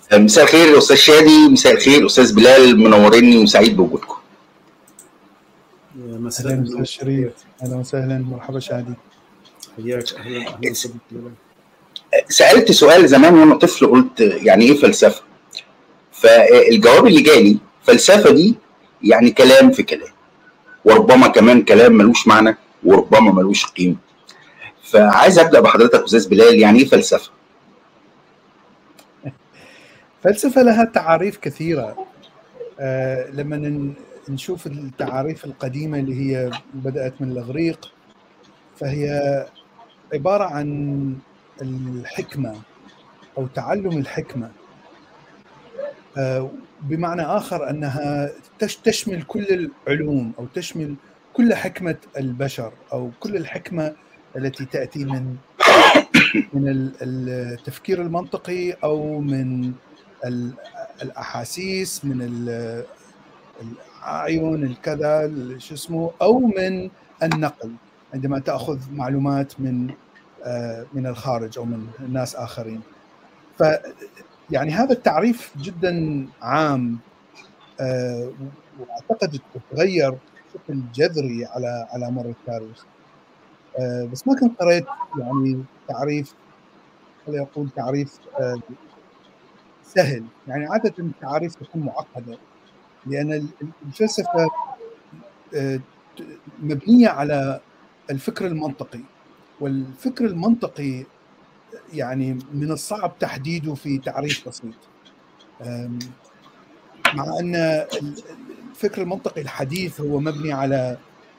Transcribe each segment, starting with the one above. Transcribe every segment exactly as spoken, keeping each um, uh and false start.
مساء الخير استاذ شادي، مساء الخير استاذ بلال، منوريني وسعيد بوجودكم. مساء اهلا شريف، اهلا وسهلا، مرحبا شادي. حياك. اهلا اهلا صديقي بلال. سالت سؤال زمان وانا طفل، قلت يعني ايه فلسفه؟ فالجواب اللي جالي فلسفه دي يعني كلام في كلام، وربما كمان كلام ملوش معنى وربما ملوش قيمه. فعايز ابدا بحضرتك استاذ بلال، يعني ايه فلسفه؟ فلسفة لها تعاريف كثيرة. آه لما نشوف التعاريف القديمة اللي هي بدأت من الإغريق، فهي عبارة عن الحكمة أو تعلم الحكمة. آه بمعنى آخر أنها تشمل كل العلوم أو تشمل كل حكمة البشر أو كل الحكمة التي تأتي من من التفكير المنطقي أو من الأحاسيس، من الأعين الكذا شو اسمه، أو من النقل عندما تأخذ معلومات من من الخارج أو من الناس آخرين. ف يعني هذا التعريف جدا عام، وأعتقد تغير بشكل جذري على على مر التاريخ. بس ما كنت قرأت يعني تعريف، خلينا نقول تعريف سهل. يعني عادة التعاريف تكون معقدة، لأن الفلسفة مبنية على الفكر المنطقي، والفكر المنطقي يعني من الصعب تحديده في تعريف بسيط، مع أن الفكر المنطقي الحديث هو مبني على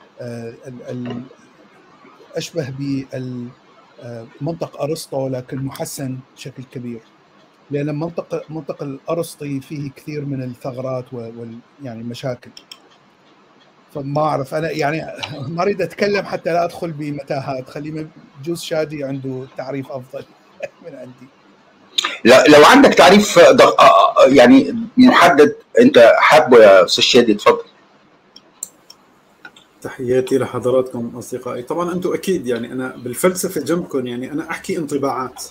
أشبه بمنطق أرسطو لكن محسن بشكل كبير، لأن المنطق منطق الأرسطي فيه كثير من الثغرات وال يعني المشاكل. فما أعرف أنا، يعني ما أريد أتكلم حتى لا أدخل بمتاهات، خلي جوز شادي عنده تعريف أفضل من عندي. لو عندك تعريف يعني محدد أنت حابه يا أستاذ شادي، اتفضل. تحياتي لحضراتكم أصدقائي. طبعا أنتم أكيد يعني أنا بالفلسفة جنبكم، يعني أنا أحكي انطباعات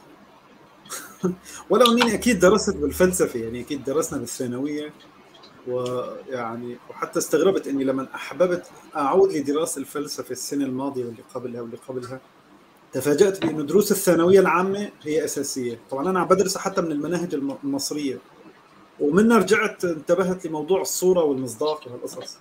ولو أني أكيد درست بالفلسفة، يعني أكيد درسنا بالثانوية، ويعني وحتى استغربت اني لما احببت اعود لدراسه الفلسفه السنه الماضيه واللي قبلها واللي قبلها تفاجات بانه دروس الثانويه العامه هي اساسيه. طبعا انا عم بدرسها حتى من المناهج المصريه، ومنها رجعت انتبهت لموضوع الصوره والمصداق وهالقصص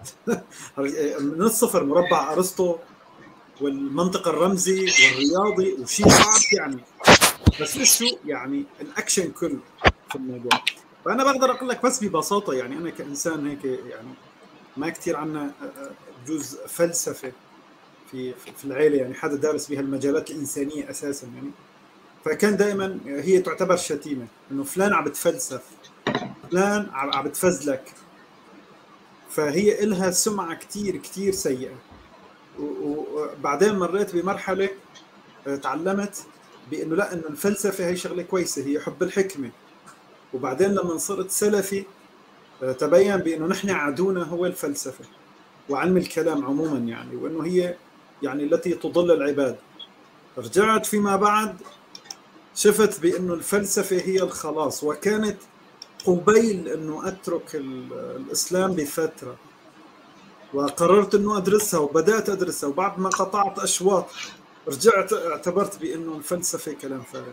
من الصفر مربع ارسطو والمنطق الرمزي والرياضي، وشيء صعب يعني، بس شو يعني الاكشن كله في الموضوع. فأنا بقدر أقول لك بس ببساطة، يعني أنا كإنسان هيك يعني ما كتير عنا بجوز فلسفة في في العائلة، يعني حدا دارس بها المجالات الإنسانية أساساً يعني، فكان دائماً هي تعتبر شتيمة إنه فلان عم بتفلسف، فلان عم بتفزلك، فهي إلها سمعة كتير كتير سيئة. وبعدين مريت بمرحلة تعلمت بإنه لا، إنه الفلسفة هي شغلة كويسة، هي حب الحكمة. وبعدين لما صرت سلفي تبين بأنه نحن عدونا هو الفلسفة وعلم الكلام عموما، يعني وأنه هي يعني التي تضل العباد. رجعت فيما بعد شفت بأنه الفلسفة هي الخلاص، وكانت قبيل أنه أترك الإسلام بفترة، وقررت أنه أدرسها وبدأت أدرسها، وبعد ما قطعت أشواط رجعت اعتبرت بأنه الفلسفة كلام فارغ.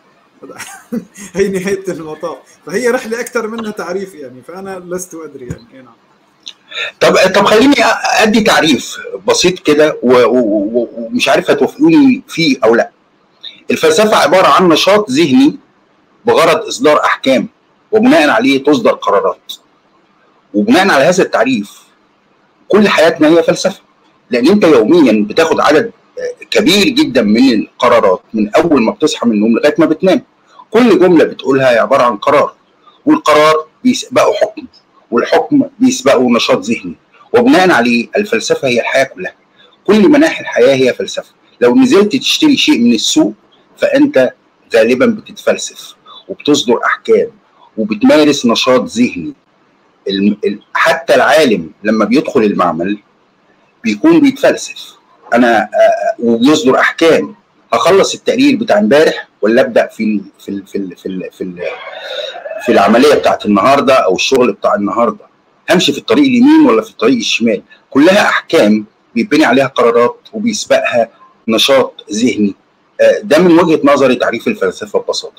هي نهاية المطاف، فهي رحلة أكثر منها تعريف يعني، فأنا لست أدري يعني. نعم. طب طب خليني أدي تعريف بسيط كده ومش عارف هتوافقوني فيه أو لا. الفلسفة عبارة عن نشاط ذهني بغرض إصدار أحكام، وبناء عليه تصدر قرارات. وبناء على هذا التعريف كل حياتنا هي فلسفة، لأن أنت يوميا بتاخد عدد كبير جدا من القرارات من أول ما بتصحى من النوم لغاية ما بتنام. كل جملة بتقولها هي عبارة عن قرار، والقرار بيسبقه حكم، والحكم بيسبقه نشاط ذهني، وبناء عليه الفلسفة هي الحياة كلها. كل مناحي الحياة هي فلسفة. لو نزلت تشتري شيء من السوق فأنت غالبا بتتفلسف وبتصدر أحكام وبتمارس نشاط ذهني. حتى العالم لما بيدخل المعمل بيكون بيتفلسف أنا وبيصدر أحكام. اخلص التقرير بتاع امبارح ولا ابدا في في ال في ال في ال في, ال في العمليه بتاعت النهارده او الشغل بتاع النهارده؟ همشي في الطريق اليمين ولا في الطريق الشمال؟ كلها احكام بيبني عليها قرارات وبيسبقها نشاط ذهني. ده من وجهه نظري تعريف الفلسفه ببساطه.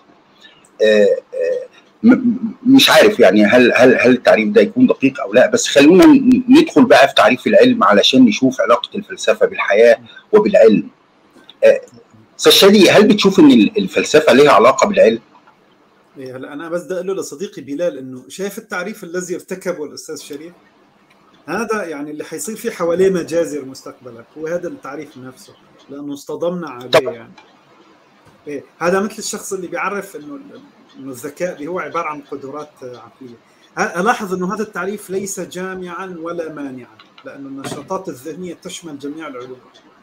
مش عارف يعني هل هل هل التعريف ده يكون دقيق او لا، بس خلونا ندخل بقى في تعريف العلم علشان نشوف علاقه الفلسفه بالحياه وبالعلم. استاذ شادي، هل بتشوف ان الفلسفه لها علاقه بالعلم؟ إيه هلا انا بس بدي اقول له لصديقي بلال انه شايف التعريف الذي ارتكبه الاستاذ شريف، هذا يعني اللي حيصير فيه حواليه مجازر مستقبلا، هو هذا التعريف نفسه لانه اصطدمنا عليه. يعني إيه هذا مثل الشخص اللي بيعرف انه انه الذكاء هو عباره عن قدرات عقليه. الاحظ انه هذا التعريف ليس جامعا ولا مانعا، لانه النشاطات الذهنيه تشمل جميع العلوم.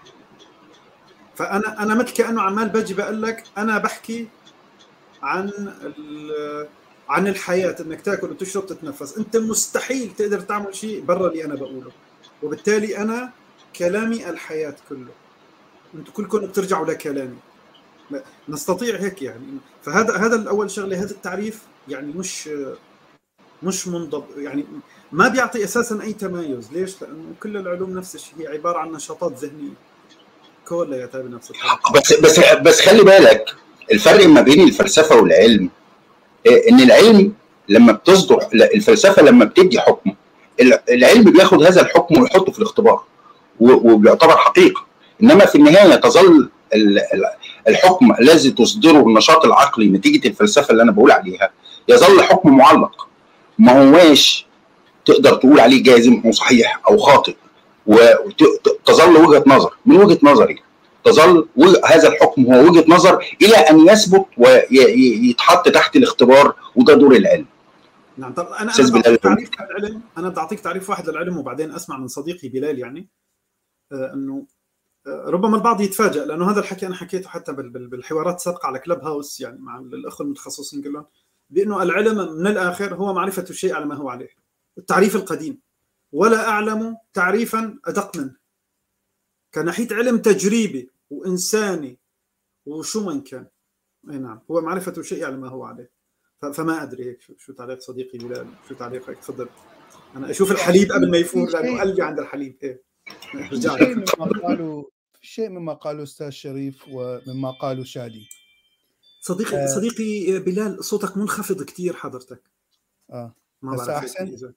فانا انا مثل كانه عمال بجي بقول لك انا بحكي عن عن الحياه، انك تاكل وتشرب تتنفس، انت مستحيل تقدر تعمل شيء برا اللي انا بقوله، وبالتالي انا كلامي الحياه كله، انتم كلكم بترجعوا لكلامي. نستطيع هيك يعني. فهذا هذا الاول شغله، هذا التعريف يعني مش مش منضبط، يعني ما بيعطي اساسا اي تمايز. ليش؟ لانه كل العلوم نفس الشيء، هي عباره عن نشاطات ذهنيه كلها بنفس الطريقه. بس بس بس خلي بالك الفرق ما بين الفلسفه والعلم، ان العلم لما بتصدر الفلسفه لما بتدي حكم، العلم بياخد هذا الحكم ويحطه في الاختبار وبيعتبر حقيقه، انما في النهايه تظل الحكم الذي تصدره النشاط العقلي نتيجه الفلسفه اللي انا بقول عليها يظل حكم معلق، ما هواش تقدر تقول عليه جازم او صحيح او خاطئ، وتظل وجهه نظر. من وجهه نظري تظل هذا الحكم هو وجهه نظر الى ان يثبت ويتحط تحت الاختبار، وده دور العلم. نعم. طب انا انا بعطيك تعريف للعلم، انا بدي اعطيك تعريف واحد للعلم وبعدين اسمع من صديقي بلال. يعني آه انه آه ربما البعض يتفاجأ، لانه هذا الحكي انا حكيته حتى بالحوارات السابقه على كلب هاوس، يعني مع الاخوه المتخصصين كلهم، بانه العلم من الاخر هو معرفه الشيء على ما هو عليه، التعريف القديم، ولا اعلم تعريفا ادق منه كناحيه علم تجريبي وانساني وشو من كان. اي نعم، هو معرفه الشيء على ما هو عليه. فما ادري هيك شو, شو تعليق صديقي بلال، شو تعليقك؟ تفضل. انا اشوف الحليب قبل ما يفور، لانه قلبي عند الحليب. ايه شيء مما قالوا شيء مما قالوا استاذ شريف ومما قالوا شادي. صديقي آه صديقي بلال، صوتك منخفض كثير حضرتك. اه بس احسن.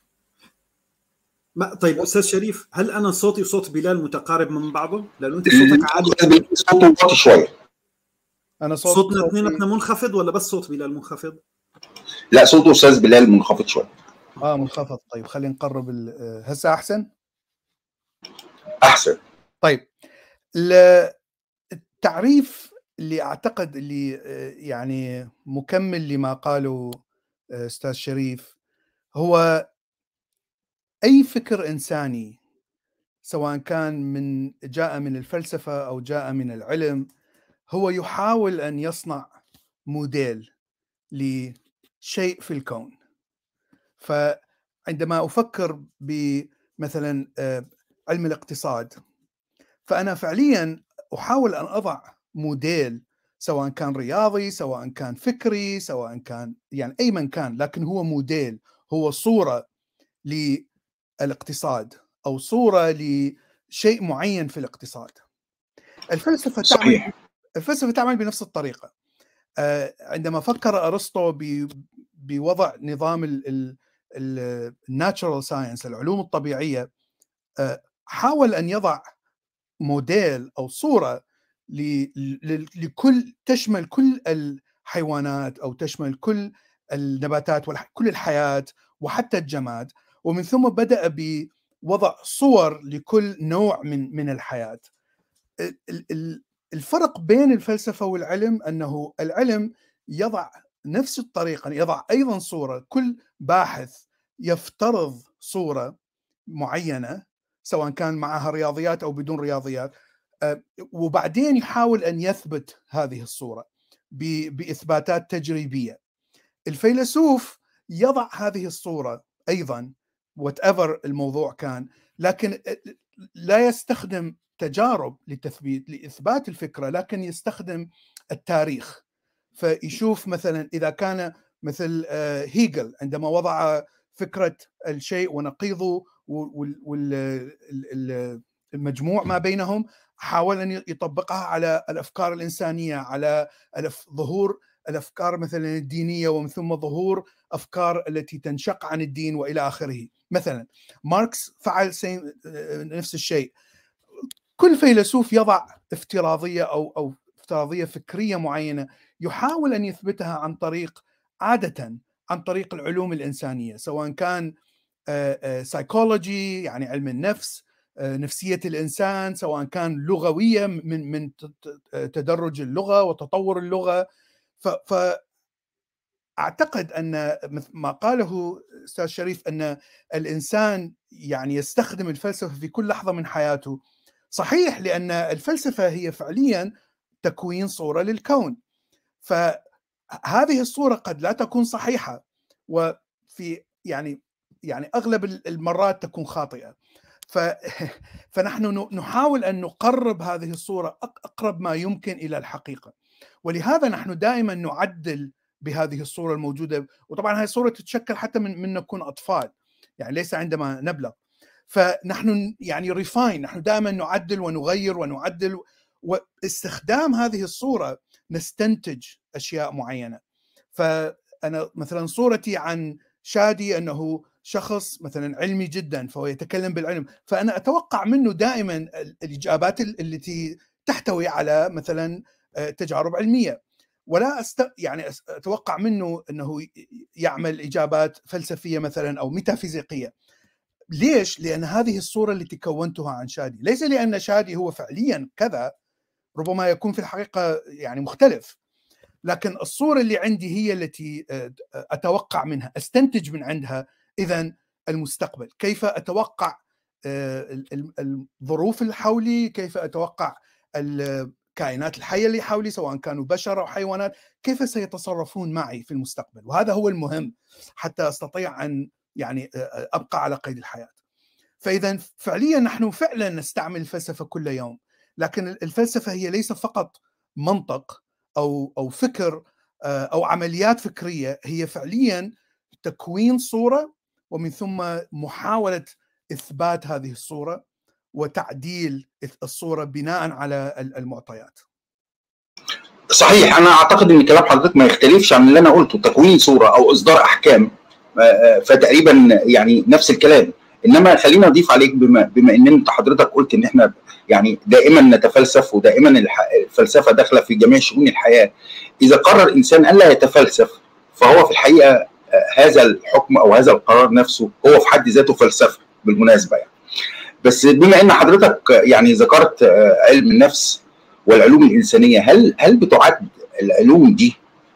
ما طيب استاذ شريف، هل انا صوتي وصوت بلال متقارب من بعضه؟ لانه انت صوتك عالي. صوته واطي شويه. انا صوت صوتنا اثنيناتنا منخفض ولا بس صوت بلال منخفض؟ لا، صوت استاذ بلال منخفض شويه. اه منخفض. طيب خلينا نقرب. هسه احسن. احسن. طيب التعريف اللي اعتقد اللي يعني مكمل لما قاله استاذ شريف، هو اي فكر انساني سواء كان من جاء من الفلسفه او جاء من العلم، هو يحاول ان يصنع موديل لشيء في الكون. فعندما افكر بمثلا علم الاقتصاد، فانا فعليا احاول ان اضع موديل، سواء كان رياضي، سواء كان فكري، سواء كان يعني اي من كان، لكن هو موديل، هو صوره للاقتصاد او صوره لشيء معين في الاقتصاد. الفلسفه صحيح. تعمل الفلسفه تعمل بنفس الطريقه. عندما فكر ارسطو بوضع نظام الناتشرال ساينس، العلوم الطبيعيه، حاول ان يضع موديل او صوره لكل تشمل كل الحيوانات او تشمل كل النباتات وكل الحياه وحتى الجماد، ومن ثم بدأ بوضع صور لكل نوع من من الحياه. الفرق بين الفلسفه والعلم انه العلم يضع نفس الطريقه، يضع ايضا صوره، كل باحث يفترض صوره معينه سواء كان معها رياضيات او بدون رياضيات، وبعدين يحاول ان يثبت هذه الصوره باثباتات تجريبيه. الفيلسوف يضع هذه الصوره ايضا whatever الموضوع كان، لكن لا يستخدم تجارب لتثبيت لإثبات الفكرة، لكن يستخدم التاريخ. فيشوف مثلا إذا كان مثل هيجل عندما وضع فكرة الشيء ونقيضه والمجموع ما بينهم، حاول أن يطبقها على الأفكار الإنسانية، على ظهور الأفكار مثلا الدينية، ومن ثم ظهور أفكار التي تنشق عن الدين وإلى آخره. مثلا ماركس فعل نفس الشيء. كل فيلسوف يضع افتراضية أو أو افتراضية فكرية معينة يحاول أن يثبتها عن طريق عادة عن طريق العلوم الإنسانية، سواء كان سايكولوجي يعني علم النفس، نفسية الإنسان، سواء كان لغوية من من تدرج اللغة وتطور اللغة. فأعتقد أن ما قاله أستاذ شريف أن الإنسان يعني يستخدم الفلسفة في كل لحظة من حياته صحيح، لأن الفلسفة هي فعليا تكوين صورة للكون، فهذه الصورة قد لا تكون صحيحة، وفي يعني يعني أغلب المرات تكون خاطئة. ف فنحن نحاول أن نقرب هذه الصورة أقرب ما يمكن إلى الحقيقة، ولهذا نحن دائما نعدل بهذه الصورة الموجودة. وطبعا هذه الصورة تتشكل حتى من من نكون أطفال، يعني ليس عندما نبلغ. فنحن يعني ريفاين، نحن دائما نعدل ونغير ونعدل، واستخدام هذه الصورة نستنتج أشياء معينة. فأنا مثلا صورتي عن شادي أنه شخص مثلا علمي جدا، فهو يتكلم بالعلم، فأنا أتوقع منه دائما الإجابات التي تحتوي على مثلا تجارب علمية، ولا أست... يعني أتوقع منه أنه يعمل إجابات فلسفية مثلا أو ميتافيزيقية. ليش؟ لأن هذه الصورة التي كونتها عن شادي، ليس لأن شادي هو فعليا كذا، ربما يكون في الحقيقة يعني مختلف، لكن الصورة اللي عندي هي التي أتوقع منها، أستنتج من عندها إذن المستقبل، كيف أتوقع الظروف اللي حولي، كيف أتوقع الكائنات الحية اللي حولي سواء كانوا بشر أو حيوانات، كيف سيتصرفون معي في المستقبل. وهذا هو المهم حتى أستطيع أن يعني أبقى على قيد الحياة. فإذا فعليا نحن فعلا نستعمل الفلسفة كل يوم، لكن الفلسفة هي ليس فقط منطق أو أو فكر أو عمليات فكرية، هي فعليا تكوين صورة ومن ثم محاولة إثبات هذه الصورة وتعديل الصورة بناء على المعطيات. صحيح، أنا أعتقد أن كلام حضرتك ما يختلفش عن اللي أنا قلته، تكوين صورة أو إصدار أحكام، فتقريبا يعني نفس الكلام. انما خلينا نضيف عليك بما بما ان انت حضرتك قلت ان احنا يعني دائما نتفلسف، ودائما الفلسفه داخله في جميع شؤون الحياه. اذا قرر انسان الا يتفلسف فهو في الحقيقه هذا الحكم او هذا القرار نفسه هو في حد ذاته فلسفه بالمناسبه يعني. بس بما ان حضرتك يعني ذكرت علم النفس والعلوم الانسانيه، هل هل بتعد العلوم دي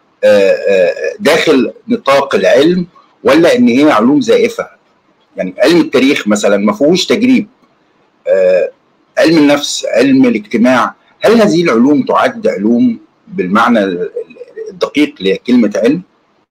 داخل نطاق العلم ولا ان هي علوم زائفه؟ يعني علم التاريخ مثلا ما فيهوش تجريب، آه، علم النفس، علم الاجتماع، هل هذه العلوم تعد علوم بالمعنى الدقيق لكلمة علم؟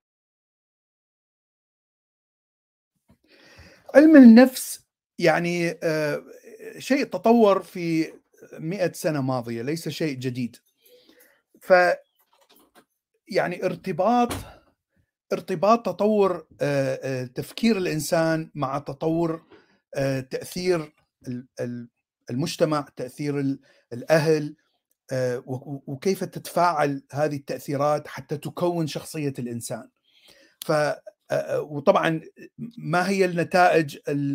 علم النفس يعني آه، شيء تطور في مئة سنة ماضية، ليس شيء جديد. ف يعني ارتباط ارتباط تطور تفكير الإنسان مع تطور تأثير المجتمع، تأثير الأهل، وكيف تتفاعل هذه التأثيرات حتى تكون شخصية الإنسان. ف وطبعا ما هي النتائج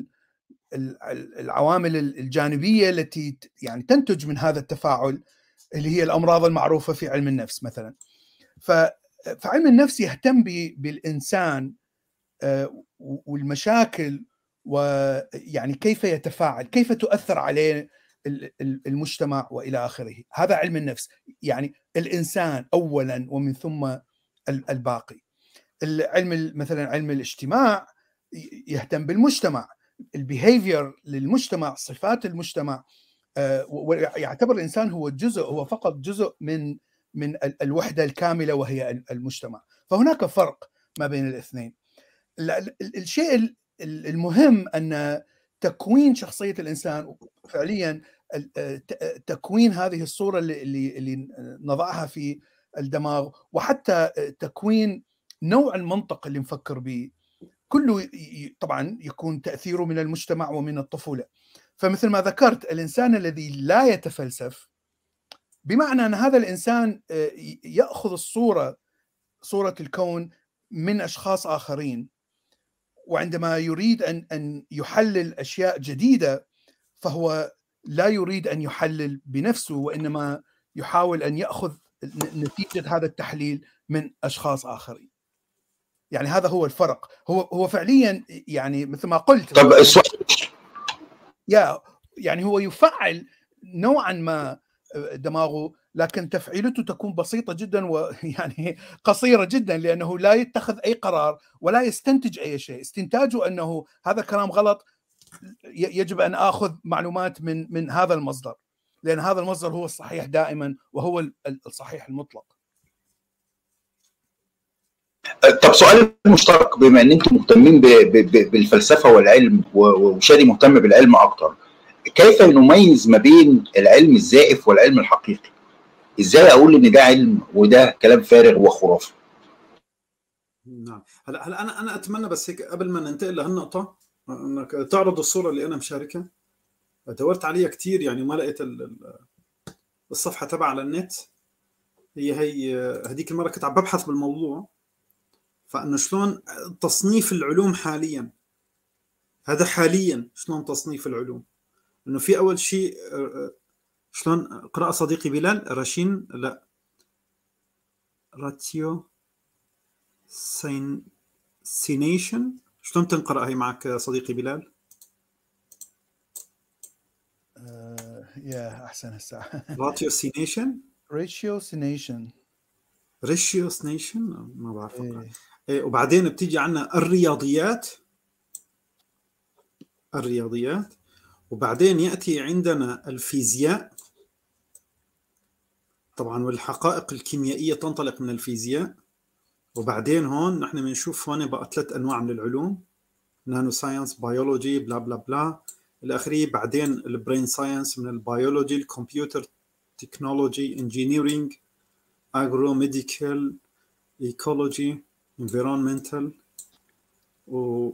العوامل الجانبية التي يعني تنتج من هذا التفاعل، اللي هي الأمراض المعروفة في علم النفس مثلا. ف فعلم النفس يهتم بالإنسان والمشاكل، ويعني كيف يتفاعل، كيف تؤثر عليه المجتمع وإلى آخره. هذا علم النفس، يعني الإنسان أولا ومن ثم الباقي. العلم مثلا علم الاجتماع يهتم بالمجتمع، البيهيفير للمجتمع، صفات المجتمع، ويعتبر الإنسان هو جزء، هو فقط جزء من من الوحدة الكاملة وهي المجتمع. فهناك فرق ما بين الاثنين. الشيء المهم أن تكوين شخصية الإنسان فعليا تكوين هذه الصورة اللي اللي اللي نضعها في الدماغ، وحتى تكوين نوع المنطق اللي نفكر به، كله طبعا يكون تأثيره من المجتمع ومن الطفولة. فمثل ما ذكرت، الإنسان الذي لا يتفلسف بمعنى أن هذا الإنسان يأخذ الصورة صورة الكون من أشخاص آخرين، وعندما يريد أن أن يحلل أشياء جديدة فهو لا يريد أن يحلل بنفسه، وإنما يحاول أن يأخذ نتيجة هذا التحليل من أشخاص آخرين. يعني هذا هو الفرق. هو هو فعليا يعني مثل ما قلت، طب السؤال يا يعني هو يفعل نوعا ما دماغه، لكن تفعيلته تكون بسيطة جدا ويعني قصيرة جدا، لأنه لا يتخذ أي قرار ولا يستنتج أي شيء. استنتاجه أنه هذا كلام غلط، يجب أن أخذ معلومات من من هذا المصدر، لأن هذا المصدر هو الصحيح دائما وهو الصحيح المطلق. طب سؤال مشترك، بما ان انتم مهتمين بالفلسفه والعلم وشادي مهتم بالعلم اكتر، كيف نميز ما بين العلم الزائف والعلم الحقيقي؟ ازاي اقول ان ده علم وده كلام فارغ وخرافي؟ نعم، هلا هلا انا انا اتمنى بس هيك قبل ما ننتقل لهالنقطه انك تعرض الصوره اللي انا مشاركها. دورت عليها كثير يعني ما لقيت الصفحه تبع على النت. هي هي هذيك المره كنت عم ببحث بالموضوع، فانه شلون تصنيف العلوم حاليا. هذا حاليا شلون تصنيف العلوم، انه في اول شيء شلون قراءة صديقي بلال راشين لا راتيو سين سينيشن، شلون تنقرأ هي معك صديقي بلال؟ آه يا احسن الساعه راتيو سينيشن ريشيو سينيشن ريشيو سينيشن ما بعرف اقرا. إيه. وبعدين بتيجي عنا الرياضيات الرياضيات وبعدين يأتي عندنا الفيزياء طبعا، والحقائق الكيميائية تنطلق من الفيزياء. وبعدين هون نحن بنشوف هون بقى ثلاث أنواع من العلوم، نانو ساينس، بيولوجي، بلا بلا بلا الآخرية. بعدين البرين ساينس من البيولوجي، الكمبيوتر تكنولوجي، انجينيرينج، اجرو ميديكال، ايكولوجي، انفيرونمنتال، و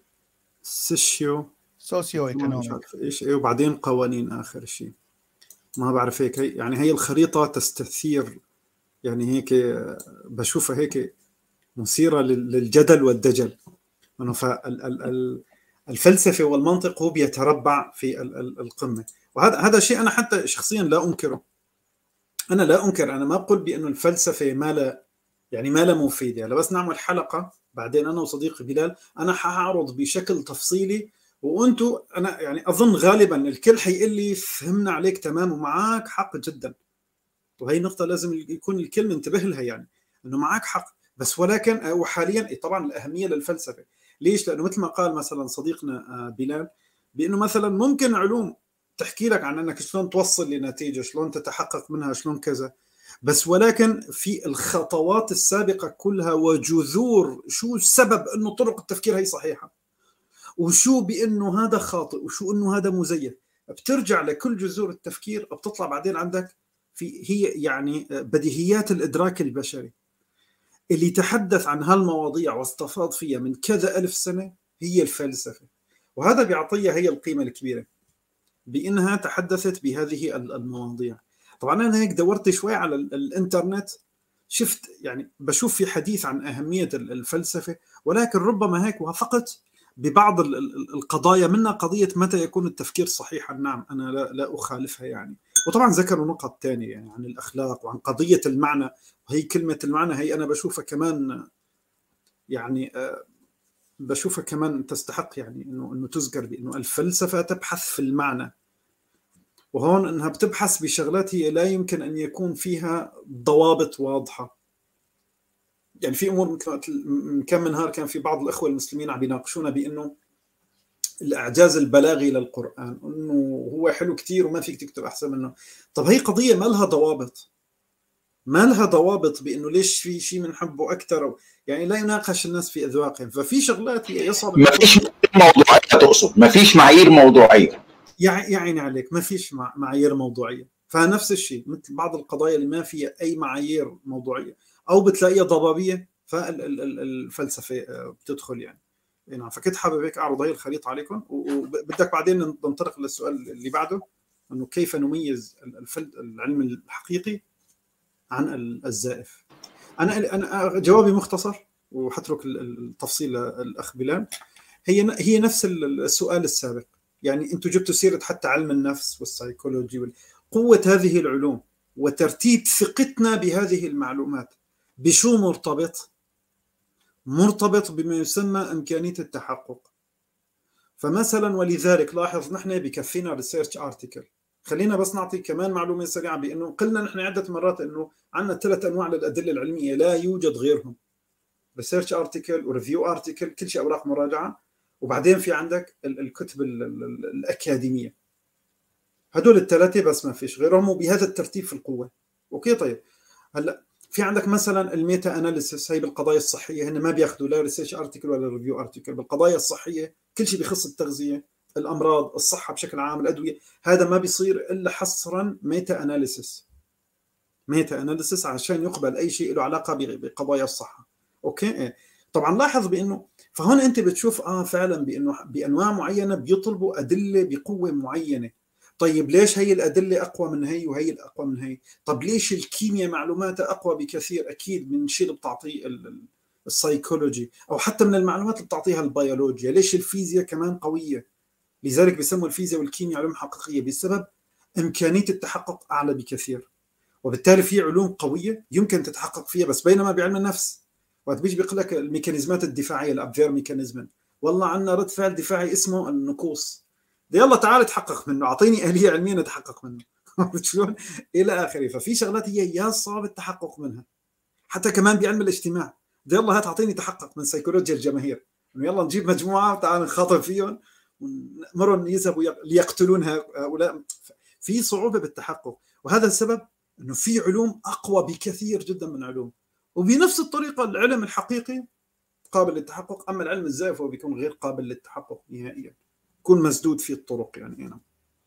سوشيو سوسيو ايكونوميك ايش، وبعدين قوانين اخر شيء ما بعرف هيك. هي يعني هي الخريطه تستثير يعني هيك بشوفها هيك مثيره للجدل والدجل، انه فالفلسفه والمنطق هو بيتربع في القمه. وهذا هذا شيء انا حتى شخصيا لا انكره. انا لا انكر، انا ما اقول بانه الفلسفه ما لا يعني ما لا مفيده. لو بس نعمل حلقه بعدين انا وصديقي بلال انا حاعرض بشكل تفصيلي، وانتم انا يعني اظن غالبا الكل حيقول لي فهمنا عليك تمام ومعاك حق جدا. وهي نقطه لازم يكون الكل منتبه لها، يعني انه معاك حق. بس ولكن وحاليا طبعا الاهميه للفلسفه. ليش؟ لانه مثل ما قال مثلا صديقنا بلال بانه مثلا ممكن علوم تحكي لك عن انك شلون توصل لنتيجه، شلون تتحقق منها، شلون كذا، بس ولكن في الخطوات السابقه كلها وجذور شو السبب انه طرق التفكير هي صحيحه، وشو بانه هذا خاطئ، وشو انه هذا مزيف، بترجع لكل جذور التفكير. بتطلع بعدين عندك في هي يعني بديهيات الادراك البشري اللي تحدث عن هالمواضيع واستفاض فيها من كذا ألف سنة هي الفلسفة. وهذا بيعطيها هي القيمة الكبيرة بأنها تحدثت بهذه المواضيع. طبعا أنا هيك دورت شوي على الإنترنت، شفت يعني بشوف في حديث عن أهمية الفلسفة، ولكن ربما هيك وافقت ببعض القضايا، منها قضية متى يكون التفكير صحيحا. نعم أنا لا, لا أخالفها يعني. وطبعا ذكروا نقط تانية يعني عن الأخلاق وعن قضية المعنى، وهي كلمة المعنى هي أنا بشوفها كمان يعني بشوفها كمان تستحق يعني إنه إنه تذكر بأنه الفلسفة تبحث في المعنى، وهون إنها بتبحث بشغلات هي لا يمكن أن يكون فيها ضوابط واضحة. يعني في أمور مثل من كم من نهار كان في بعض الأخوة المسلمين عم يناقشونا بأنه الإعجاز البلاغي للقرآن إنه هو حلو كتير وما فيك تكتب أحسن منه. طب هي قضية ما لها ضوابط، ما لها ضوابط بأنه ليش في شيء بنحبه أكثر، يعني لا يناقش الناس في أذواقهم. ففي شغلات هي يصعب. ما فيش موضوعية، تقصد ما فيش معايير موضوعية. يا عيني عليك، ما فيش معايير موضوعيه. فنفس الشيء مثل بعض القضايا اللي ما فيها اي معايير موضوعيه او بتلاقيها ضبابيه، فالفلسفه بتدخل يعني. نعم، فكنت حابب هيك اعرض هي الخريطه عليكم، وبدك بعدين ننطلق للسؤال اللي بعده، انه كيف نميز العلم الحقيقي عن الزائف. انا انا جوابي مختصر وحترك التفصيل للاخ بلال. هي هي نفس السؤال السابق، يعني انتم جبتوا سيره حتى علم النفس والسايكولوجي، قوه هذه العلوم وترتيب ثقتنا بهذه المعلومات بشو مرتبط؟ مرتبط بما يسمى امكانيه التحقق. فمثلا ولذلك لاحظ نحن بكفينا ريسيرش ارتكل. خلينا بس نعطي كمان معلومه سريعه، بانه قلنا نحن عده مرات انه عندنا ثلاث انواع للادله العلميه لا يوجد غيرهم: ريسيرش ارتكل وريفيو ارتكل، كل شيء اوراق مراجعه، وبعدين في عندك الكتب الاكاديميه. هدول الثلاثه بس، ما فيش غيرهم، وبهذا الترتيب في القوه. اوكي طيب، هلا في عندك مثلا الميتا اناليسيس، هي بالقضايا الصحيه، هن ما بياخذوا لا ريسيرش ارتكل ولا ريفيو ارتكل. بالقضايا الصحيه كل شيء بيخص التغذيه، الامراض، الصحه بشكل عام، الادويه، هذا ما بيصير الا حصرا ميتا اناليسيس. ميتا اناليسيس عشان يقبل اي شيء له علاقه بقضايا الصحه. اوكي طبعا لاحظ بانه فهون انت بتشوف اه فعلا بانه بانواع معينه بيطلبوا ادله بقوه معينه. طيب ليش هي الادله اقوى من هي وهي الاقوى من هي؟ طب ليش الكيمياء معلوماتها اقوى بكثير اكيد من الشيء اللي بتعطيه السايكولوجي، او حتى من المعلومات اللي بتعطيها البيولوجيا؟ ليش الفيزياء كمان قويه؟ لذلك بيسموا الفيزياء والكيمياء علوم حقيقيه، بسبب امكانيه التحقق اعلى بكثير. وبالتالي في علوم قويه يمكن تتحقق فيها. بس بينما بعلم النفس وقت بيجي بيقول لك الميكانيزمات الدفاعيه، الابفير ميكانيزم، والله عندنا رد فعل دفاعي اسمه النقوص، يلا تعال تحقق منه، اعطيني آلية علميه نتحقق منه شلون الى اخره. ففي شغلات هي يا صعب التحقق منها، حتى كمان بعلم الاجتماع، يلا هات اعطيني تحقق من سيكولوجيا الجماهير، انه يلا نجيب مجموعه تعال نخاطب فيهم ونمرهم يذهبوا ليقتلون هؤلاء. في صعوبه بالتحقق، وهذا السبب انه في علوم اقوى بكثير جدا من علوم، وبنفس الطريقه العلم الحقيقي قابل للتحقق، اما العلم الزائف هو بيكون غير قابل للتحقق نهائيا، يكون مسدود في الطرق يعني. هنا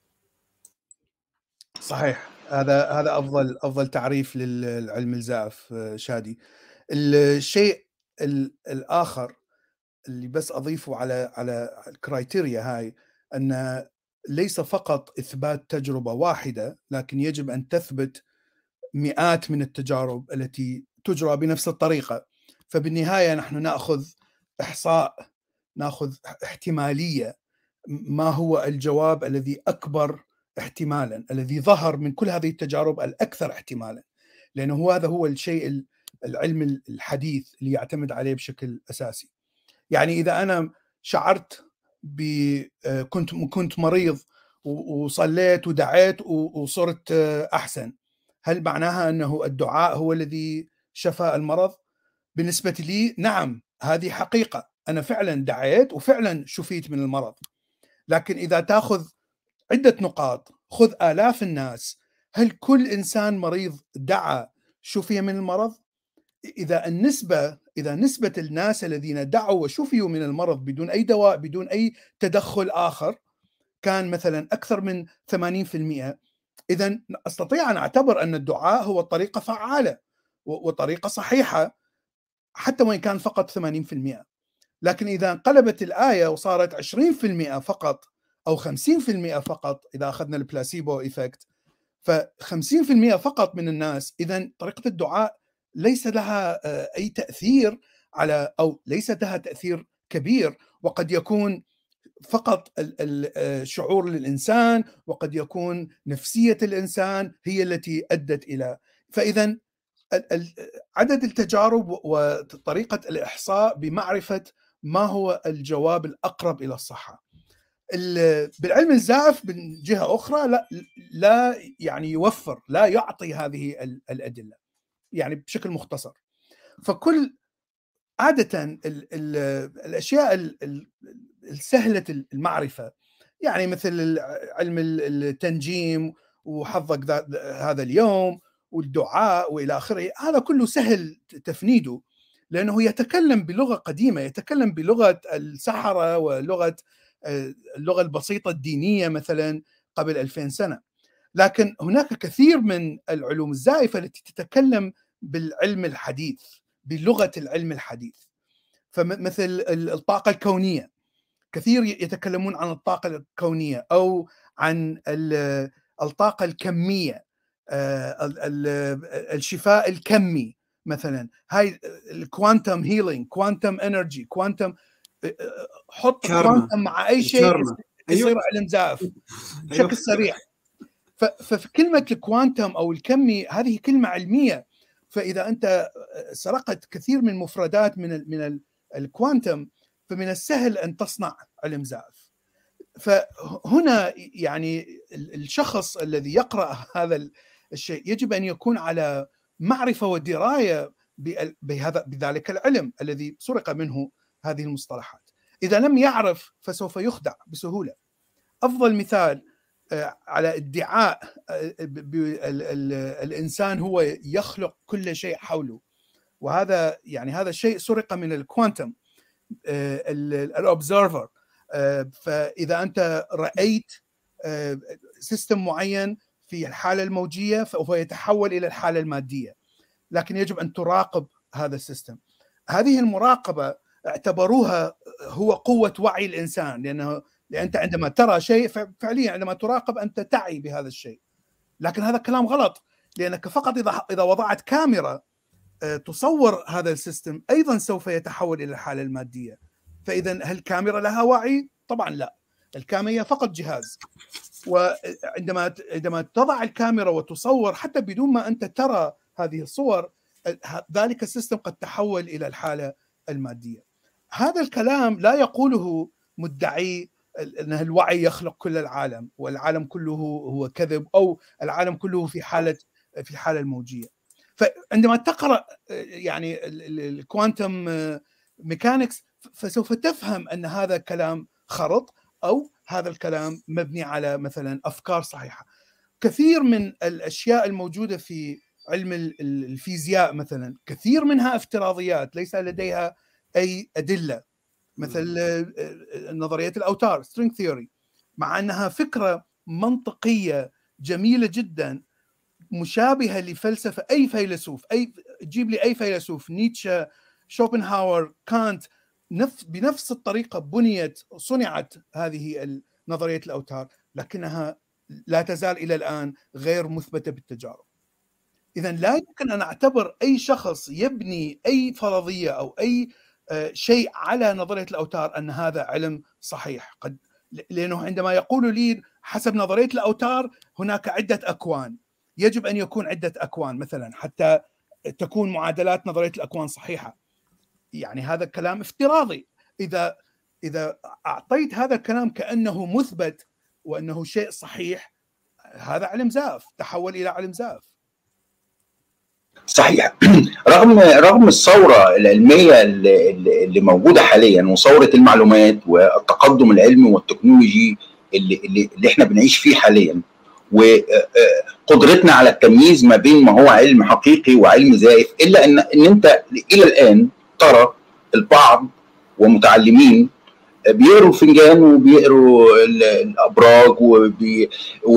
صحيح، هذا هذا افضل افضل تعريف للعلم الزائف شادي. الشيء الاخر اللي بس اضيفه على على الكرايتيريا هاي، ان ليس فقط اثبات تجربه واحده، لكن يجب ان تثبت مئات من التجارب التي تجرى بنفس الطريقه. فبالنهايه نحن ناخذ احصاء، ناخذ احتماليه، ما هو الجواب الذي اكبر احتمالا، الذي ظهر من كل هذه التجارب الاكثر احتمالا، لانه هذا هو الشيء العلم الحديث اللي يعتمد عليه بشكل اساسي. يعني اذا انا شعرت ب كنت كنت مريض وصليت ودعيت وصرت احسن، هل معناها انه الدعاء هو الذي شفى المرض؟ بالنسبه لي نعم، هذه حقيقه، انا فعلا دعيت وفعلا شفيت من المرض. لكن اذا تاخذ عده نقاط، خذ آلاف الناس، هل كل انسان مريض دعا شفي من المرض؟ اذا النسبه اذا نسبه الناس الذين دعوا وشفيوا من المرض بدون اي دواء، بدون اي تدخل اخر، كان مثلا اكثر من ثمانين بالمئة، اذا استطيع ان اعتبر ان الدعاء هو طريقه فعاله وطريقه صحيحه، حتى وان كان فقط ثمانين بالمئة. لكن اذا انقلبت الايه وصارت عشرين بالمئة فقط او خمسين بالمئة فقط، اذا اخذنا البلاسيبو ايفكت، فخمسين بالمئة فقط من الناس، اذا طريقه الدعاء ليس لها اي تاثير على، او ليس لها تاثير كبير، وقد يكون فقط الشعور للإنسان، وقد يكون نفسية الإنسان هي التي أدت إلى. فإذا عدد التجارب وطريقة الإحصاء بمعرفة ما هو الجواب الأقرب إلى الصحة. بالعلم الزائف من جهة أخرى لا, لا يعني يوفر، لا يعطي هذه الأدلة يعني بشكل مختصر. فكل عادة ال ال الأشياء السهلة المعرفة، يعني مثل علم التنجيم وحظك هذا اليوم والدعاء وإلى آخره، هذا كله سهل تفنيده، لأنه يتكلم بلغة قديمة، يتكلم بلغة السحرة ولغة اللغة البسيطة الدينية مثلا قبل ألفين سنة. لكن هناك كثير من العلوم الزائفة التي تتكلم بالعلم الحديث، بلغة العلم الحديث. فمثل الطاقة الكونية، كثير يتكلمون عن الطاقة الكونية أو عن الطاقة الكمية، الشفاء الكمي مثلا، هاي الكوانتم هيلينج، كوانتم انرجي، كوانتم، حط كوانتم مع اي شيء يصير أيوه. علم زائف بشكل أيوه. سريع. ففي كلمة الكوانتم أو الكمي هذه كلمة علمية، فإذا أنت سرقت كثير من مفردات من من الكوانتم فمن السهل أن تصنع علم زائف. فهنا يعني الشخص الذي يقرأ هذا الشيء يجب أن يكون على معرفة ودراية بهذا بذلك العلم الذي سرق منه هذه المصطلحات. إذا لم يعرف فسوف يخدع بسهولة. أفضل مثال على ادعاء الإنسان هو يخلق كل شيء حوله، وهذا يعني هذا الشيء سرق من الكوانتم الأوبزرفر. فإذا أنت رأيت سيستم معين في الحالة الموجية فهو يتحول إلى الحالة المادية، لكن يجب أن تراقب هذا السيستم. هذه المراقبة اعتبروها هو قوة وعي الإنسان، لأنه أنت عندما ترى شيء فعليا عندما تراقب أنت تعي بهذا الشيء. لكن هذا كلام غلط، لأنك فقط إذا إذا وضعت كاميرا تصور هذا السيستم أيضا سوف يتحول إلى الحالة المادية. فإذا هل الكاميرا لها وعي؟ طبعا لا، الكاميرا فقط جهاز. وعندما عندما تضع الكاميرا وتصور حتى بدون ما أنت ترى هذه الصور، ذلك السيستم قد تحول إلى الحالة المادية. هذا الكلام لا يقوله مدعي أن الوعي يخلق كل العالم والعالم كله هو كذب، أو العالم كله في حالة في الحالة الموجية. فعندما تقرأ يعني الكوانتم ميكانكس فسوف تفهم أن هذا كلام خرط، أو هذا الكلام مبني على مثلا أفكار صحيحة. كثير من الأشياء الموجودة في علم الفيزياء مثلا كثير منها افتراضيات ليس لديها أي أدلة، مثل نظرية الأوتار string theory، مع أنها فكرة منطقية جميلة جدا مشابهة لفلسفة أي فيلسوف، أي جيب لي أي فيلسوف، نيتشه، شوبنهاور، كانت، نفس بنفس الطريقة بنيت صنعت هذه نظرية الأوتار، لكنها لا تزال إلى الآن غير مثبتة بالتجارب. إذن لا يمكن أن أعتبر أي شخص يبني أي فرضية أو أي شيء على نظرية الأوتار أن هذا علم صحيح. قد لأنه عندما يقول لي حسب نظرية الأوتار هناك عدة أكوان، يجب أن يكون عدة أكوان مثلا حتى تكون معادلات نظرية الأكوان صحيحة. يعني هذا الكلام افتراضي. إذا إذا أعطيت هذا الكلام كأنه مثبت وأنه شيء صحيح، هذا علم زائف، تحول إلى علم زائف. صحيح. رغم رغم الثورة العلمية اللي موجودة حاليا، وثورة المعلومات والتقدم العلمي والتكنولوجي اللي, اللي, اللي احنا بنعيش فيه حاليا، وقدرتنا على التمييز ما بين ما هو علم حقيقي وعلم زائف، إلا أن, إن أنت إلى الآن ترى البعض ومتعلمين بيقروا الفنجان وبيقروا الابراج وبي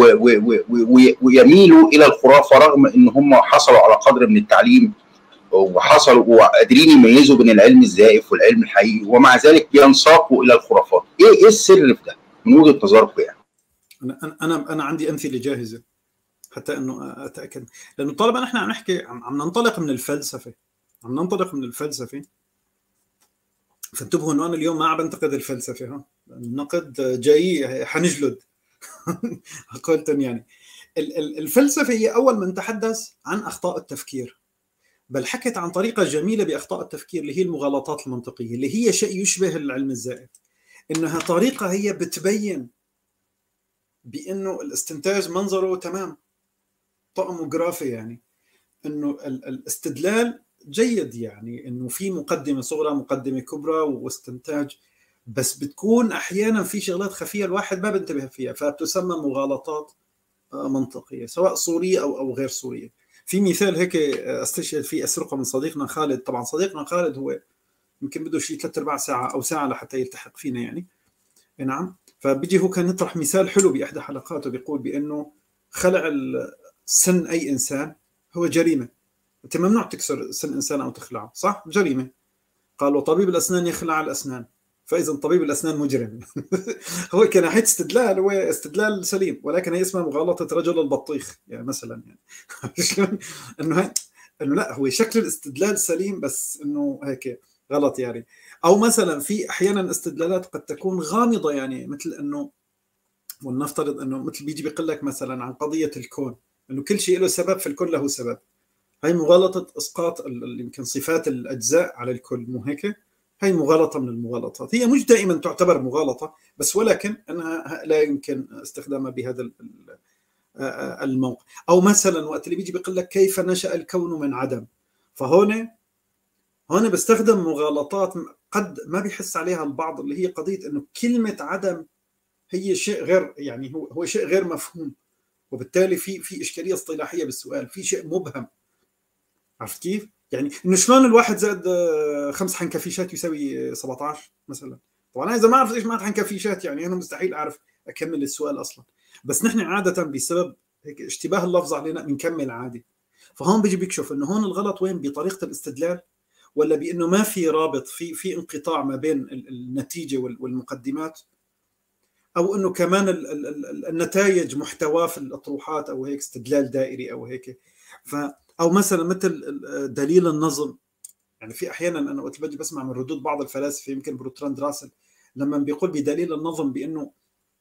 ويميلوا الى الخرافه، رغم ان هم حصلوا على قدر من التعليم وحصلوا وقادرين يميزوا بين العلم الزائف والعلم الحقيقي، ومع ذلك بينساقوا الى الخرافات. ايه ايه السر في ده من وجهه نظركم؟ يعني انا انا انا عندي امثله جاهزه حتى انه اتاكد، لانه طالما احنا عم نحكي عم ننطلق من الفلسفه عم ننطلق من الفلسفه فانتبهوا انه انا اليوم ما عم بنتقد الفلسفه، ها النقد جاي حنجلد قلت يعني الفلسفه هي اول من تحدث عن اخطاء التفكير، بل حكت عن طريقه جميله باخطاء التفكير اللي هي المغالطات المنطقيه، اللي هي شيء يشبه العلم الزائف، انها طريقه هي بتبين بانه الاستنتاج منظره تمام طقموغرافي، يعني انه الاستدلال جيد، يعني انه في مقدمه صغرى مقدمه كبرى واستنتاج، بس بتكون احيانا في شغلات خفيه الواحد ما بينتبه فيها فبتسمى مغالطات منطقيه سواء صوريه او او غير صوريه. في مثال هيك استشهد فيه اسرقه من صديقنا خالد، طبعا صديقنا خالد هو يمكن بده شيء ثلاث ارباع ساعه او ساعه لحتى يلتحق فينا يعني. نعم فبيجي هو كان يطرح مثال حلو بإحدى حلقاته، بيقول بأنه خلع سن أي إنسان هو جريمة، أنت ممنوع تكسر سن إنسان أو تخلعه، صح؟ جريمة. قالوا طبيب الأسنان يخلع الأسنان، فإذا طبيب الأسنان مجرم. هو كناحية استدلال هو استدلال سليم، ولكن هي اسمها مغالطة رجل البطيخ يعني مثلا يعني إنه هي إنه لا، هو شكل الاستدلال سليم بس إنه هيك غلط يعني. أو مثلا في أحيانا استدلالات قد تكون غامضة، يعني مثل إنه ولنفترض إنه مثل بيجي بيقول لك مثلا عن قضية الكون، إنه كل شيء له سبب في الكون له سبب. هاي مغالطة إسقاط يمكن صفات الأجزاء على الكل، مو هيك؟ هاي مغالطة من المغالطات، هي مش دائما تعتبر مغالطة بس، ولكن أنها لا يمكن استخدامها بهذا الموقع. أو مثلا وقت اللي بيجي بيقول لك كيف نشأ الكون من عدم، فهون هون بستخدم مغالطات قد ما بيحس عليها البعض، اللي هي قضية إنه كلمة عدم هي شيء غير، يعني هو هو شيء غير مفهوم، وبالتالي في في إشكالية اصطلاحية بالسؤال، في شيء مبهم. عرفت كيف؟ يعني انه شلون الواحد زائد خمس حنكفيشات يساوي سبعة عشر مثلا؟ طبعا انا اذا ما اعرف ايش معنى حنكفيشات يعني انا مستحيل اعرف اكمل السؤال اصلا، بس نحن عاده بسبب هيك اشتباه اللفظ علينا بنكمل عادي. فهون بيجي بيكشف انه هون الغلط وين، بطريقه الاستدلال ولا بانه ما في رابط، في في انقطاع ما بين النتيجه والمقدمات، او انه كمان النتائج محتواه في الاطروحات او هيك استدلال دائري او هيك. ف او مثلا مثل دليل النظم، يعني في احيانا انا وقت بجي بسمع من ردود بعض الفلاسفه يمكن برتراند راسل لما بيقول بدليل النظم بانه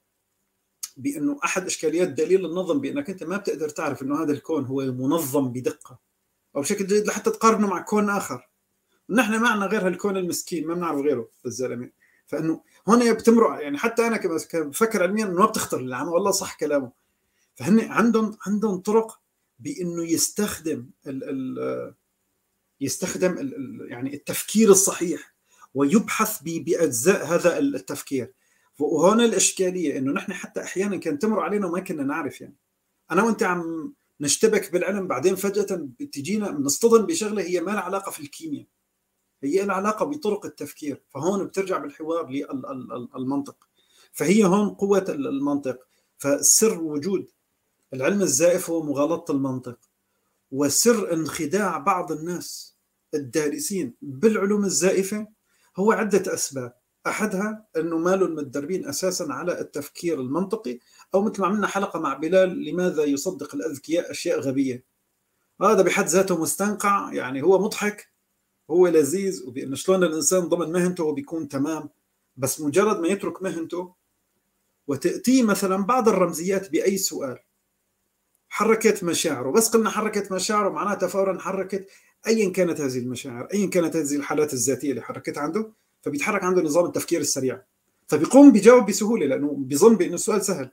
بانه احد اشكاليات دليل النظم بانك انت ما بتقدر تعرف انه هذا الكون هو منظم بدقه او بشكل جيد لحتى تقارنه مع كون اخر، نحن معنا غير هالكون المسكين ما بنعرف غيره الزلمه. فانه هون بتمرق، يعني حتى انا كبفكر علميا انه ما بتخطر لي عم والله صح كلامه. فهن عندهم عندهم طرق بانه يستخدم ال ال يستخدم ال ال يعني التفكير الصحيح ويبحث باجزاء هذا التفكير. وهون الاشكاليه انه نحن حتى احيانا كان تمر علينا وما كنا نعرف، يعني انا وانت عم نشتبك بالعلم بعدين فجاه بتجينا بنصطدم بشغله هي ما لها علاقه في الكيمياء، هي لها علاقه بطرق التفكير، فهون بترجع بالحوار للمنطق. فهي هون قوه المنطق. فسر وجود العلم الزائف هو مغالطه المنطق، وسر انخداع بعض الناس الدارسين بالعلوم الزائفة هو عدة أسباب. أحدها أنه ما لهم متدربين أساسا على التفكير المنطقي، أو مثل ما عملنا حلقة مع بلال لماذا يصدق الأذكياء أشياء غبية، هذا بحد ذاته مستنقع، يعني هو مضحك هو لذيذ، وبأن شلون الإنسان ضمن مهنته وبيكون تمام، بس مجرد ما يترك مهنته وتأتي مثلا بعض الرمزيات بأي سؤال حركت مشاعره، بس قلنا حركت مشاعره معناتها فورا حركت ايا كانت هذه المشاعر، ايا كانت هذه الحالات الذاتيه اللي حركتها عنده، فبيتحرك عنده نظام التفكير السريع، فبيقوم بيجاوب بسهوله لانه بيظن بانه السؤال سهل،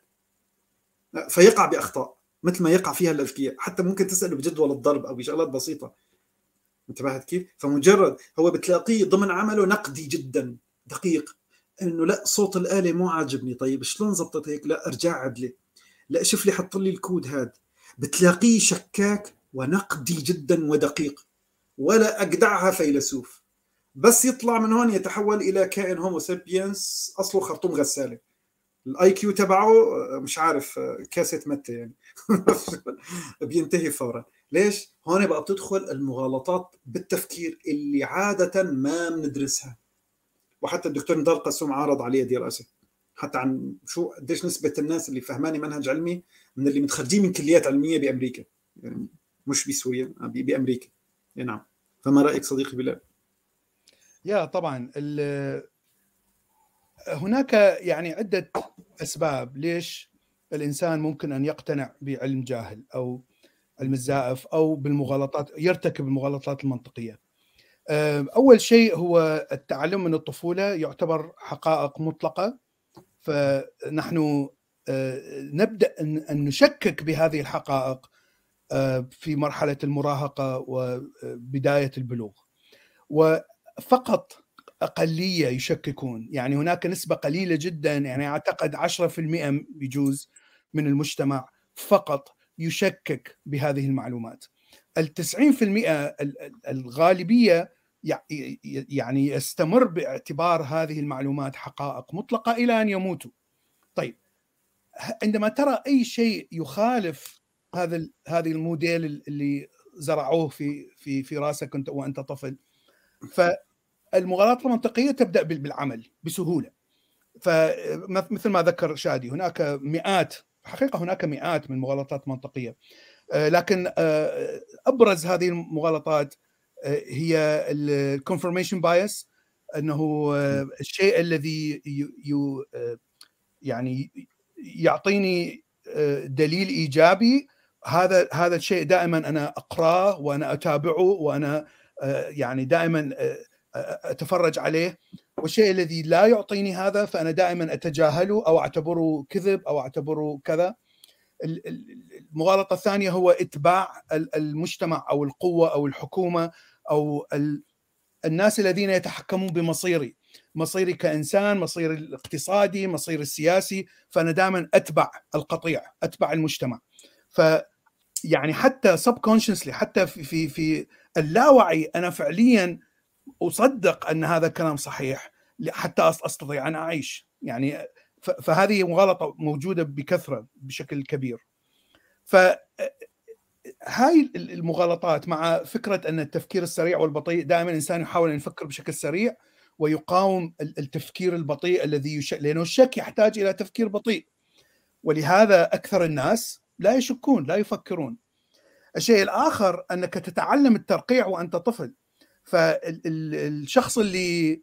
فيقع باخطاء مثل ما يقع فيها الاذكياء، حتى ممكن تساله بجدول الضرب او بشغلات بسيطه. انتبهت كيف؟ فمجرد هو بتلاقيه ضمن عمله نقدي جدا دقيق، انه لا صوت الاله مو عاجبني، طيب شلون زبطت هيك، لا ارجع عدله، لا شوف لي حط لي الكود هذا، بتلاقيه شكاك ونقدي جدا ودقيق، ولا أجدعها فيلسوف، بس يطلع من هون يتحول إلى كائن هومو سابينس أصله خرطوم غسالة، الاي كيو تبعه مش عارف كاسة متى يعني بينتهي فورا. ليش؟ هون بقى بتدخل المغالطات بالتفكير اللي عادة ما بندرسها، وحتى الدكتور نضال قسوم عارض عليه دراسة حتى عن شو قديش نسبة الناس اللي فهماني منهج علمي من اللي متخرجين من كليات علمية بأمريكا، يعني مش بسوريا، بأمريكا. نعم. فما رأيك صديقي بلال؟ يا طبعا هناك يعني عدة أسباب ليش الإنسان ممكن أن يقتنع بعلم جاهل أو علم الزائف أو بالمغالطات، يرتكب المغالطات المنطقية. أول شيء هو التعلم من الطفولة يعتبر حقائق مطلقة، فنحن نبدأ أن نشكك بهذه الحقائق في مرحلة المراهقة وبداية البلوغ، وفقط أقلية يشككون، يعني هناك نسبة قليلة جدا، يعني أعتقد عشرة بالمئة بيجوز من المجتمع فقط يشكك بهذه المعلومات. التسعين في المئة الغالبية يعني يستمر باعتبار هذه المعلومات حقائق مطلقة إلى أن يموتوا. عندما ترى اي شيء يخالف هذا هذه الموديل اللي زرعوه في في في راسك انت وانت طفل، فالمغالطه المنطقيه تبدا بالعمل بسهوله. فمثل ما ذكر شادي هناك مئات، حقيقه هناك مئات من المغالطات المنطقيه، لكن ابرز هذه المغالطات هي الكونفirmation بايس، انه الشيء الذي يعني يعطيني دليل ايجابي، هذا هذا الشيء دائما انا اقراه وانا اتابعه وانا يعني دائما اتفرج عليه، والشيء الذي لا يعطيني هذا فانا دائما اتجاهله او اعتبره كذب او اعتبره كذا. المغالطه الثانيه هو اتباع المجتمع او القوه او الحكومه او الناس الذين يتحكمون بمصيري، مصيري كإنسان، مصيري الاقتصادي، مصيري السياسي، فأنا دائما أتبع القطيع، أتبع المجتمع. ف يعني حتى subconsciously، حتى في في في اللاوعي أنا فعليا أصدق أن هذا الكلام صحيح حتى أستطيع أن أعيش. يعني فهذه مغالطة موجودة بكثرة بشكل كبير. ف هاي المغالطات مع فكرة أن التفكير السريع والبطيء، دائما الإنسان يحاول أن يفكر بشكل سريع ويقاوم التفكير البطيء الذي يشك، لأنه الشك يحتاج إلى تفكير بطيء، ولهذا أكثر الناس لا يشكون، لا يفكرون. الشيء الآخر أنك تتعلم الترقيع وأنت طفل، فالشخص اللي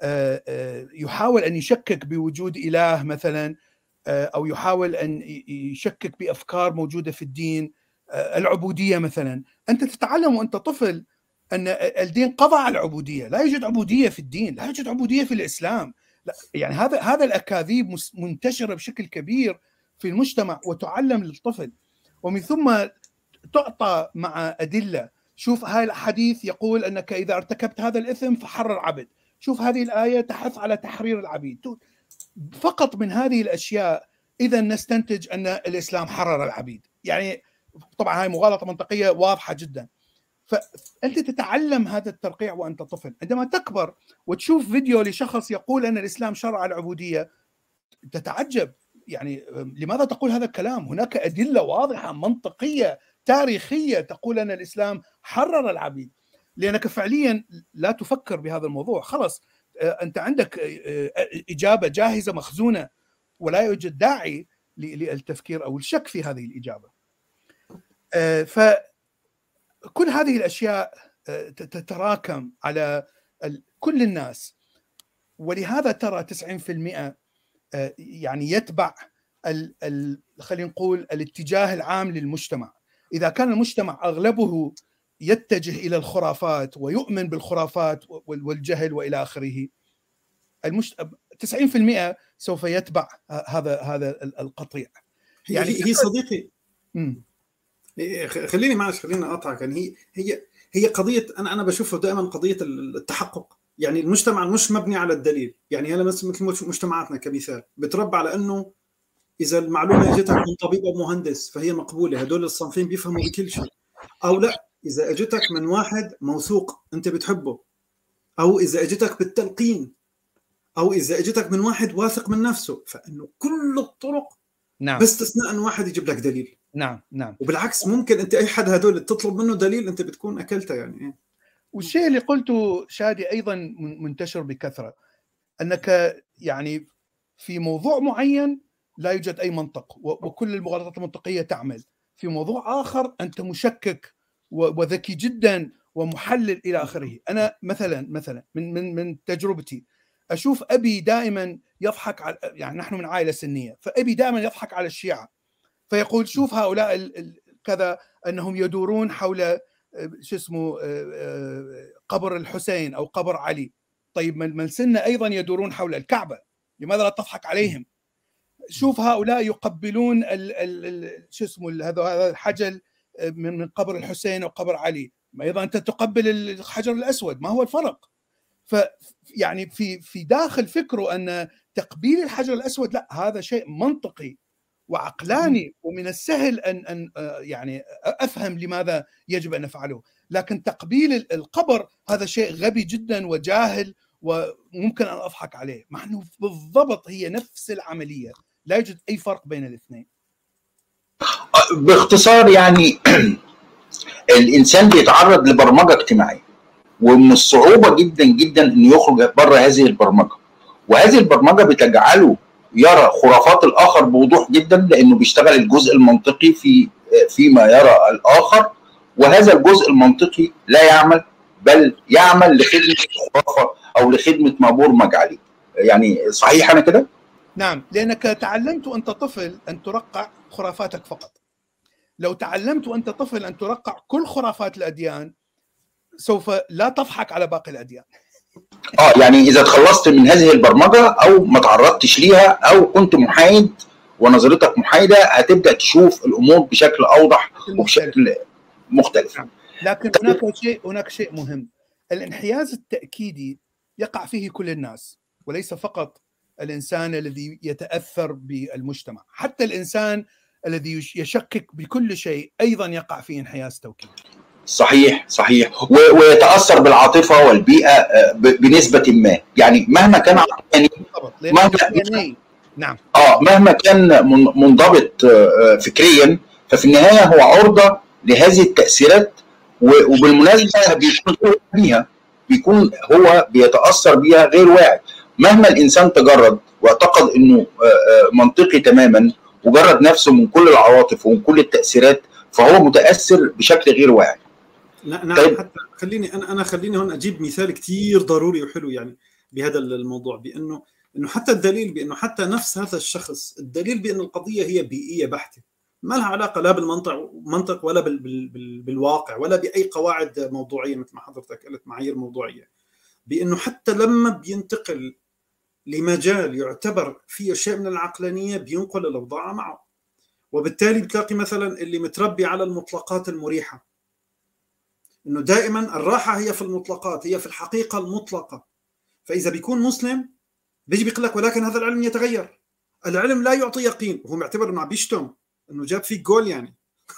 يحاول أن يشكك بوجود إله مثلا، أو يحاول أن يشكك بأفكار موجودة في الدين، العبودية مثلا، أنت تتعلم وأنت طفل أن الدين قضى على العبودية، لا يوجد عبودية في الدين، لا يوجد عبودية في الإسلام. لا يعني هذا هذا الأكاذيب منتشرة بشكل كبير في المجتمع وتعلم للطفل، ومن ثم تعطى مع أدلة. شوف هاي الحديث يقول أنك إذا ارتكبت هذا الإثم فحرر عبد، شوف هذه الآية تحث على تحرير العبيد. فقط من هذه الأشياء إذا نستنتج أن الإسلام حرر العبيد. يعني طبعا هاي مغالطة منطقية واضحة جدا. فأنت تتعلم هذا الترقيع وأنت طفل. عندما تكبر وتشوف فيديو لشخص يقول أن الإسلام شرع العبودية تتعجب، يعني لماذا تقول هذا الكلام؟ هناك أدلة واضحة منطقية تاريخية تقول أن الإسلام حرر العبيد، لأنك فعليا لا تفكر بهذا الموضوع. خلاص أنت عندك إجابة جاهزة مخزونة، ولا يوجد داعي للتفكير أو الشك في هذه الإجابة. فكل هذه الأشياء تتراكم على كل الناس، ولهذا ترى تسعين بالمئة يعني يتبع خلينا نقول الاتجاه العام للمجتمع. إذا كان المجتمع أغلبه يتجه إلى الخرافات ويؤمن بالخرافات والجهل وإلى آخره، المجت... تسعين بالمئة سوف يتبع هذا هذا القطيع. يعني هي, هي صديقي مم. خليني معلش خليني اقطعك. يعني هي هي هي قضيه، انا انا بشوفها دائما قضيه التحقق. يعني المجتمع مش مبني على الدليل. يعني هلا مثل مجتمعاتنا كمثال بتربى على انه اذا المعلومه اجتك من طبيب او مهندس فهي مقبوله، هدول الصنفين بيفهموا بكل شيء. او لا، اذا اجتك من واحد موثوق انت بتحبه، او اذا اجتك بالتلقين، او اذا اجتك من واحد واثق من نفسه، فانه كل الطرق نعم، باستثناء ان واحد يجيب لك دليل. نعم نعم. وبالعكس ممكن انت اي حد هدول تطلب منه دليل انت بتكون اكلته. يعني والشيء اللي قلته شادي ايضا منتشر بكثره، انك يعني في موضوع معين لا يوجد اي منطق، وكل المغالطات المنطقيه تعمل. في موضوع اخر انت مشكك وذكي جدا ومحلل الى اخره. انا مثلا مثلا من من من تجربتي اشوف ابي دائما يضحك على، يعني نحن من عائله سنيه، فابي دائما يضحك على الشيعه، فيقول شوف هؤلاء كذا انهم يدورون حول شو اسمه قبر الحسين او قبر علي. طيب من سنة ايضا يدورون حول الكعبه، لماذا لا تضحك عليهم؟ شوف هؤلاء يقبلون شو اسمه هذا الحجر من قبر الحسين او قبر علي، ما ايضا انت تقبل الحجر الاسود، ما هو الفرق؟ ف يعني في في داخل فكره ان تقبيل الحجر الاسود لا، هذا شيء منطقي وعقلاني، ومن السهل ان ان يعني افهم لماذا يجب ان نفعله. لكن تقبيل القبر هذا شيء غبي جدا وجاهل وممكن ان اضحك عليه، مع انه بالضبط هي نفس العمليه، لا يوجد اي فرق بين الاثنين. باختصار يعني الانسان بيتعرض لبرمجه اجتماعيه، ومن الصعوبه جدا جدا انه يخرج بره هذه البرمجه، وهذه البرمجه بتجعله يرى خرافات الاخر بوضوح جدا، لانه بيشتغل الجزء المنطقي في فيما يرى الاخر، وهذا الجزء المنطقي لا يعمل، بل يعمل لخدمه الخرافه او لخدمه ما برمج عليه. يعني صحيح انا كده؟ نعم، لانك تعلمت وانت طفل ان ترقع خرافاتك فقط. لو تعلمت وانت طفل ان ترقع كل خرافات الاديان سوف لا تضحك على باقي الاديان. اه يعني اذا تخلصت من هذه البرمجه او ما تعرضتش ليها او كنت محايد ونظرتك محايده، هتبدا تشوف الامور بشكل اوضح وبشكل مختلف. نعم. لكن هناك شيء هناك شيء مهم، الانحياز التأكيدي يقع فيه كل الناس، وليس فقط الإنسان الذي يتأثر بالمجتمع، حتى الإنسان الذي يشكك بكل شيء أيضا يقع فيه انحياز توكيدي. صحيح صحيح، ويتأثر بالعاطفة والبيئة بنسبة ما، يعني مهما كان عقلاني، مهما كان نعم اه مهما كان منضبط فكريا، ففي النهاية هو عرضة لهذه التأثيرات، وبالمناسبة بيكون بيها بيكون هو بيتأثر بيها غير واعي. مهما الإنسان تجرد واعتقد إنه منطقي تماما وجرد نفسه من كل العواطف ومن كل التأثيرات، فهو متأثر بشكل غير واعي. نعم طيب. حتى خليني أنا أنا خليني هون أجيب مثال كتير ضروري وحلو يعني بهذا الموضوع، بأنه إنه حتى الدليل بأنه حتى نفس هذا الشخص، الدليل بأن القضية هي بيئية بحتة، ما لها علاقة لا بالمنطق منطق ولا بال بال بال بالواقع ولا بأي قواعد موضوعية مثل ما حضرتك قلت، معايير موضوعية، بأنه حتى لما بينتقل لمجال يعتبر فيه شيء من العقلانية بينقل الأوضاع معه، وبالتالي بتلاقي مثلا اللي متربي على المطلقات المريحة، إنه دائما الراحة هي في المطلقات، هي في الحقيقة المطلقة. فإذا بيكون مسلم بيجي بيقول لك ولكن هذا العلم يتغير، العلم لا يعطي يقين، وهو معتبر إنه عم بيشتم، إنه جاب فيك جول يعني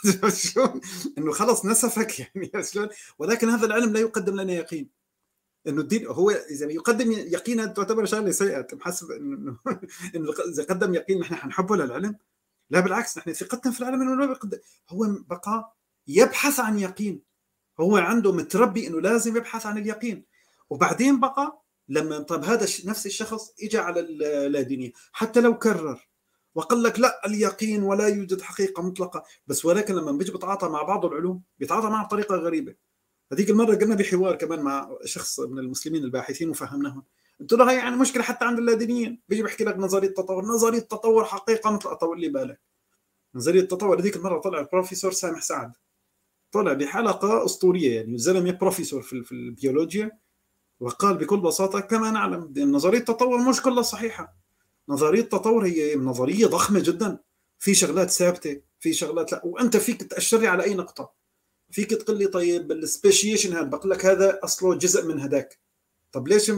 إنه خلص نسفك يعني شلون، ولكن هذا العلم لا يقدم لنا يقين. إنه الدين هو إذا يقدم يقينا تعتبر شغلة سيئة، محسب إنه إنه إذا قدم يقين نحن حنحبه للعلم، لا بالعكس، نحن ثقتنا في العلم إنه لا بيقدم، هو بقى يبحث عن يقين، هو عنده متربي إنه لازم يبحث عن اليقين. وبعدين بقى لما طب هذا نفس الشخص إجا على اللادينية، حتى لو كرر وقال لك لا اليقين ولا يوجد حقيقة مطلقة، بس ولكن لما بيجي بيتعاطى مع بعض العلوم بيتعاطى معه بطريقة غريبة. هذيك المرة قلنا بحوار كمان مع شخص من المسلمين الباحثين وفهمناهم، قلت له هي يعني مشكلة حتى عند اللادينيين، بيجي بيحكي لك نظرية التطور، نظرية التطور حقيقة مطلقة، طول لي بالك نظرية التطور. هذيك المرة طلع البروفيسور سامح سعد، طلع بحلقة أسطورية، يعني الزلمة بروفيسور في, في البيولوجيا، وقال بكل بساطة كما نعلم أن نظرية التطور مش كلها صحيحة. نظرية التطور هي نظرية ضخمة جدا، في شغلات ثابتة، في شغلات لا، وأنت فيك تأشر لي على أي نقطة، فيك تقول لي طيب السبيشيشن هذا، بقول لك هذا أصله جزء من هداك، طب ليش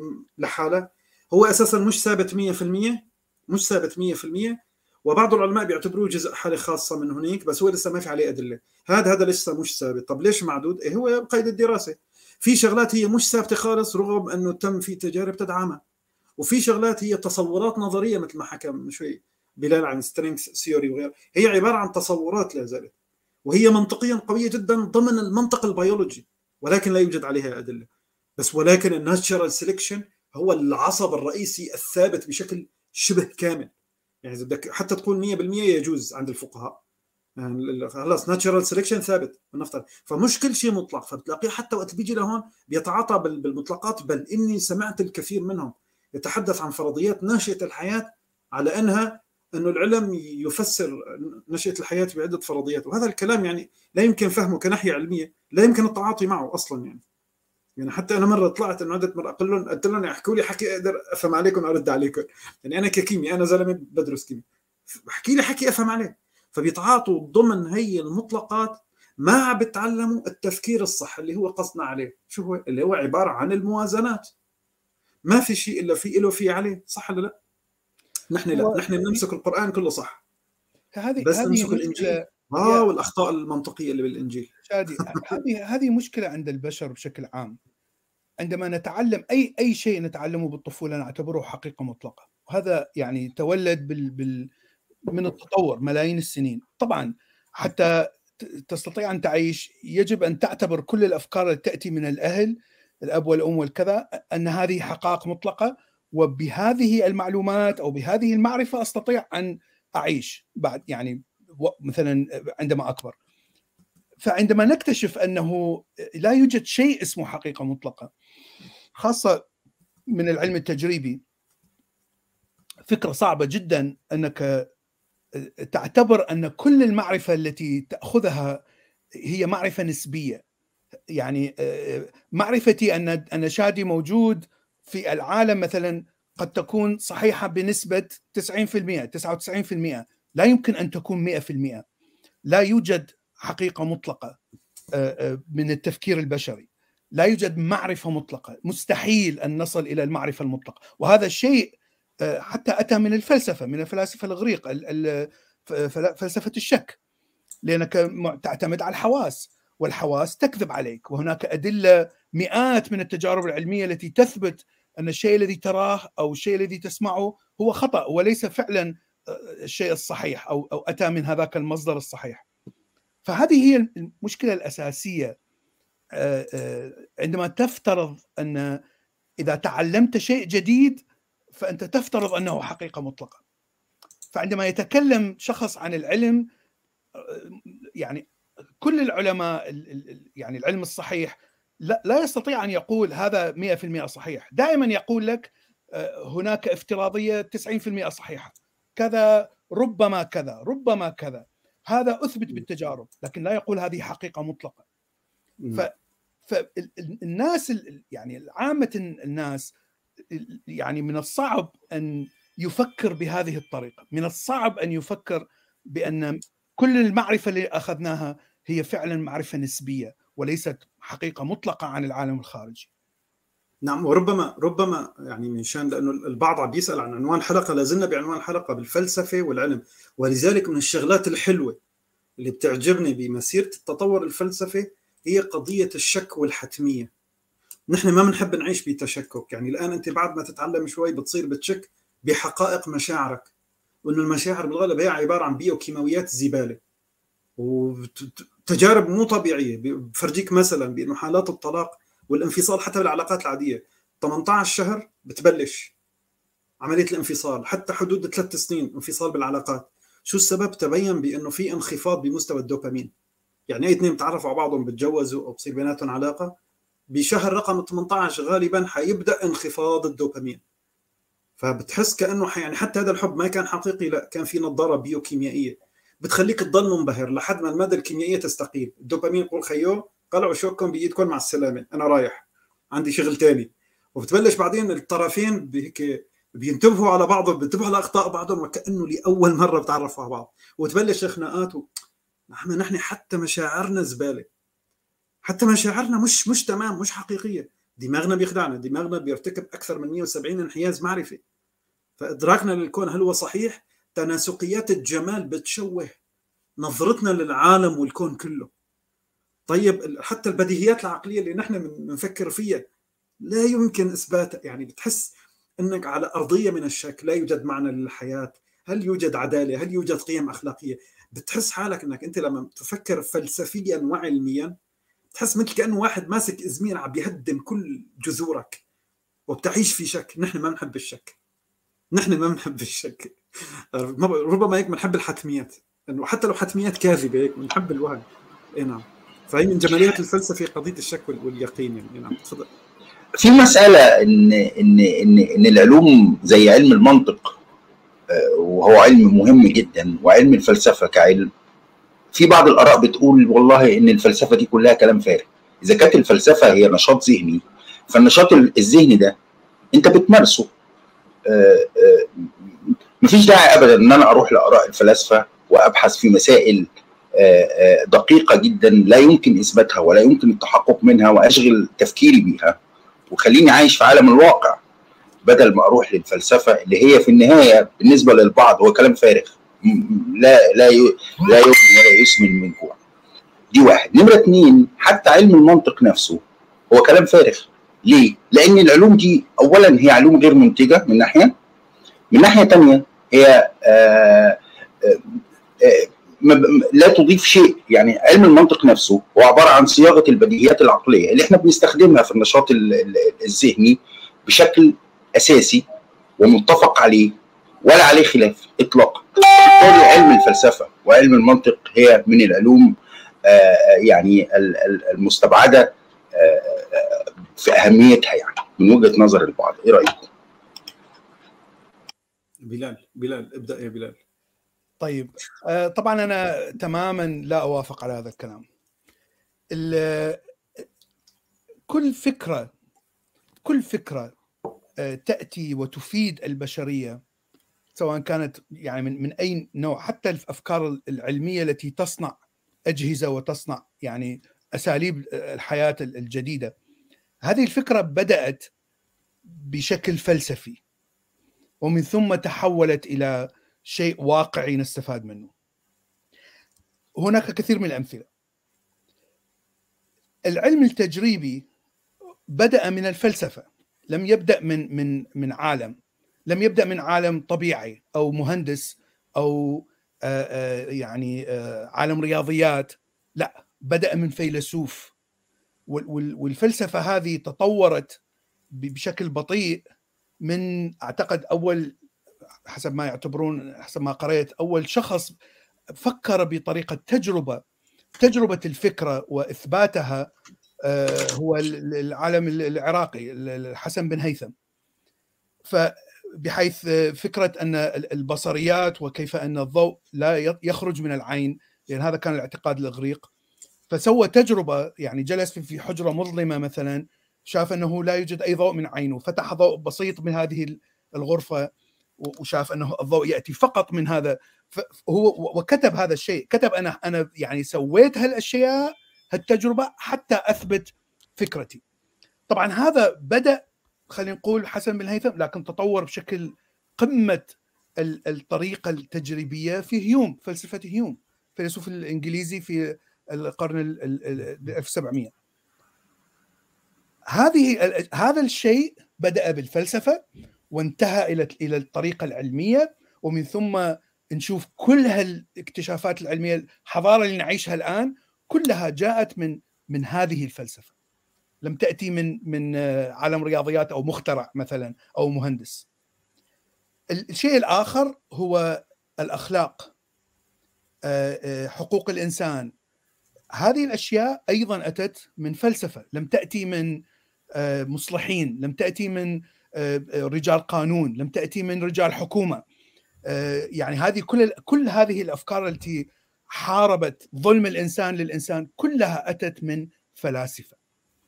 لحالة؟ هو أساسا مش ثابت مية في المية، مش ثابت مية في المية، وبعض العلماء بيعتبروه جزء حالة خاصة من هناك، بس هو لسه ما في عليه أدلة. هذا هذا لسه مش ثابت، طب ليش معدود؟ إيه هو قيد الدراسة. في شغلات هي مش ثابتة خالص رغم أنه تم في تجارب تدعمها، وفي شغلات هي تصورات نظرية مثل ما حكى من شوي بلال عن سترينجز ثيوري وغيره، هي عبارة عن تصورات لا زالت، وهي منطقيا قوية جدا ضمن المنطق البيولوجي، ولكن لا يوجد عليها أدلة. بس ولكن الناتشرال سيلكشن هو العصب الرئيسي الثابت بشكل شبه كامل، يعني بدك حتى تقول مية بالمية يجوز عند الفقهاء، يعني خلاص ناتشرال سيلكشن ثابت نفترض، فمش كل شيء مطلق، فبتلاقيه حتى وقت بيجي لهون بيتعاطى بالمطلقات، بل إني سمعت الكثير منهم يتحدث عن فرضيات نشأة الحياة على أنها أنه العلم يفسر نشأة الحياة بعدة فرضيات، وهذا الكلام يعني لا يمكن فهمه كناحية علمية، لا يمكن التعاطي معه أصلا. يعني يعني حتى أنا مرة طلعت إنه عدة مرة أقول لهم قلت لهم احكوا لي حكي أقدر أفهم عليكم وأرد عليكم، يعني أنا ككيمياء أنا زلمة بدرس كيمياء، احكي لي حكي أفهم عليه، فبيتعاطوا ضمن هي المطلقات ما بتعلموا التفكير الصح اللي هو قصدنا عليه، شو هو اللي هو عبارة عن الموازنات، ما في شيء إلا في إله في عليه، صح ولا لا؟ نحن لا، نحن نمسك القرآن كله صح، هذه بس هذه نمسك الإنجيل اه والأخطاء المنطقية اللي بالإنجيل. شادي هذه هذه مشكلة عند البشر بشكل عام. عندما نتعلم أي أي شيء نتعلمه بالطفولة نعتبره حقيقة مطلقة، وهذا يعني تولد بال بال من التطور ملايين السنين. طبعا حتى تستطيع أن تعيش يجب أن تعتبر كل الأفكار التي تأتي من الأهل الأب والأم والكذا أن هذه حقائق مطلقة، وبهذه المعلومات أو بهذه المعرفة أستطيع أن أعيش بعد يعني مثلا عندما أكبر. فعندما نكتشف أنه لا يوجد شيء اسمه حقيقة مطلقة، خاصة من العلم التجريبي، فكرة صعبة جدا أنك تعتبر أن كل المعرفة التي تأخذها هي معرفة نسبية. يعني معرفتي أن أن شادي موجود في العالم مثلا قد تكون صحيحة بنسبة تسعين بالمئة تسعة وتسعين بالمئة، لا يمكن أن تكون مئة بالمئة. لا يوجد حقيقة مطلقة من التفكير البشري، لا يوجد معرفة مطلقة، مستحيل أن نصل إلى المعرفة المطلقة. وهذا الشيء حتى أتى من الفلسفة، من الفلاسفة الإغريق، فلسفة الشك، لأنك تعتمد على الحواس والحواس تكذب عليك، وهناك أدلة مئات من التجارب العلمية التي تثبت أن الشيء الذي تراه أو الشيء الذي تسمعه هو خطأ وليس فعلا الشيء الصحيح أو أو أتى من هذاك المصدر الصحيح. فهذه هي المشكلة الأساسية عندما تفترض أن إذا تعلمت شيء جديد فأنت تفترض أنه حقيقة مطلقة. فعندما يتكلم شخص عن العلم، يعني كل العلماء يعني العلم الصحيح لا, لا يستطيع أن يقول هذا مئة بالمئة صحيح. دائما يقول لك هناك افتراضية تسعين بالمئة صحيحة، كذا ربما كذا ربما كذا، هذا أثبت بالتجارب، لكن لا يقول هذه حقيقة مطلقة. ف فالناس يعني عامة الناس يعني من الصعب أن يفكر بهذه الطريقة، من الصعب أن يفكر بأن كل المعرفة اللي أخذناها هي فعلا معرفة نسبية وليست حقيقة مطلقة عن العالم الخارجي. نعم، وربما ربما يعني منشان لأنه البعض عم يسأل عن عنوان حلقة، لازلنا بعنوان حلقة بالفلسفة والعلم، ولذلك من الشغلات الحلوة اللي بتعجبني بمسيرة التطور الفلسفي هي قضية الشك والحتمية. نحن ما بنحب نعيش بتشكك. يعني الآن أنت بعد ما تتعلم شوي بتصير بتشك بحقائق مشاعرك، وإنه المشاعر بالغالب هي عبارة عن بيوكيماويات زبالة وتجارب مو طبيعية. بفرجيك مثلا بأنه حالات الطلاق والانفصال حتى بالعلاقات العادية ثمانية عشر شهر بتبلش عملية الانفصال، حتى حدود ثلاث سنين انفصال بالعلاقات. شو السبب؟ تبين بأنه في انخفاض بمستوى الدوبامين. يعني أي اثنين بتعرفوا على بعضهم بتجوزوا أو بصير بيناتهم علاقة، بشهر رقم ثمانية عشر غالبا حيبدأ انخفاض الدوبامين. فبتحس كأنه يعني حتى هذا الحب ما كان حقيقي، لا كان في نظارة بيوكيميائية بتخليك تضل منبهر لحد ما المادة الكيميائية تستقيل. الدوبامين يقول خيو قلعوا شوككم بإيدكم مع السلامة، أنا رايح عندي شغل تاني. وبتبلش بعدين الطرفين بهيك بينتبهوا على بعضهم، بينتبهوا على أخطاء بعضهم وكأنه لأول مرة بتعرفوا على بعض، وتبلش خناقات. و... نحن حتى مشاعرنا زبالة، حتى مشاعرنا مش مش تمام، مش حقيقية. دماغنا بيخدعنا، دماغنا بيرتكب أكثر من مئة وسبعين انحياز معرفي. فإدراكنا للكون هل هو صحيح؟ تناسقيات الجمال بتشوه نظرتنا للعالم والكون كله. طيب حتى البديهيات العقلية اللي نحن بنفكر فيها لا يمكن إثباتها. يعني بتحس أنك على أرضية من الشك، لا يوجد معنى للحياة، هل يوجد عدالة، هل يوجد قيم أخلاقية. بتحس حالك أنك أنت لما تفكر فلسفيا وعلميا تحس مثل كأنه واحد ماسك إزمير عم يهدم كل جذورك وبتعيش في شك. نحن ما بنحب الشك، نحن ما بنحب الشك. ربما هيك بنحب الحتميات، انه حتى لو حتميات كاذبه هيك بنحب الوهم. اي نعم. فهي من جماليات الفلسفه قضيه الشك واليقين. يعني نعم تفضل. في مساله ان ان ان ان العلوم زي علم المنطق وهو علم مهم جدا، وعلم الفلسفه كعلم، في بعض الاراء بتقول والله ان الفلسفه دي كلها كلام فارغ. اذا كانت الفلسفه هي نشاط ذهني، فالنشاط الذهني ده انت بتمارسه. مفيش داعي ابدا ان انا اروح لاراء الفلاسفه وابحث في مسائل دقيقه جدا لا يمكن اثباتها ولا يمكن التحقق منها واشغل تفكيري بيها وخليني عايش في عالم الواقع، بدل ما اروح للفلسفه اللي هي في النهايه بالنسبه للبعض هو كلام فارغ لا لا لا يغني ولا يسمن من جوع. دي واحد. نمره اثنين، حتى علم المنطق نفسه هو كلام فارغ. ليه؟ لان العلوم دي اولا هي علوم غير منتجه من ناحيه، من ناحيه ثانيه هي آآ آآ لا تضيف شيء. يعني علم المنطق نفسه هو عباره عن صياغه البديهيات العقليه اللي احنا بنستخدمها في النشاط الذهني بشكل اساسي ومتفق عليه ولا عليه خلاف اطلاقا. بالتالي علم الفلسفه وعلم المنطق هي من العلوم يعني المستبعده في اهميتها يعني من وجهه نظر البعض. ايه رايكم؟ بلال بلال ابدا يا بلال. طيب طبعا انا تماما لا اوافق على هذا الكلام. كل فكره كل فكره تاتي وتفيد البشريه سواء كانت يعني من من اي نوع، حتى الافكار العلميه التي تصنع اجهزه وتصنع يعني اساليب الحياه الجديده، هذه الفكره بدات بشكل فلسفي ومن ثم تحولت الى شيء واقعي نستفاد منه. هناك كثير من الامثله. العلم التجريبي بدأ من الفلسفه، لم يبدأ من من من عالم، لم يبدأ من عالم طبيعي او مهندس او يعني عالم رياضيات، لا، بدأ من فيلسوف. والفلسفه هذه تطورت بشكل بطيء من اعتقد اول حسب ما يعتبرون حسب ما قرأت اول شخص فكر بطريقه تجربه تجربه الفكره واثباتها هو العالم العراقي الحسن بن هيثم. فبحيث فكره ان البصريات وكيف ان الضوء لا يخرج من العين، لان هذا كان الاعتقاد الاغريق، فسوى تجربه يعني جلس في حجره مظلمه مثلا، شاف انه لا يوجد اي ضوء من عينه، فتح ضوء بسيط من هذه الغرفه وشاف انه الضوء ياتي فقط من هذا، هو وكتب هذا الشيء، كتب انا انا يعني سويت هالاشياء هالتجربه حتى اثبت فكرتي. طبعا هذا بدا خلينا نقول حسن بن هيثم، لكن تطور بشكل قمه الطريقه التجريبيه في هيوم، فلسفه هيوم فيلسوف الانجليزي في القرن ال ألف وسبعمئة. هذه هذا الشيء بدا بالفلسفه وانتهى الى الى الطريقه العلميه، ومن ثم نشوف كل هالاكتشافات العلميه، الحضاره اللي نعيشها الان كلها جاءت من من هذه الفلسفه، لم تاتي من من عالم رياضيات او مخترع مثلا او مهندس. الشيء الاخر هو الاخلاق، حقوق الانسان، هذه الاشياء ايضا اتت من فلسفه، لم تاتي من مصلحين، لم تاتي من رجال قانون، لم تاتي من رجال حكومه. يعني هذه كل كل هذه الافكار التي حاربت ظلم الانسان للانسان كلها اتت من فلاسفه.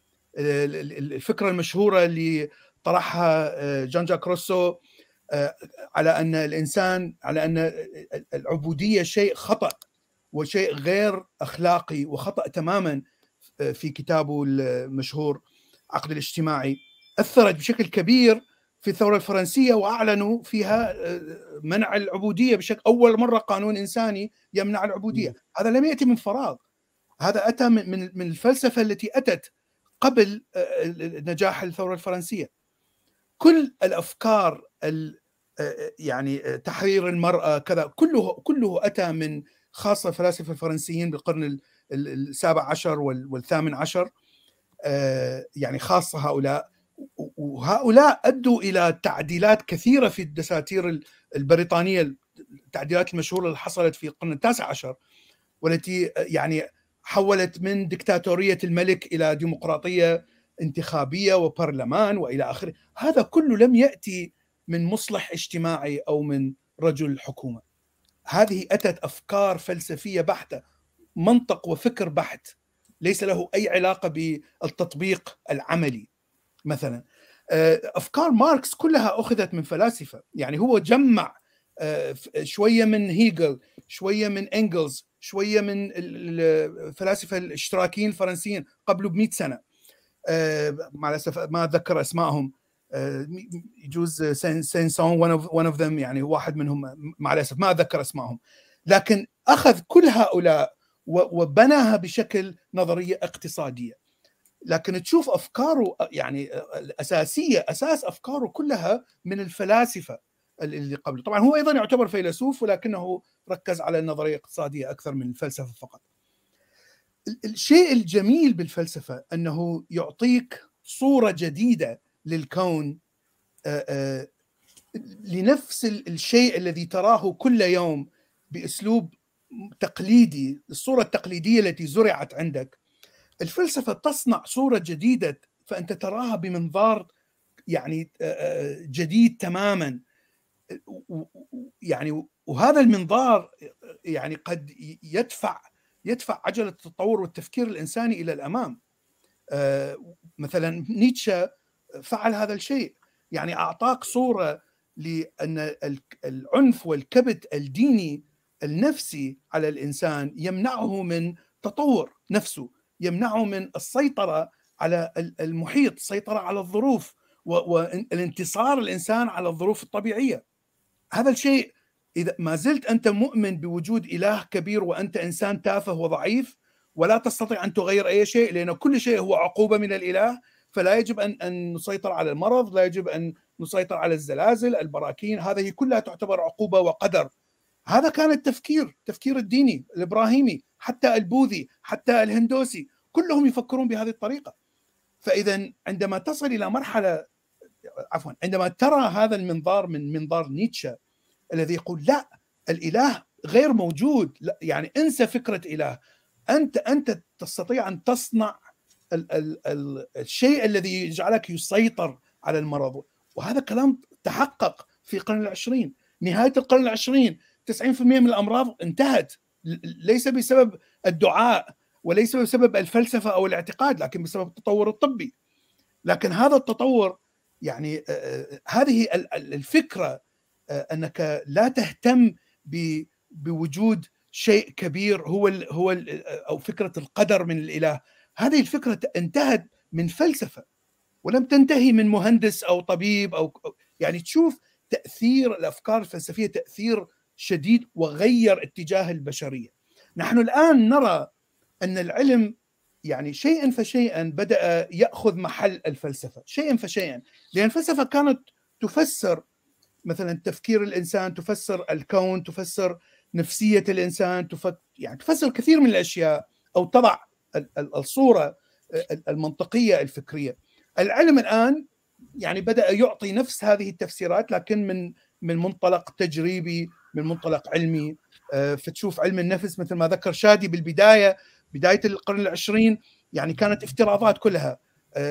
الفكره المشهوره اللي طرحها جان جاك روسو على ان الانسان على ان العبوديه شيء خطأ وشيء غير اخلاقي وخطأ تماما، في كتابه المشهور عقد الاجتماعي، اثرت بشكل كبير في الثوره الفرنسيه، واعلنوا فيها منع العبوديه بشكل اول مره قانون انساني يمنع العبوديه. هذا لم ياتي من فراغ، هذا اتى من من الفلسفه التي اتت قبل نجاح الثوره الفرنسيه. كل الافكار يعني تحرير المراه كذا كله كله اتى من خاصه الفلاسفه الفرنسيين بالقرن السابع عشر والثامن عشر، يعني خاصه هؤلاء، وهؤلاء ادوا الى تعديلات كثيره في الدساتير البريطانيه، التعديلات المشهوره اللي حصلت في القرن التاسع عشر، والتي يعني حولت من دكتاتوريه الملك الى ديمقراطيه انتخابيه وبرلمان والى اخره. هذا كله لم ياتي من مصلح اجتماعي او من رجل حكومه، هذه اتت افكار فلسفيه بحته، منطق وفكر بحت، ليس له اي علاقه بالتطبيق العملي. مثلا افكار ماركس كلها اخذت من فلاسفه، يعني هو جمع شويه من هيجل، شويه من انجلز، شويه من الفلاسفه الاشتراكيين الفرنسيين قبله بمئة سنه، مع الاسف ما اتذكر اسمائهم، يجوز سين-سون one of them يعني واحد منهم، مع الاسف ما اتذكر اسمائهم، لكن اخذ كل هؤلاء وبناها بشكل نظريه اقتصاديه. لكن تشوف افكاره يعني الاساسيه، اساس افكاره كلها من الفلاسفه، اللي قبله. طبعا هو أيضا يعتبر فيلسوف، ولكنه ركز على النظرية الاقتصادية أكثر من الفلسفة فقط. الشيء الجميل بالفلسفة أنه يعطيك صورة جديدة للكون لنفس الشيء الذي تراه كل يوم بأسلوب تقليدي، الصورة التقليدية التي زرعت عندك. الفلسفة تصنع صورة جديدة فأنت تراها بمنظار يعني جديد تماما، يعني وهذا المنظار يعني قد يدفع يدفع عجلة التطور والتفكير الإنساني إلى الأمام. مثلا نيتشه فعل هذا الشيء، يعني أعطاك صورة لأن العنف والكبت الديني النفسي على الإنسان يمنعه من تطور نفسه، يمنعه من السيطرة على المحيط، السيطرة على الظروف والانتصار الإنسان على الظروف الطبيعية. هذا الشيء إذا ما زلت أنت مؤمن بوجود إله كبير وأنت إنسان تافه وضعيف ولا تستطيع أن تغير أي شيء، لأن كل شيء هو عقوبة من الإله، فلا يجب أن أن نسيطر على المرض، لا يجب أن نسيطر على الزلازل، البراكين، هذه كلها تعتبر عقوبة وقدر. هذا كان التفكير، تفكير الديني الإبراهيمي، حتى البوذي، حتى الهندوسي، كلهم يفكرون بهذه الطريقة. فإذا عندما تصل إلى مرحلة عفوا عندما ترى هذا المنظار من منظار نيتشه الذي يقول لا الإله غير موجود، لا يعني انسى فكرة إله، أنت أنت تستطيع أن تصنع ال ال ال الشيء الذي يجعلك يسيطر على المرض. وهذا كلام تحقق في القرن العشرين، نهاية القرن العشرين تسعين بالمئة من الأمراض انتهت، ليس بسبب الدعاء وليس بسبب الفلسفة أو الاعتقاد، لكن بسبب التطور الطبي. لكن هذا التطور يعني هذه الفكرة أنك لا تهتم بوجود شيء كبير هو ال هو ال أو فكرة القدر من الإله، هذه الفكرة انتهت من فلسفة ولم تنتهي من مهندس أو طبيب أو يعني تشوف تأثير الأفكار الفلسفية تأثير شديد وغير اتجاه البشرية. نحن الآن نرى أن العلم يعني شيئا فشيئا بدأ يأخذ محل الفلسفة شيئا فشيئا، لأن الفلسفة كانت تفسر مثلا تفكير الإنسان، تفسر الكون، تفسر نفسية الإنسان، تفسر يعني تفسر كثير من الأشياء أو تضع الصورة المنطقية الفكرية. العلم الآن يعني بدأ يعطي نفس هذه التفسيرات لكن من من منطلق تجريبي، من منطلق علمي. فتشوف علم النفس مثل ما ذكر شادي بالبداية، بداية القرن العشرين يعني كانت افتراضات كلها،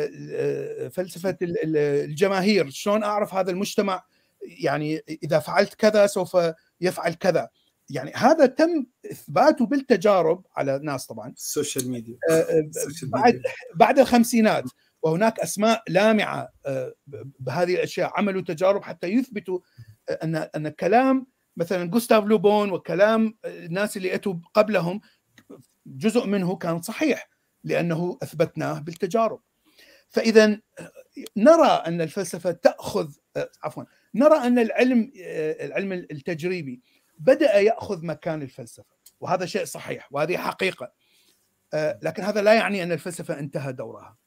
فلسفة الجماهير، شلون أعرف هذا المجتمع يعني إذا فعلت كذا سوف يفعل كذا. يعني هذا تم إثباته بالتجارب على ناس طبعا السوشيال ميديا بعد بعد الخمسينات، وهناك أسماء لامعة بهذه الأشياء عملوا تجارب حتى يثبتوا أن أن كلام مثلا غوستاف لوبون وكلام الناس اللي أتوا قبلهم جزء منه كان صحيح لأنه أثبتناه بالتجارب. فإذا نرى أن الفلسفة تأخذ عفوا نرى أن العلم العلم التجريبي بدأ يأخذ مكان الفلسفة، وهذا شيء صحيح وهذه حقيقة، لكن هذا لا يعني أن الفلسفة انتهى دورها.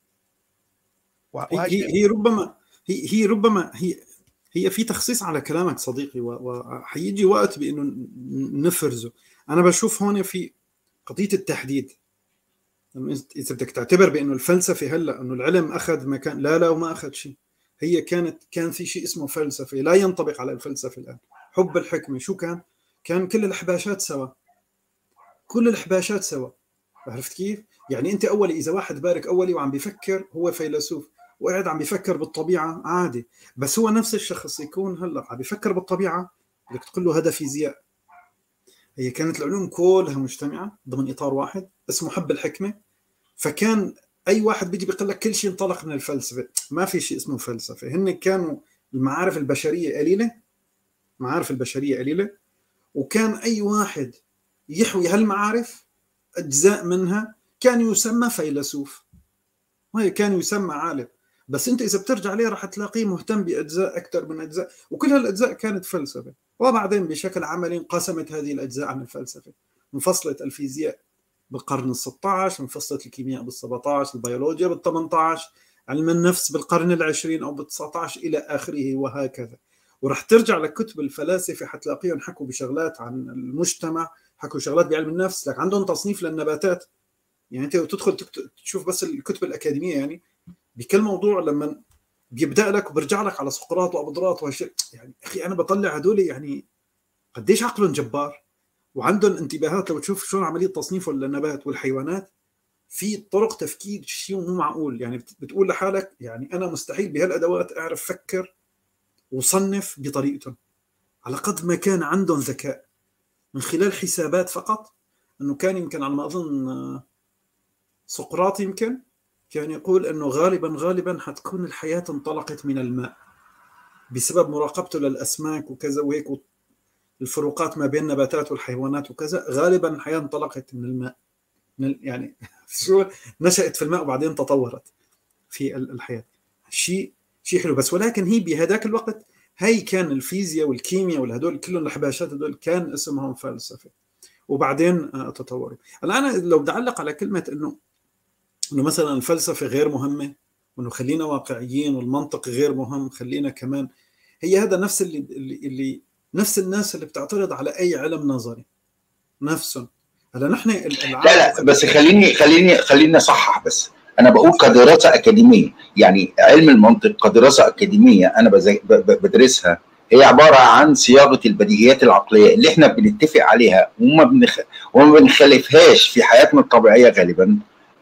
هي, هي ربما هي, هي ربما هي هي في تخصيص على كلامك صديقي، وحيجي وقت بأنه نفرزه. أنا بشوف هون في قضية التحديد، إذا بدك تعتبر بأنه الفلسفة هلا أنه العلم أخذ مكان، لا لا وما أخذ شيء. هي كانت كان في شيء اسمه فلسفة لا ينطبق على الفلسفة الآن. حب الحكمة شو كان؟ كان كل الحباشات سوا، كل الحباشات سوا. عرفت كيف؟ يعني أنت أولي إذا واحد بارك أولي وعم بيفكر هو فيلسوف وقاعد عم بيفكر بالطبيعة عادي، بس هو نفس الشخص يكون هلا عم بيفكر بالطبيعة بدك تقول له هذا فيزياء. هي كانت العلوم كلها مجتمعة ضمن إطار واحد اسمه حب الحكمة. فكان أي واحد بيجي بيقول لك كل شيء انطلق من الفلسفة، ما في شيء اسمه فلسفة. هن كانوا المعارف البشرية قليلة، معارف البشرية قليلة، وكان أي واحد يحوي هالمعارف أجزاء منها كان يسمى فيلسوف، وهي كان يسمى عالم. بس أنت إذا بترجع عليه راح تلاقيه مهتم بأجزاء أكثر من أجزاء، وكل هالأجزاء كانت فلسفة. وبعدين بشكل عملي انقسمت هذه الأجزاء عن الفلسفة، انفصلت الفيزياء بالقرن الستة عشر، انفصلت الكيمياء بالسبعة عشر، البيولوجيا بالثمانية عشر، علم النفس بالقرن العشرين أو بالتسعة عشر إلى آخره وهكذا. ورح ترجع لكتب الفلاسفه حتلاقيهم حكوا بشغلات عن المجتمع، حكوا شغلات بعلم النفس، لك عندهم تصنيف للنباتات. يعني انت تدخل تشوف بس الكتب الاكاديميه يعني بكل موضوع لما بيبدا لك وبرجع لك على سقراط وابدراط وهالشيء. يعني اخي انا بطلع هدول يعني قديش عقلهم جبار، وعندهم انتباهات. لو تشوف شلون عمليه تصنيفه للنبات والحيوانات في طرق تفكير شيء مو معقول. يعني بتقول لحالك يعني انا مستحيل بهالادوات اعرف فكر وصنف بطريقتهم، على قد ما كان عندهم ذكاء من خلال حسابات فقط. انه كان يمكن على ما اظن سقراط يمكن كان يقول انه غالبا غالبا حتكون الحياه انطلقت من الماء بسبب مراقبته للاسماك وكذا وهيك، الفروقات ما بين النباتات والحيوانات وكذا. غالبا الحياه انطلقت من الماء، من يعني شو نشأت في الماء وبعدين تطورت في الحياه. شيء شيء حلو. بس ولكن هي بهذاك الوقت هي كان الفيزياء والكيمياء والهدول كلهم الحباشات هدول كان اسمهم فلسفه، وبعدين تطوروا. الان لو بدي اعلق على كلمه انه انه مثلا الفلسفه غير مهمه وانه خلينا واقعيين والمنطق غير مهم، خلينا كمان، هي هذا نفس اللي اللي, اللي نفس الناس اللي بتعترض على اي علم نظري نفسهم. هلا نحن لا لا بس خليني خليني خليني اصحح. بس انا بقول كدراسه اكاديميه، يعني علم المنطق كدراسه اكاديميه انا بدرسها هي عباره عن صياغه البديهيات العقليه اللي احنا بنتفق عليها وما بنخ... وما بنخالفهاش في حياتنا الطبيعيه غالبا.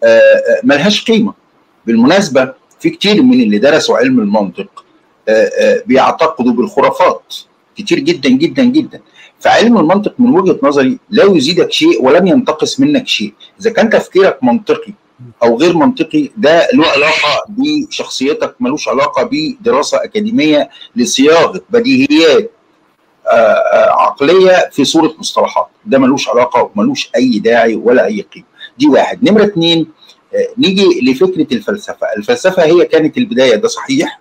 ملهاش قيمه. بالمناسبه في كتير من اللي درسوا علم المنطق بيعتقدوا بالخرافات كتير جدا جدا جدا. فعلم المنطق من وجهه نظري لا يزيدك شيء ولن ينتقص منك شيء. اذا كان تفكيرك منطقي او غير منطقي ده له علاقه بشخصيتك، ملوش علاقه بدراسه اكاديميه لصياغه بديهيات عقليه في صوره مصطلحات. ده ملوش علاقه وملوش اي داعي ولا اي قيمه. دي واحد. نمره اثنين، نيجي لفكره الفلسفه. الفلسفه هي كانت البدايه، ده صحيح،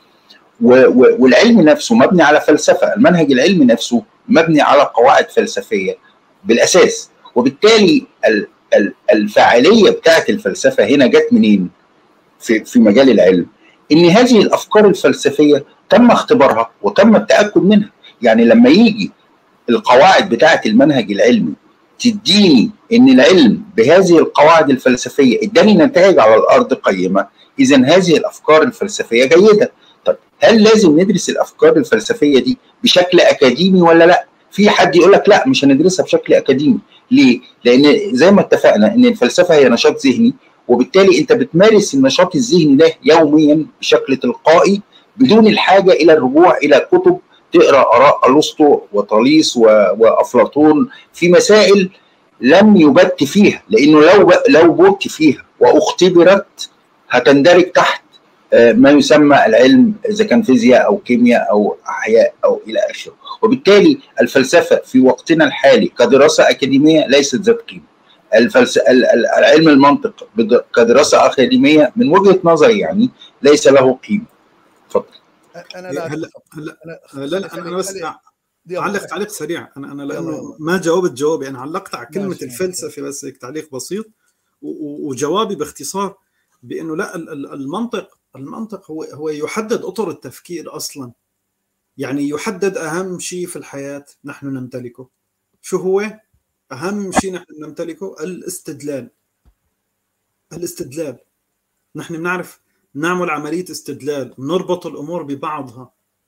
والعلم نفسه مبني على فلسفه. المنهج العلمي نفسه مبني على قواعد فلسفيه بالاساس. وبالتالي الفاعليه بتاعت الفلسفه هنا جت منين في في مجال العلم؟ ان هذه الافكار الفلسفيه تم اختبارها وتم التاكد منها. يعني لما يجي القواعد بتاعت المنهج العلمي تديني ان العلم بهذه القواعد الفلسفيه اداني نتائج على الارض قيمه، اذا هذه الافكار الفلسفيه جيده. طب هل لازم ندرس الافكار الفلسفيه دي بشكل اكاديمي ولا لا؟ في حد يقول لك لا مش هندرسها بشكل اكاديمي. ليه؟ لان زي ما اتفقنا ان الفلسفه هي نشاط ذهني، وبالتالي انت بتمارس النشاط الذهني ده يوميا بشكل تلقائي بدون الحاجه الى الرجوع الى كتب تقرا اراء ارسطو وطاليس وافلاطون في مسائل لم يبت فيها، لانه لو لو بت فيها واختبرت هتندرج تحت ما يسمى العلم، اذا كان فيزياء او كيمياء او احياء او الى اخره. وبالتالي الفلسفه في وقتنا الحالي كدراسه اكاديميه ليست ذات قيمه. الفلسفه العلم المنطق كدراسه اكاديميه من وجهه نظري يعني ليس له قيمه. اتفضل. انا لا هلا هلا لا لا انا بس اعلق تعليق سريع. انا انا لانه ما جاوبت جوابي، انا علقت على كلمه الفلسفه بس هيك تعليق بسيط، وجوابي باختصار بانه لا المنطق المنطق هو هو يحدد اطر التفكير اصلا. يعني يحدد اهم شيء في الحياه نحن نمتلكه. شو هو اهم شيء نحن نمتلكه؟ الاستدلال. الاستدلال نحن بنعرف نعمل عمليه استدلال، نربط الامور ببعضها،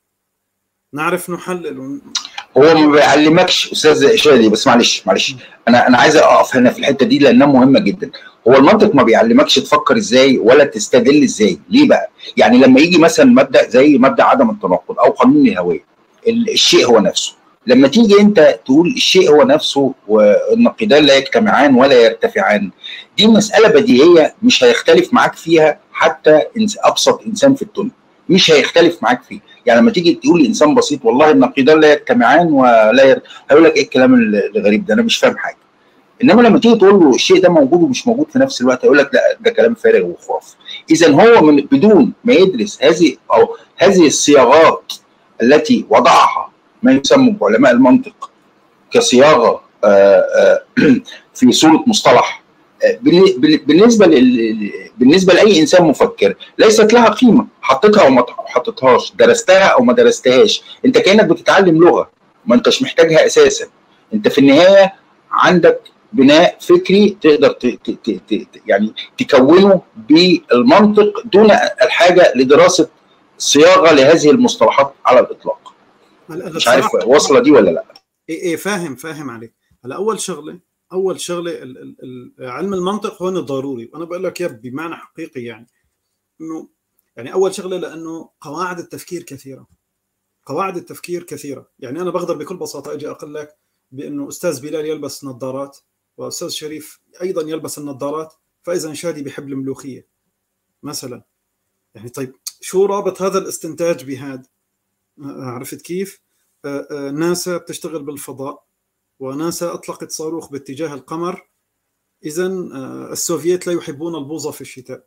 نعرف نحلل ون... هو ما بيعلمكش استاذ شادي، بس معلش معلش انا انا عايز اقف هنا في الحته دي لانها مهمه جدا. هو المنطق ما بيعلمكش تفكر ازاي ولا تستدل ازاي. ليه بقى؟ يعني لما يجي مثلا مبدا زي مبدا عدم التناقض او قانون الهويه، الشيء هو نفسه، لما تيجي انت تقول الشيء هو نفسه والنقيضان لا يجتمعان ولا يرتفعان، دي مساله بديهيه مش هيختلف معاك فيها حتى ابسط انسان في الدنيا، مش هيختلف معاك فيه. يعني لما تيجي تقول لانسان بسيط والله النقيضان لا يجتمعان ولا ير... هيقول لك ايه الكلام الغريب ده، انا مش فاهم حاجه. انما لما تيجي تقول له الشيء ده موجود ومش موجود في نفس الوقت هيقول لك لا ده كلام فارغ وخرافي. اذا هو من بدون ما يدرس هذه او هذه الصياغات التي وضعها ما يسمى بعلماء المنطق كصياغه في صوره مصطلح بالنسبه لل... بالنسبه لاي انسان مفكر ليست لها قيمه، حطيتها او ما حطيتهاش، درستها او ما درستهاش، انت كانك بتتعلم لغه ما انتش محتاجها اساسا. انت في النهايه عندك بناء فكري تقدر ت... ت... ت... ت... يعني تكونه بالمنطق دون الحاجه لدراسه صياغه لهذه المصطلحات على الاطلاق. مش عارف واصله دي ولا لا. ايه ايه فاهم فاهم عليك. هلا اول شغله اول شغله ال ال ال علم المنطق هون ضروري، وانا بقول لك يا بمعنى حقيقي، يعني انه يعني اول شغله لانه قواعد التفكير كثيره، قواعد التفكير كثيره. يعني انا بقدر بكل بساطه اجي اقول لك بانه استاذ بلال يلبس نظارات واستاذ شريف ايضا يلبس النظارات، فاذا شادي بحب الملوخيه مثلا. يعني طيب شو رابط هذا الاستنتاج بهذا؟ عرفت كيف؟ ناسا بتشتغل بالفضاء، وناسا أطلقت صاروخ باتجاه القمر، إذن السوفييت لا يحبون البوظة في الشتاء.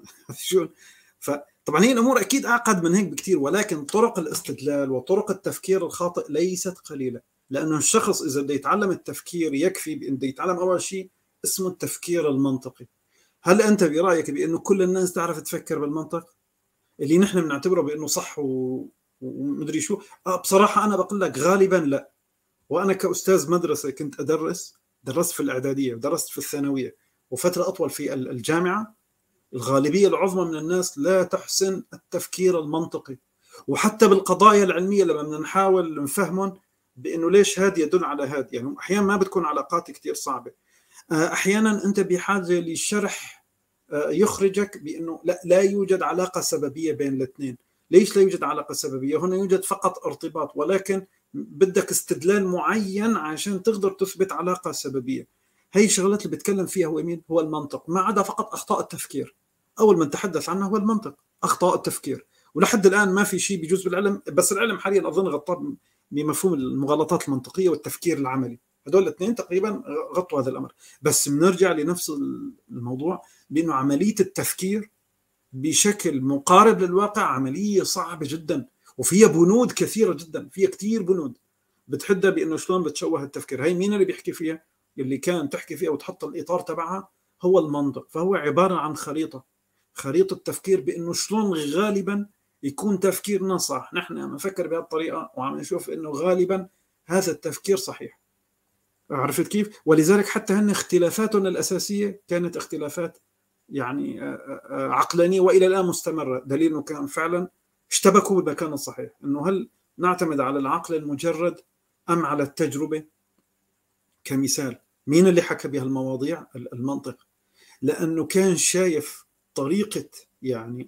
فطبعا هي الأمور أكيد أعقد من هيك بكتير، ولكن طرق الاستدلال وطرق التفكير الخاطئ ليست قليلة. لأنه الشخص إذا بده يتعلم التفكير يكفي بأنه يتعلم أول شيء اسمه التفكير المنطقي. هل أنت برأيك بأنه كل الناس تعرف تفكر بالمنطق اللي نحن بنعتبره بأنه صح و... ومدري شو؟ آه بصراحة أنا بقول لك غالبا لا. وأنا كأستاذ مدرسة كنت أدرس، درست في الإعدادية ودرست في الثانوية وفترة أطول في الجامعة. الغالبية العظمى من الناس لا تحسن التفكير المنطقي، وحتى بالقضايا العلمية لما بدنا نحاول نفهمهم بأنه ليش هذا يدل على هذا. يعني أحيانا ما بتكون علاقات كتير صعبة، أحيانا أنت بحاجة لشرح يخرجك بأنه لا, لا يوجد علاقة سببية بين الاثنين. ليش لا يوجد علاقة سببية؟ هنا يوجد فقط ارتباط، ولكن بدك استدلال معين عشان تقدر تثبت علاقة سببية. هي الشغلات اللي بتكلم فيها هو مين؟ هو المنطق، ما عدا فقط أخطاء التفكير. أول ما نتحدث عنه هو المنطق، أخطاء التفكير. ولحد الآن ما في شيء بيجوز بالعلم، بس العلم حاليا أظن غطى بمفهوم المغالطات المنطقية والتفكير العملي. هدول الاثنين تقريبا غطوا هذا الأمر. بس بنرجع لنفس الموضوع بأنه عملية التفكير بشكل مقارب للواقع عملية صعبة جدا، وفيها بنود كثيرة جدا، فيها كتير بنود بتحدى بأنه شلون بتشوه التفكير. هاي مين اللي بيحكي فيها؟ اللي كان تحكي فيها وتحط الإطار تبعها هو المنطق. فهو عبارة عن خريطة، خريطة تفكير بأنه شلون غالبا يكون تفكيرنا صح. نحن عم نفكر بهذه الطريقة وعم نشوف أنه غالبا هذا التفكير صحيح. عرفت كيف؟ ولذلك حتى هن اختلافاتنا الأساسية كانت اختلافات يعني عقلانية وإلى الآن مستمرة، دليل أنه كان فعلا اشتبكوا بالمكان الصحيح. أنه هل نعتمد على العقل المجرد أم على التجربة؟ كمثال مين اللي حكى بها المواضيع؟ المنطق، لأنه كان شايف طريقة يعني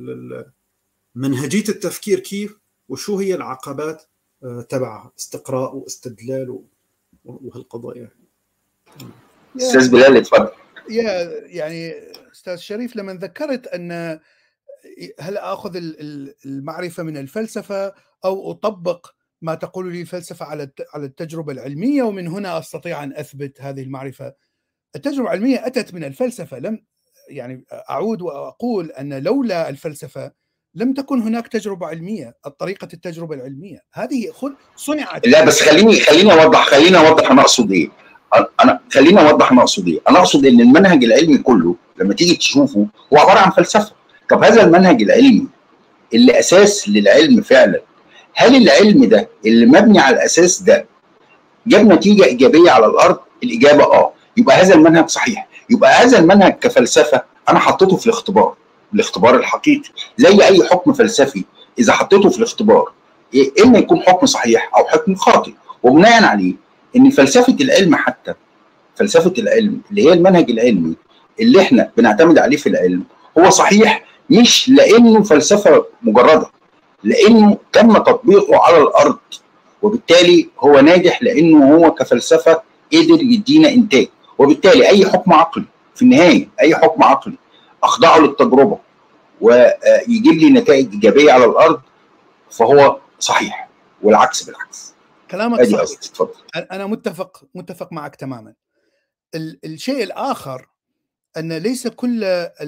منهجية التفكير كيف وشو هي العقبات تبعها، استقراء واستدلال وهالقضايا. أستاذ بلال اتفضل. يا يعني أستاذ شريف لما ذكرت أن هل أخذ المعرفة من الفلسفة أو أطبق ما تقول لي الفلسفة على على التجربة العلمية ومن هنا أستطيع أن أثبت هذه المعرفة. التجربة العلمية أتت من الفلسفة. لم يعني أعود وأقول أن لولا الفلسفة لم تكن هناك تجربة علمية. الطريقة التجربة العلمية هذه صنعت. لا بس خليني خليني أوضح خليني أوضح أنا أقصد إيه. أنا خليني أوضح أنا أقصد إيه. أنا أقصد إن المنهج العلمي كله لما تيجي تشوفه هو عبارة عن فلسفة. طب هذا المنهج العلمي اللي أساس للعلم فعلا، هل العلم ده اللي مبني على الأساس ده جاب نتيجة إيجابية على الأرض؟ الإجابة آه. يبقى هذا المنهج صحيح. يبقى هذا المنهج كفلسفة أنا حطيته في الاختبار، الاختبار الحقيقي زي أي حكم فلسفي. إذا حطيته في الاختبار إما يكون حكم صحيح أو حكم خاطئ، وبناء عليه إن فلسفة العلم، حتى فلسفة العلم اللي هي المنهج العلمي اللي إحنا بنعتمد عليه في العلم، هو صحيح مش لأنه فلسفة مجردة، لأنه تم تطبيقه على الأرض، وبالتالي هو ناجح لأنه هو كفلسفة قدر يدينا إنتاج. وبالتالي أي حكم عقلي في النهاية، أي حكم عقلي أخضعه للتجربة ويجيب لي نتائج إيجابية على الأرض فهو صحيح، والعكس بالعكس. كلامك صحيح. أنا متفق متفق معك تماما. الشيء الآخر أن ليس كل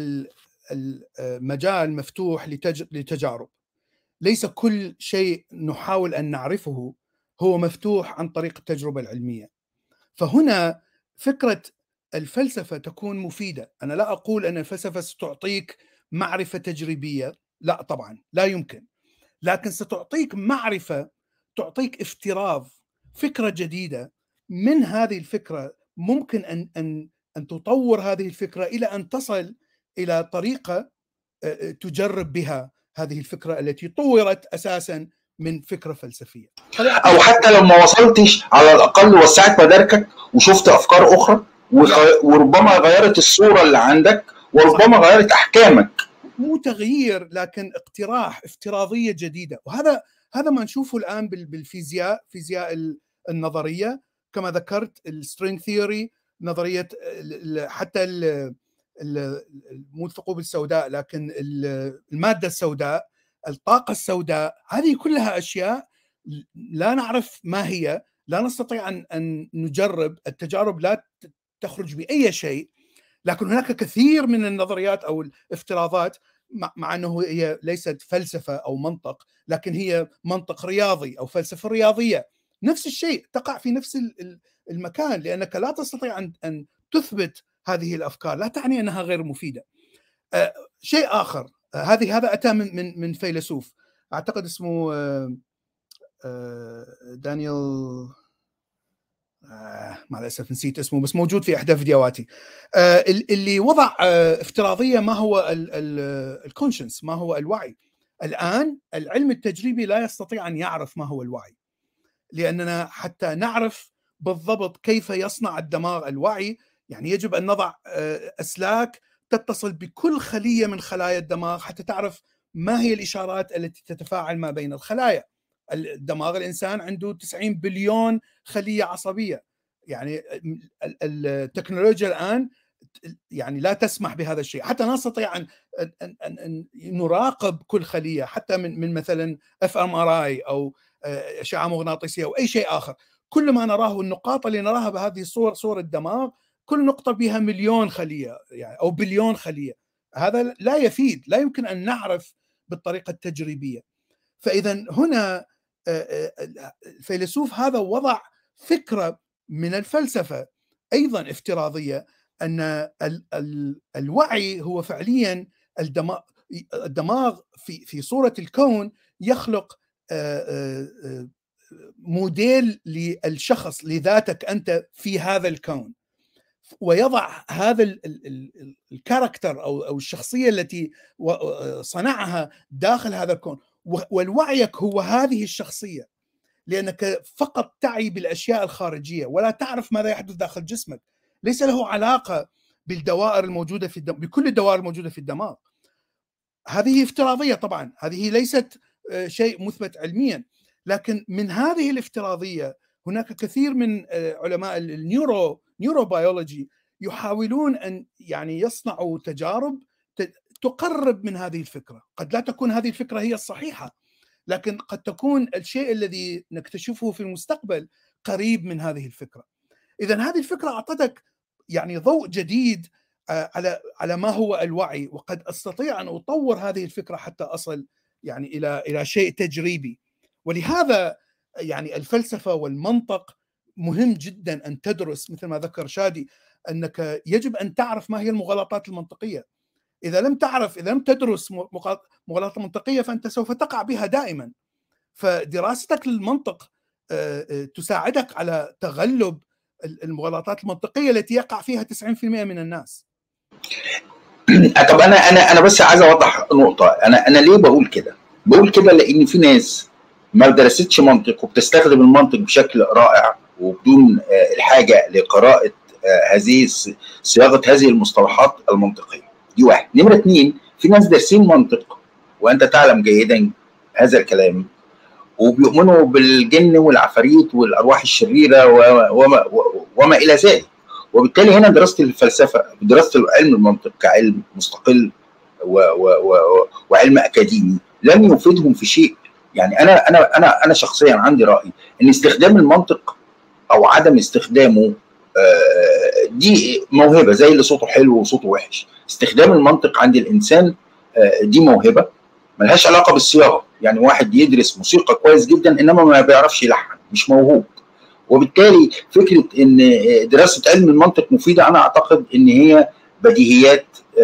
المجال مفتوح لتجارب. ليس كل شيء نحاول أن نعرفه هو مفتوح عن طريق التجربة العلمية. فهنا فكرة الفلسفة تكون مفيدة. أنا لا أقول أن الفلسفة ستعطيك معرفة تجريبية، لا طبعا لا يمكن، لكن ستعطيك معرفة، تعطيك افتراض، فكرة جديدة. من هذه الفكرة ممكن أن أن أن تطور هذه الفكرة إلى أن تصل إلى طريقة تجرب بها هذه الفكرة التي طورت أساسا من فكرة فلسفية. أو حتى لو ما وصلتش على الأقل وسعت مداركك وشفت أفكار أخرى وربما غيرت الصورة اللي عندك وربما غيرت أحكامك. مو تغيير لكن اقتراح، افتراضية جديدة. وهذا هذا ما نشوفه الآن بالفيزياء، فيزياء النظرية كما ذكرت، السترينج ثيوري، نظرية حتى مو الثقوب السوداء لكن المادة السوداء، الطاقة السوداء، هذه كلها أشياء لا نعرف ما هي، لا نستطيع أن نجرب، التجارب لا تخرج بأي شيء، لكن هناك كثير من النظريات أو الافتراضات، مع أنه هي ليست فلسفة أو منطق، لكن هي منطق رياضي أو فلسفة رياضية، نفس الشيء تقع في نفس المكان، لأنك لا تستطيع أن تثبت هذه الأفكار، لا تعني أنها غير مفيدة. أه شيء آخر، أه هذه هذا أتى من من من فيلسوف أعتقد اسمه أه أه دانيال، أه مع الأسف نسيت اسمه، بس موجود في إحدى فيديوهاتي، أه اللي وضع أه افتراضية ما هو الكونشنس، ما هو الوعي. الآن العلم التجريبي لا يستطيع أن يعرف ما هو الوعي، لأننا حتى نعرف بالضبط كيف يصنع الدماغ الوعي، يعني يجب أن نضع أسلاك تتصل بكل خلية من خلايا الدماغ حتى تعرف ما هي الإشارات التي تتفاعل ما بين الخلايا. الدماغ الإنسان عنده تسعين بليون خلية عصبية، يعني التكنولوجيا الآن يعني لا تسمح بهذا الشيء، حتى نستطيع أن, أن, أن, أن نراقب كل خلية، حتى من, من مثلا إف إم آر آي أو أشعة مغناطيسية أو أي شيء آخر. كل ما نراه، النقاط اللي نراها بهذه الصور، صور الدماغ، كل نقطة بها مليون خلية يعني أو بليون خلية. هذا لا يفيد، لا يمكن أن نعرف بالطريقة التجريبية. فإذا هنا الفيلسوف هذا وضع فكرة من الفلسفة أيضا افتراضية، أن الوعي هو فعليا الدماغ، الدماغ في في صورة الكون يخلق موديل للشخص، لذاتك أنت في هذا الكون، ويضع هذا الكاركتر أو الشخصية التي صنعها داخل هذا الكون، والوعيك هو هذه الشخصية، لأنك فقط تعي بالأشياء الخارجية ولا تعرف ماذا يحدث داخل جسمك، ليس له علاقة بالدوائر الموجودة في الدماغ، بكل الدوائر الموجودة في الدماغ. هذه افتراضية طبعا، هذه ليست شيء مثبت علميا، لكن من هذه الافتراضية هناك كثير من علماء النيورو نيوروبيولوجي يحاولون أن يعني يصنعوا تجارب تقرب من هذه الفكرة. قد لا تكون هذه الفكرة هي الصحيحة، لكن قد تكون الشيء الذي نكتشفه في المستقبل قريب من هذه الفكرة. إذن هذه الفكرة أعطتك يعني ضوء جديد على على ما هو الوعي، وقد أستطيع أن أطور هذه الفكرة حتى أصل يعني إلى إلى شيء تجريبي. ولهذا يعني الفلسفة والمنطق مهم جدا أن تدرس، مثل ما ذكر شادي، أنك يجب أن تعرف ما هي المغالطات المنطقية. إذا لم تعرف، إذا لم تدرس مغالطات منطقية فأنت سوف تقع بها دائما. فدراستك للمنطق تساعدك على تغلب المغالطات المنطقية التي يقع فيها تسعين بالمئة من الناس. طب أنا أنا أنا بس عايز أوضح نقطة. أنا أنا ليه بقول كده؟ بقول كده لأن في ناس ما درستش منطق وبتستخدم المنطق بشكل رائع وبدون الحاجة لقراءة هذه صياغة هذه المصطلحات المنطقية. دي واحد. نمرة اثنين، في ناس دارسين منطق وأنت تعلم جيدا هذا الكلام، وبيؤمنوا بالجن والعفاريت والأرواح الشريرة وما, وما إلى ذلك. وبالتالي هنا دراسة الفلسفة، دراسة علم المنطق كعلم مستقل و و و وعلم أكاديمي لن يفيدهم في شيء. يعني أنا أنا أنا أنا شخصيا عندي رأي إن استخدام المنطق أو عدم استخدامه دي موهبة، زي اللي صوته حلو وصوته وحش. استخدام المنطق عند الإنسان دي موهبة ملهاش علاقة بالصياغة. يعني واحد يدرس موسيقى كويس جدا إنما ما بيعرفش يلحن، مش موهوب. وبالتالي فكره ان دراسه علم المنطق مفيده، انا اعتقد ان هي بديهيات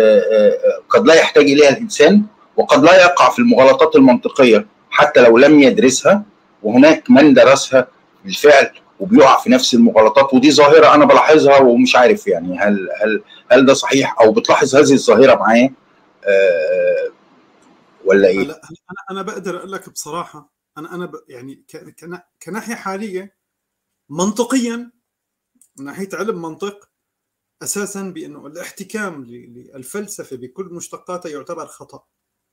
قد لا يحتاج اليها الانسان، وقد لا يقع في المغالطات المنطقيه حتى لو لم يدرسها، وهناك من درسها بالفعل وبيقع في نفس المغالطات. ودي ظاهره انا بلاحظها ومش عارف يعني هل هل هل ده صحيح او بتلاحظ هذه الظاهره معايا أه ولا ايه؟ انا انا بقدر اقول لك بصراحه، انا انا يعني كناحيه حاليه منطقيا، من ناحيه علم منطق، اساسا بانه الاحتكام للفلسفه بكل مشتقاتها يعتبر خطا.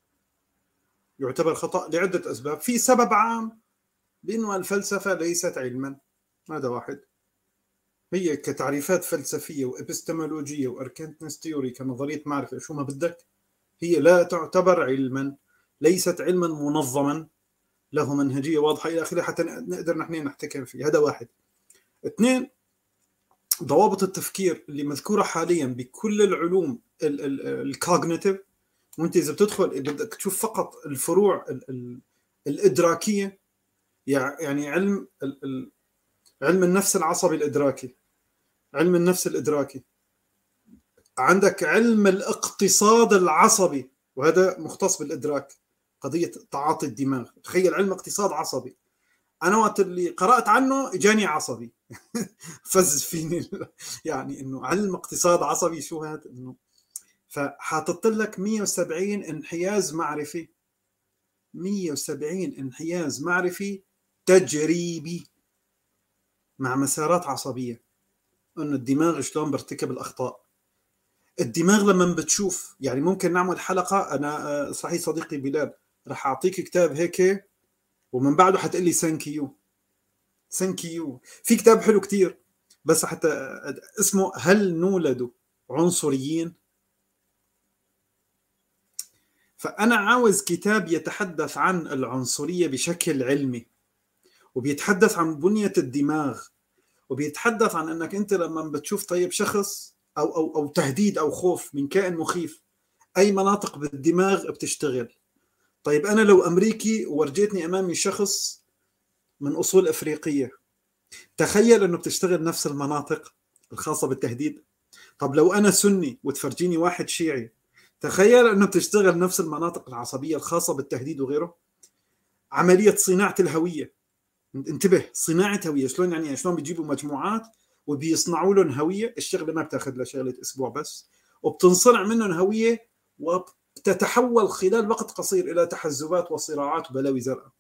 يعتبر خطا لعده اسباب. في سبب عام بانه الفلسفه ليست علما، هذا واحد. هي كتعريفات فلسفيه وابستمولوجيه واركانتنس تيوري كنظريه معرفه شو ما بدك، هي لا تعتبر علما، ليست علما منظما له منهجيه واضحه الى اخره حتى نقدر نحن نحتكم فيه. هذا واحد. اثنين، ضوابط التفكير اللي مذكوره حاليا بكل العلوم الكوجنيتيف، وانت اذا بتدخل بدك تشوف فقط الفروع الادراكيه، يعني علم علم النفس العصبي الادراكي، علم النفس الادراكي، عندك علم الاقتصاد العصبي وهذا مختص بالادراك، قضيه تعاطي الدماغ. تخيل علم اقتصاد عصبي، انا وقت اللي قرات عنه اجاني عصبي فز فيني يعني انه علم اقتصاد عصبي شو هذا؟ انه فحاطط لك مية وسبعين انحياز معرفي، مية وسبعين انحياز معرفي تجريبي مع مسارات عصبيه، انه الدماغ شلون بيرتكب الاخطاء. الدماغ لما بتشوف، يعني ممكن نعمل حلقه، انا صحيح صديقي بلال راح اعطيك كتاب هيك ومن بعده حتقول لي ثانك يو ثانك يو. في كتاب حلو كتير بس حتى اسمه هل نولد عنصريين؟ فأنا عاوز كتاب يتحدث عن العنصرية بشكل علمي، وبيتحدث عن بنية الدماغ، وبيتحدث عن أنك أنت لما بتشوف طيب شخص أو, أو, أو تهديد أو خوف من كائن مخيف، أي مناطق بالدماغ بتشتغل. طيب أنا لو أمريكي ورجيتني أمامي شخص من أصول أفريقية، تخيل أنه بتشتغل نفس المناطق الخاصة بالتهديد. طب لو أنا سني وتفرجيني واحد شيعي، تخيل أنه بتشتغل نفس المناطق العصبية الخاصة بالتهديد وغيره. عملية صناعة الهوية، انتبه، صناعة هوية شلون؟ يعني شلون بيجيبوا مجموعات وبيصنعوا لهم هوية، الشغلة ما بتاخذ لها شغلة أسبوع بس، وبتنصنع منهم هوية وبتتحول خلال وقت قصير إلى تحزبات وصراعات وبلاوي زرقاء.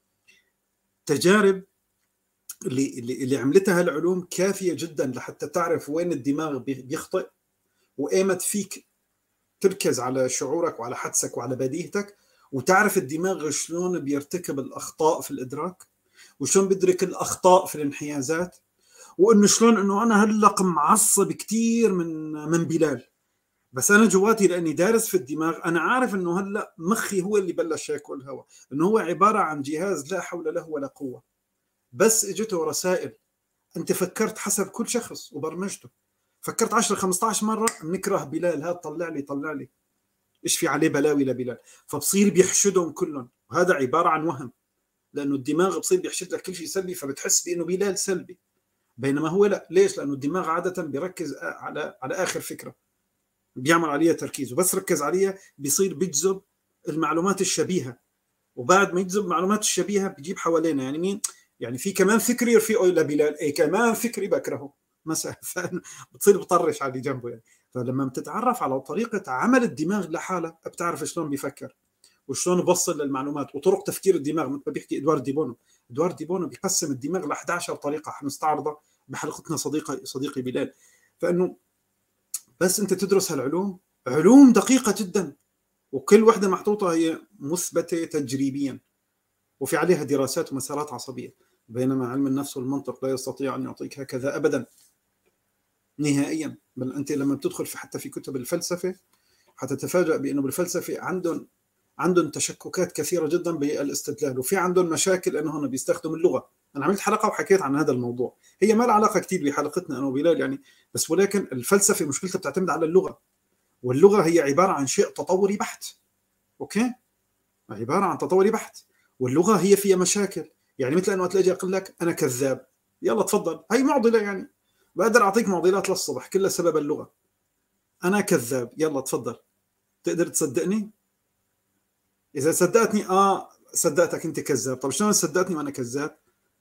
تجارب اللي اللي عملتها العلوم كافية جدا لحتى تعرف وين الدماغ بيخطئ، وإيمت فيك تركز على شعورك وعلى حدسك وعلى بديهتك، وتعرف الدماغ شلون بيرتكب الأخطاء في الإدراك، وشلون بيدرك الأخطاء في الانحيازات، وإنه شلون إنه أنا هلق معصب كتير من من بلال، بس أنا جواتي لأني دارس في الدماغ أنا عارف إنه هلا مخي هو اللي بلش ياكل هوا، إنه هو عبارة عن جهاز لا حول له ولا قوة، بس اجته رسائل. أنت فكرت حسب كل شخص وبرمجته، فكرت عشرة خمسة عشر مرة بنكره بلال، هذا طلع لي طلع لي إيش في عليه بلاوي لبلال، فبصير بيحشدهم كلهم، وهذا عبارة عن وهم، لأنه الدماغ بصير بيحشد لك كل شيء سلبي، فبتحس بأنه بلال سلبي، بينما هو لا. ليش؟ لأنه الدماغ عادة بيركز على على آخر فكرة بيعمل عليها تركيز، وبس ركز عليها بيصير بيجذب المعلومات الشبيهة، وبعد ما يجذب المعلومات الشبيهة بيجيب حوالينا يعني مين؟ يعني في كمان فكري رفيقه لبلال، اي كمان فكري بكرهه مثلا، بتصير بطرش على اللي جنبه يعني. فلما بتتعرف على طريقة عمل الدماغ لحالة بتعرف شلون بيفكر وشلون بوصل للمعلومات وطرق تفكير الدماغ. مثل ما بيحكي إدوارد دي بونو، إدوارد دي بونو بيقسم الدماغ ل إحدى عشرة طريقة حنستعرضها بحلقتنا صديقي صديقي بلال. فإنه بس أنت تدرس هالعلوم، علوم دقيقة جدا، وكل واحدة محطوطة هي مثبتة تجريبيا وفي عليها دراسات ومسارات عصبية، بينما علم النفس والمنطق لا يستطيع أن يعطيك هكذا أبدا نهائيا. بل أنت لما بتدخل في حتى في كتب الفلسفة حتتفاجأ بأنه بالفلسفة عندهم عندهم تشككات كثيرة جدا بالاستدلال، وفي عندهم مشاكل أنه هنا بيستخدموا اللغة. أنا عملت حلقة وحكيت عن هذا الموضوع، هي ما لها علاقة كتير بحلقتنا أنا وبلال يعني، بس ولكن الفلسفة مشكلتها بتعتمد على اللغة، واللغة هي عبارة عن شيء تطوري بحت. أوكي، عبارة عن تطوري بحت، واللغة هي فيها مشاكل. يعني مثل أنه تلاقي أقول لك أنا كذاب، يلا تفضل، هي معضله يعني، بقدر اعطيك معضلات للصبح كلها سبب اللغه. انا كذاب، يلا تفضل، تقدر تصدقني؟ اذا صدقتني اه صدقتك انت كذاب. طب شلون صدقتني وانا كذاب؟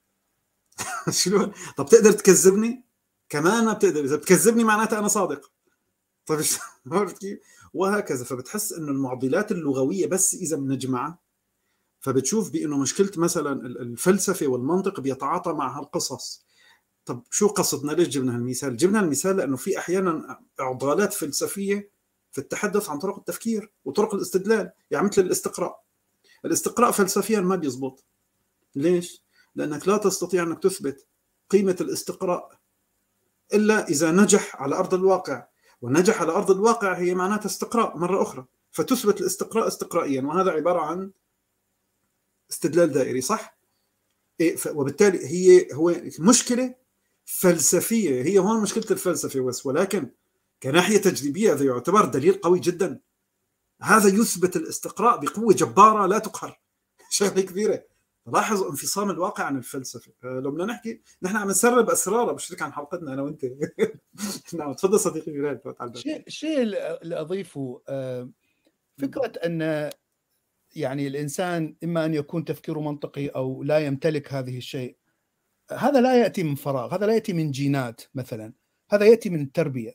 شلون؟ طب تقدر تكذبني كمان؟ بتقدر. اذا بتكذبني معناتها انا صادق. طيب عرفت كيف؟ وهكذا. فبتحس انه المعضلات اللغويه بس اذا بنجمعها، فبتشوف بانه مشكله مثلا الفلسفه والمنطق بيتعاطى مع هالقصص. طب شو قصدنا؟ ليش جبنا هالمثال؟ جبنا المثال لانه في احيانا اعضالات فلسفيه في التحدث عن طرق التفكير وطرق الاستدلال، يعني مثل الاستقراء. الاستقراء فلسفيا ما بيزبط. ليش؟ لانك لا تستطيع انك تثبت قيمه الاستقراء الا اذا نجح على ارض الواقع، ونجح على ارض الواقع هي معناتها استقراء مره اخرى، فتثبت الاستقراء استقرائيا، وهذا عباره عن استدلال دائري، صح؟ إيه، وبالتالي هي هو مشكله فلسفيه، هي هون مشكله الفلسفه بس، ولكن كناحيه تجريبيه هذا يعتبر دليل قوي جدا. هذا يثبت الاستقراء بقوه جباره لا تقهر، شغله كبيره. لاحظوا انفصام الواقع عن الفلسفه. لو بدنا نحكي نحن عم نسرب اسرار بشرك عن حلقتنا انا وانت. نعم تفضل صديقي بلال. الشيء الشيء اللي اضيفه فكره ان يعني الانسان اما ان يكون تفكيره منطقي او لا يمتلك هذه الشيء. هذا لا ياتي من فراغ، هذا لا ياتي من جينات مثلا، هذا ياتي من التربيه.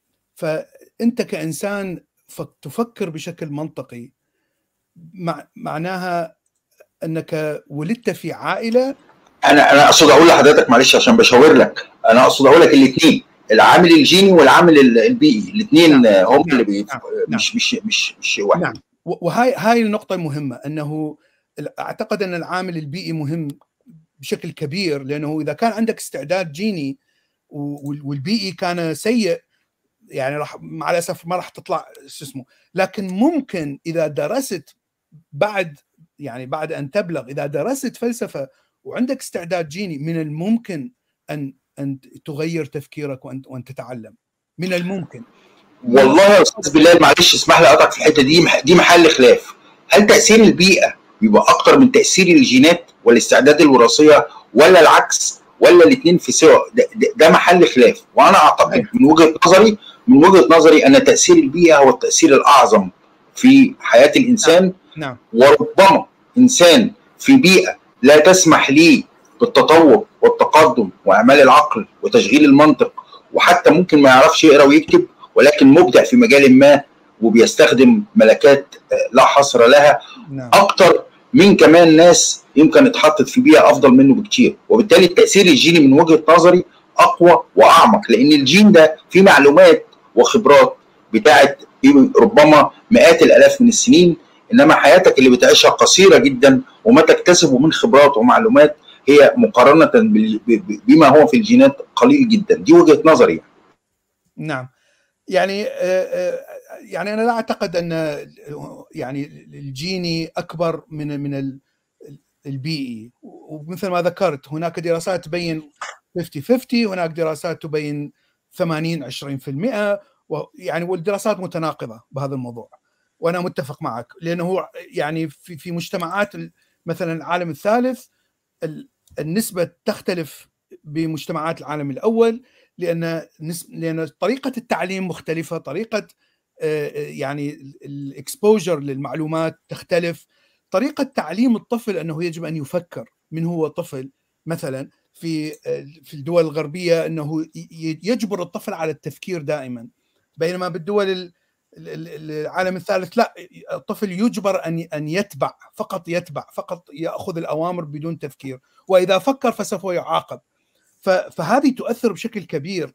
فانت كانسان تفكر بشكل منطقي معناها انك ولدت في عائله. انا انا اقصد اقول لحضرتك معلش عشان بشاور لك، انا اقصد اقول لك الاثنين، العامل الجيني والعامل البيئي، الاثنين هم اللي بي... نعم. مش مش مش مش شيء واحد. نعم. وهاي هاي النقطه المهمه، انه اعتقد ان العامل البيئي مهم بشكل كبير، لانه اذا كان عندك استعداد جيني والبيئي كان سيء يعني راح مع الاسف ما راح تطلع شو اسمه. لكن ممكن اذا درست بعد يعني بعد ان تبلغ، اذا درست فلسفه وعندك استعداد جيني، من الممكن ان ان تغير تفكيرك وان وان تتعلم. من الممكن. والله يا استاذ بلال معلش اسمح لي اقطعك في الحته دي، دي محل خلاف. هل تاثير البيئه بيبقى اكتر من تاثير الجينات والاستعداد الوراثيه، ولا العكس، ولا الاثنين في سواء؟ ده, ده محل خلاف. وانا اعتقد من وجهه نظري من وجهه نظري ان تاثير البيئه هو التاثير الاعظم في حياه الانسان. نعم. وربما انسان في بيئه لا تسمح ليه بالتطور والتقدم واعمال العقل وتشغيل المنطق، وحتى ممكن ما يعرفش يقرا ويكتب، ولكن مبدع في مجال ما وبيستخدم ملكات لا حصر لها، نعم. اكتر من كمان ناس يمكن اتحطت في بيئه افضل منه بكتير. وبالتالي التاثير الجيني من وجهه نظري اقوى واعمق، لان الجين ده فيه معلومات وخبرات بتاعت ربما مئات الالاف من السنين، انما حياتك اللي بتعيشها قصيره جدا، وما تكتسبه من خبرات ومعلومات هي مقارنه بما هو في الجينات قليل جدا. دي وجهه نظري. نعم. يعني يعني انا لا اعتقد ان يعني الجيني اكبر من من البيئي، ومثل ما ذكرت هناك دراسات تبين خمسين خمسين، هناك دراسات تبين ثمانين عشرين بالمئة، ويعني والدراسات متناقضه بهذا الموضوع. وانا متفق معك، لانه يعني في في مجتمعات مثلا العالم الثالث النسبه تختلف بمجتمعات العالم الاول، لان لان طريقه التعليم مختلفه، طريقه يعني الاكسبوجر للمعلومات تختلف، طريقه تعليم الطفل انه يجب ان يفكر من هو طفل. مثلا في في الدول الغربيه انه يجبر الطفل على التفكير دائما، بينما بالدول العالم الثالث لا، الطفل يجبر ان ان يتبع، فقط يتبع، فقط ياخذ الاوامر بدون تفكير، واذا فكر فسوف يعاقب. فهذه تؤثر بشكل كبير.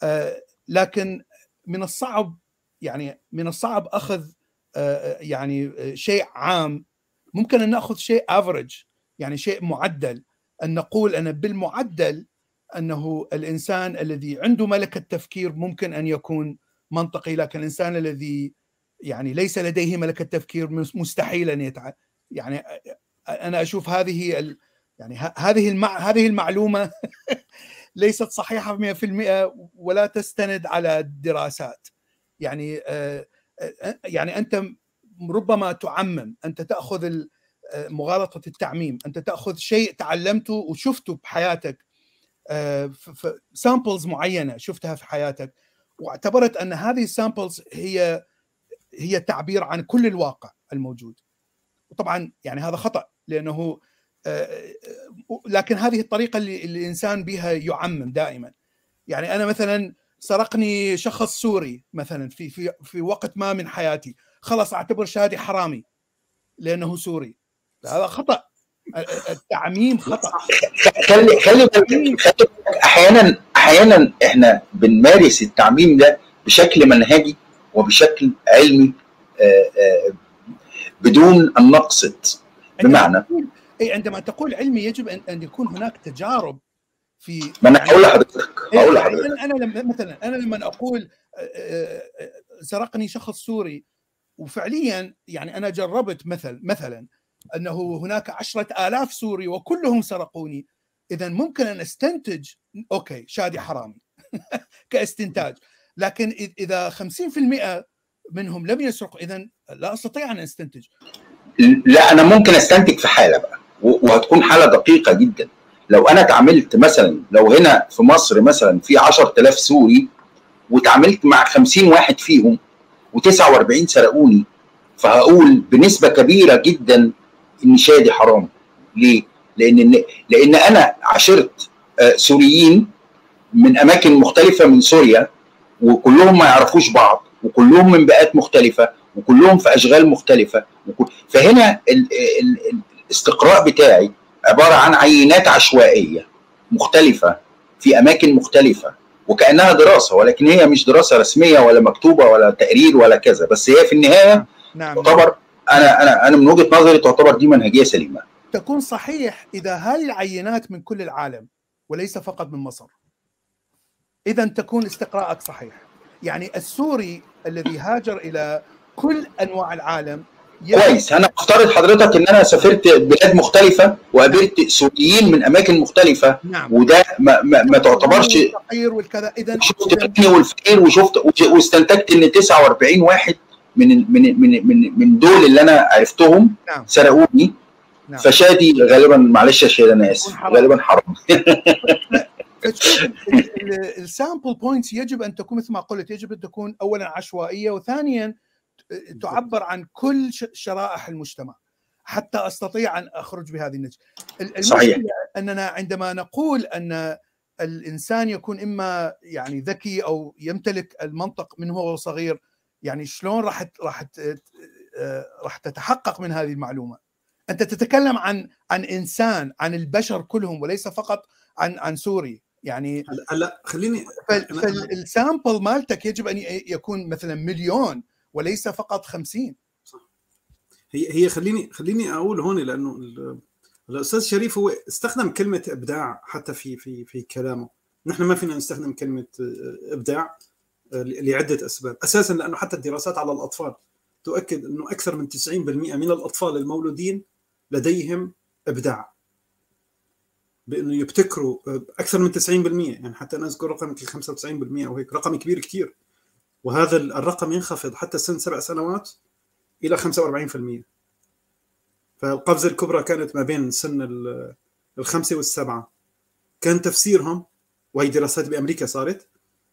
لكن من الصعب يعني من الصعب اخذ يعني شيء عام. ممكن ان ناخذ شيء افريج، يعني شيء معدل، ان نقول ان بالمعدل انه الانسان الذي عنده ملكة تفكير ممكن ان يكون منطقي، لكن الانسان الذي يعني ليس لديه ملكة تفكير مستحيل ان يتع... يعني انا اشوف هذه ال... يعني هذه المع... هذه المعلومة ليست صحيحة مئة بالمئة ولا تستند على الدراسات. يعني يعني أنت ربما تعمم، أنت تأخذ مغالطة التعميم، أنت تأخذ شيء تعلمته وشفته بحياتك سامبلز معينه شفتها في حياتك واعتبرت ان هذه السامبلز هي هي تعبير عن كل الواقع الموجود. وطبعا يعني هذا خطأ، لانه لكن هذه الطريقه اللي الانسان بها يعمم دائما. يعني انا مثلا سرقني شخص سوري مثلا في في في وقت ما من حياتي، خلاص اعتبر شادي حرامي لانه سوري. هذا خطأ، التعميم خطأ. خلي خلي احيانا احيانا احنا بنمارس التعميم ده بشكل منهجي وبشكل علمي بدون ان نقصد. بمعنى اي عندما تقول علمي يجب ان ان يكون هناك تجارب في. ما انا هقول لحضرتك هقول لحضرتك انا لما مثلا انا لما اقول سرقني شخص سوري، وفعليا يعني انا جربت مثل مثلا انه هناك عشرة آلاف سوري وكلهم سرقوني، اذا ممكن ان استنتج اوكي شادي حرامي كاستنتاج. لكن اذا خمسين بالمئة منهم لم يسرقوا اذا لا استطيع ان استنتج. لا انا ممكن استنتج في حاله بقى، وهتكون حاله دقيقه جدا. لو انا تعاملت مثلا، لو هنا في مصر مثلا في عشرة آلاف سوري وتعاملت مع خمسين واحد فيهم وتسعة وأربعين سرقوني، فهقول بنسبه كبيره جدا ان شادي حرام. ليه؟ لان لان انا عاشرت سوريين من اماكن مختلفه من سوريا، وكلهم ما يعرفوش بعض، وكلهم من بيئات مختلفه، وكلهم في اشغال مختلفه. فهنا الاستقراء بتاعي عباره عن عينات عشوائيه مختلفه في اماكن مختلفه، وكانها دراسه، ولكن هي مش دراسه رسميه ولا مكتوبه ولا تقرير ولا كذا، بس هي في النهايه نعم. تعتبر انا انا انا من وجهه نظري تعتبر دي منهجيه سليمه. تكون صحيح اذا هذه العينات من كل العالم وليس فقط من مصر، اذا تكون استقراءك صحيح. يعني السوري الذي هاجر الى كل انواع العالم كويس. انا افترض حضرتك ان انا سافرت بلاد مختلفه وقابلت سوريين من اماكن مختلفه. نعم. وده ما, ما, ما تعتبرش الفقير والكذا. اذا شفت الغني والفقير، وشفت واستنتجت ان تسعة وأربعين واحد من من من من من دول اللي انا عرفتهم نعم. سرقوني. نعم. فشادي غالبا، معلش يا شادي انا اسف، غالبا حرام. السامبل بوينتس يجب ان تكون مثل ما قلت، يجب ان تكون اولا عشوائيه، وثانيا تعبر عن كل شرائح المجتمع حتى استطيع ان اخرج بهذه النتيجه. صحيح. اننا عندما نقول ان الانسان يكون اما يعني ذكي او يمتلك المنطق من هو صغير، يعني شلون راح راح راح تتحقق من هذه المعلومه؟ انت تتكلم عن عن انسان، عن البشر كلهم وليس فقط عن عن سوري. يعني هلا خليني فالسامبل مالتك يجب ان يكون مثلا مليون وليس فقط خمسين. صح. هي هي خليني خليني اقول هون، لانه الاستاذ شريف هو استخدم كلمه ابداع حتى في في في كلامه. نحن ما فينا نستخدم كلمه ابداع لعده اسباب. اساسا لانه حتى الدراسات على الاطفال تؤكد انه اكثر من تسعين بالمئة من الاطفال المولودين لديهم ابداع، بانه يبتكروا اكثر من تسعين بالمئة. يعني حتى انا اذكر رقم مثل خمسة وتسعين بالمئة او هيك، رقم كبير كثير. وهذا الرقم ينخفض حتى سن سبع سنوات الى خمسة وأربعين بالمئة. فالقفزه الكبرى كانت ما بين سن الخمسه والسبعه. كان تفسيرهم، وهي دراسات بامريكا صارت،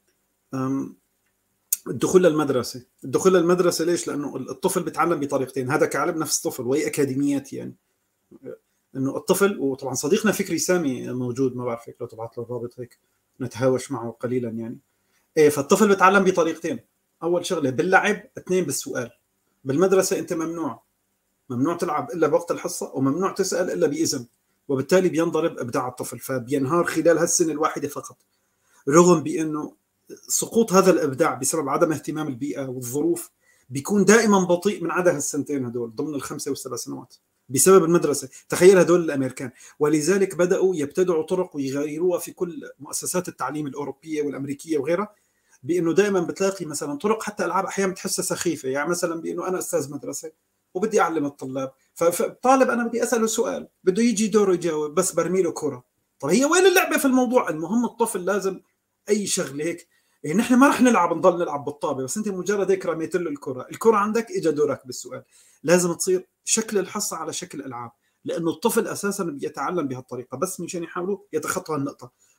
الدخول للمدرسه. الدخول للمدرسه ليش؟ لانه الطفل بيتعلم بطريقتين. هذا كعلم نفس طفل، وهي اكاديميات. يعني انه الطفل، وطبعا صديقنا فكري سامي موجود، ما بعرف لو تبعت له الرابط هيك نتهاوش معه قليلا. يعني ايه، فالطفل بيتعلم بطريقتين. اول شغله باللعب، اثنين بالسؤال. بالمدرسه انت ممنوع ممنوع تلعب الا بوقت الحصه، وممنوع تسال الا باذن، وبالتالي بينضرب ابداع الطفل، فبينهار خلال هالسنه الواحده فقط. رغم بانه سقوط هذا الابداع بسبب عدم اهتمام البيئه والظروف بيكون دائما بطيء من عدا هالسنتين هدول ضمن الخمسه والسبع سنوات بسبب المدرسه. تخيل هدول الامريكان. ولذلك بداوا يبتدعوا طرق ويغيروها في كل مؤسسات التعليم الاوروبيه والامريكيه وغيرها، بانه دائما بتلاقي مثلا طرق حتى العاب احيانا بتحسها سخيفه. يعني مثلا بانه انا استاذ مدرسه وبدي اعلم الطلاب، فالطالب انا بدي اساله سؤال بده يجي دوره يجاوب، بس برمي له كره. طب هي وين اللعبه في الموضوع؟ المهم الطفل لازم اي شغله هيك. يعني نحن ما رح نلعب نضل نلعب بالطابه، بس انت مجرد هيك رميت له الكره، الكره عندك، اجى دورك بالسؤال. لازم تصير شكل الحصه على شكل العاب، لانه الطفل اساسا بيتعلم بهالطريقه بس مشان يحاولوا يتخطوا النقطه.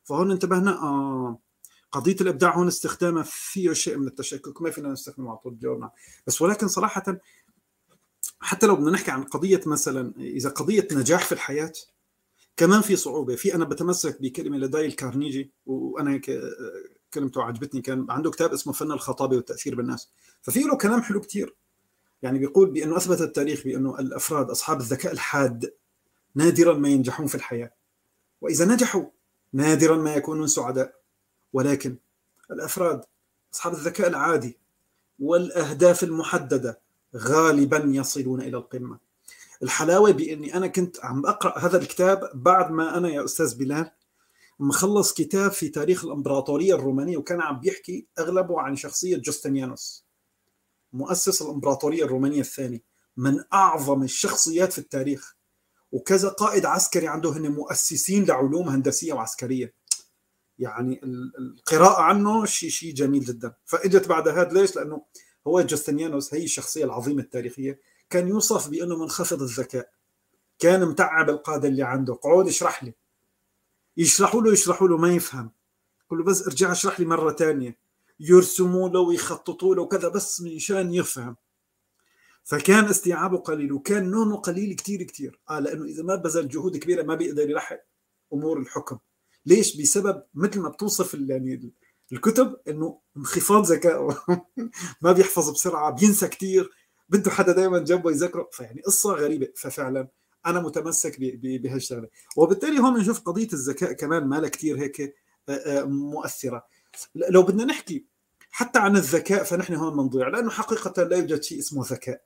فهون انتبهنا آه قضية الإبداع هون استخدامها فيه شيء من التشكك، ما فينا نستخدمه على طول الجواب. بس ولكن صراحة حتى لو بدنا نحكي عن قضية مثلا إذا قضية نجاح في الحياة كمان في صعوبة في. أنا بتمسك بكلمة لدايل كارنيجي، وأنا كلمته عجبتني، كان عنده كتاب اسمه فن الخطابة والتأثير بالناس، ففي له كلام حلو كتير. يعني بيقول بأنه أثبت التاريخ بأنه الأفراد أصحاب الذكاء الحاد نادرا ما ينجحون في الحياة، وإذا نجحوا نادرا ما يكونون سعداء، ولكن الأفراد أصحاب الذكاء العادي والأهداف المحددة غالبا يصلون إلى القمة. الحلاوة بأني أنا كنت عم أقرأ هذا الكتاب بعد ما أنا يا أستاذ بلال مخلص كتاب في تاريخ الإمبراطورية الرومانية، وكان عم بيحكي أغلبه عن شخصية جوستنيانوس مؤسس الإمبراطورية الرومانية الثاني، من أعظم الشخصيات في التاريخ، وكذا قائد عسكري عنده هن مؤسسين لعلوم هندسية وعسكرية. يعني القراءة عنه شيء شيء جميل جدا. فإجت بعد هذا ليش؟ لأنه هو جوستنيانوس هي الشخصية العظيمة التاريخية، كان يوصف بأنه منخفض الذكاء، كان متعب القادة اللي عنده، قعود اشرح لي، يشرحوا له يشرحوا له ما يفهم، يقول له بس ارجع اشرح لي مرة تانية، يرسموا له ويخططوا له وكذا بس منشان يفهم. فكان استيعابه قليل وكان نومه قليل كتير كتير آه لأنه إذا ما بذل جهود كبيرة ما بيقدر يلحق أمور الحكم. ليش؟ بسبب مثل ما بتوصف يعني الكتب انه انخفاض ذكائه ما بيحفظ بسرعه، بينسى كتير، بده حدا دائما جنبه يذكره. فيعني قصه غريبه. ففعلا انا متمسك بهالشغله، وبالتالي هون بنشوف قضيه الذكاء كمان ما لها كثير هيك مؤثره. لو بدنا نحكي حتى عن الذكاء فنحن هون بنضيع، لانه حقيقه لا يوجد شيء اسمه ذكاء.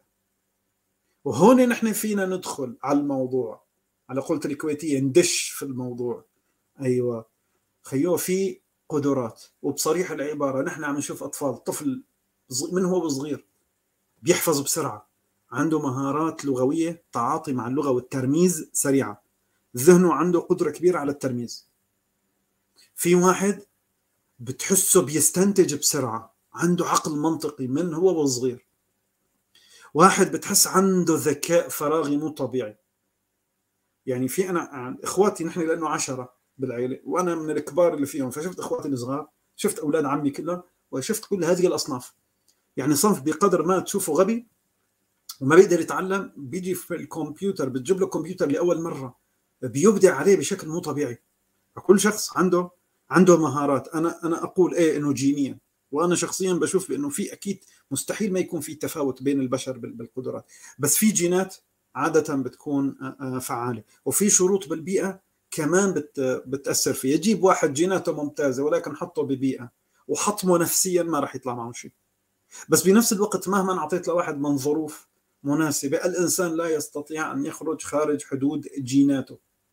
وهون نحن فينا ندخل على الموضوع على قولة الكويتيه، ندش في الموضوع. ايوه خيو في قدرات، وبصريح العبارة نحن عم نشوف أطفال، طفل من هو صغير بيحفظ بسرعة، عنده مهارات لغوية، تعاطي مع اللغة والترميز سريعة، ذهنه عنده قدرة كبيرة على الترميز. في واحد بتحسه بيستنتج بسرعة، عنده عقل منطقي من هو صغير. واحد بتحس عنده ذكاء فراغي مو طبيعي. يعني في أنا إخواتي نحن لأنه عشرة بالعيلة وأنا من الكبار اللي فيهم، فشفت أخواتي الصغار، شفت أولاد عمي كلهم، وشفت كل هذه الأصناف. يعني صنف بقدر ما تشوفه غبي وما بيقدر يتعلم، بيجي في الكمبيوتر بتجيب له كمبيوتر لأول مرة بيبدع عليه بشكل مو طبيعي. فكل شخص عنده عنده مهارات. أنا أنا أقول إيه إنه جينيا، وأنا شخصيا بشوف بأنه في أكيد مستحيل ما يكون في تفاوت بين البشر بالقدرات، بس في جينات عادة بتكون فعالة، وفي شروط بالبيئة كمان بت بتأثر فيه. يجيب واحد جيناته ممتازة ولكن حطه ببيئة وحطمه نفسيا ما راح يطلع معه شيء. بس بنفس الوقت مهما أعطيت لواحد من ظروف مناسبة، الإنسان لا يستطيع أن يخرج خارج حدود جيناته،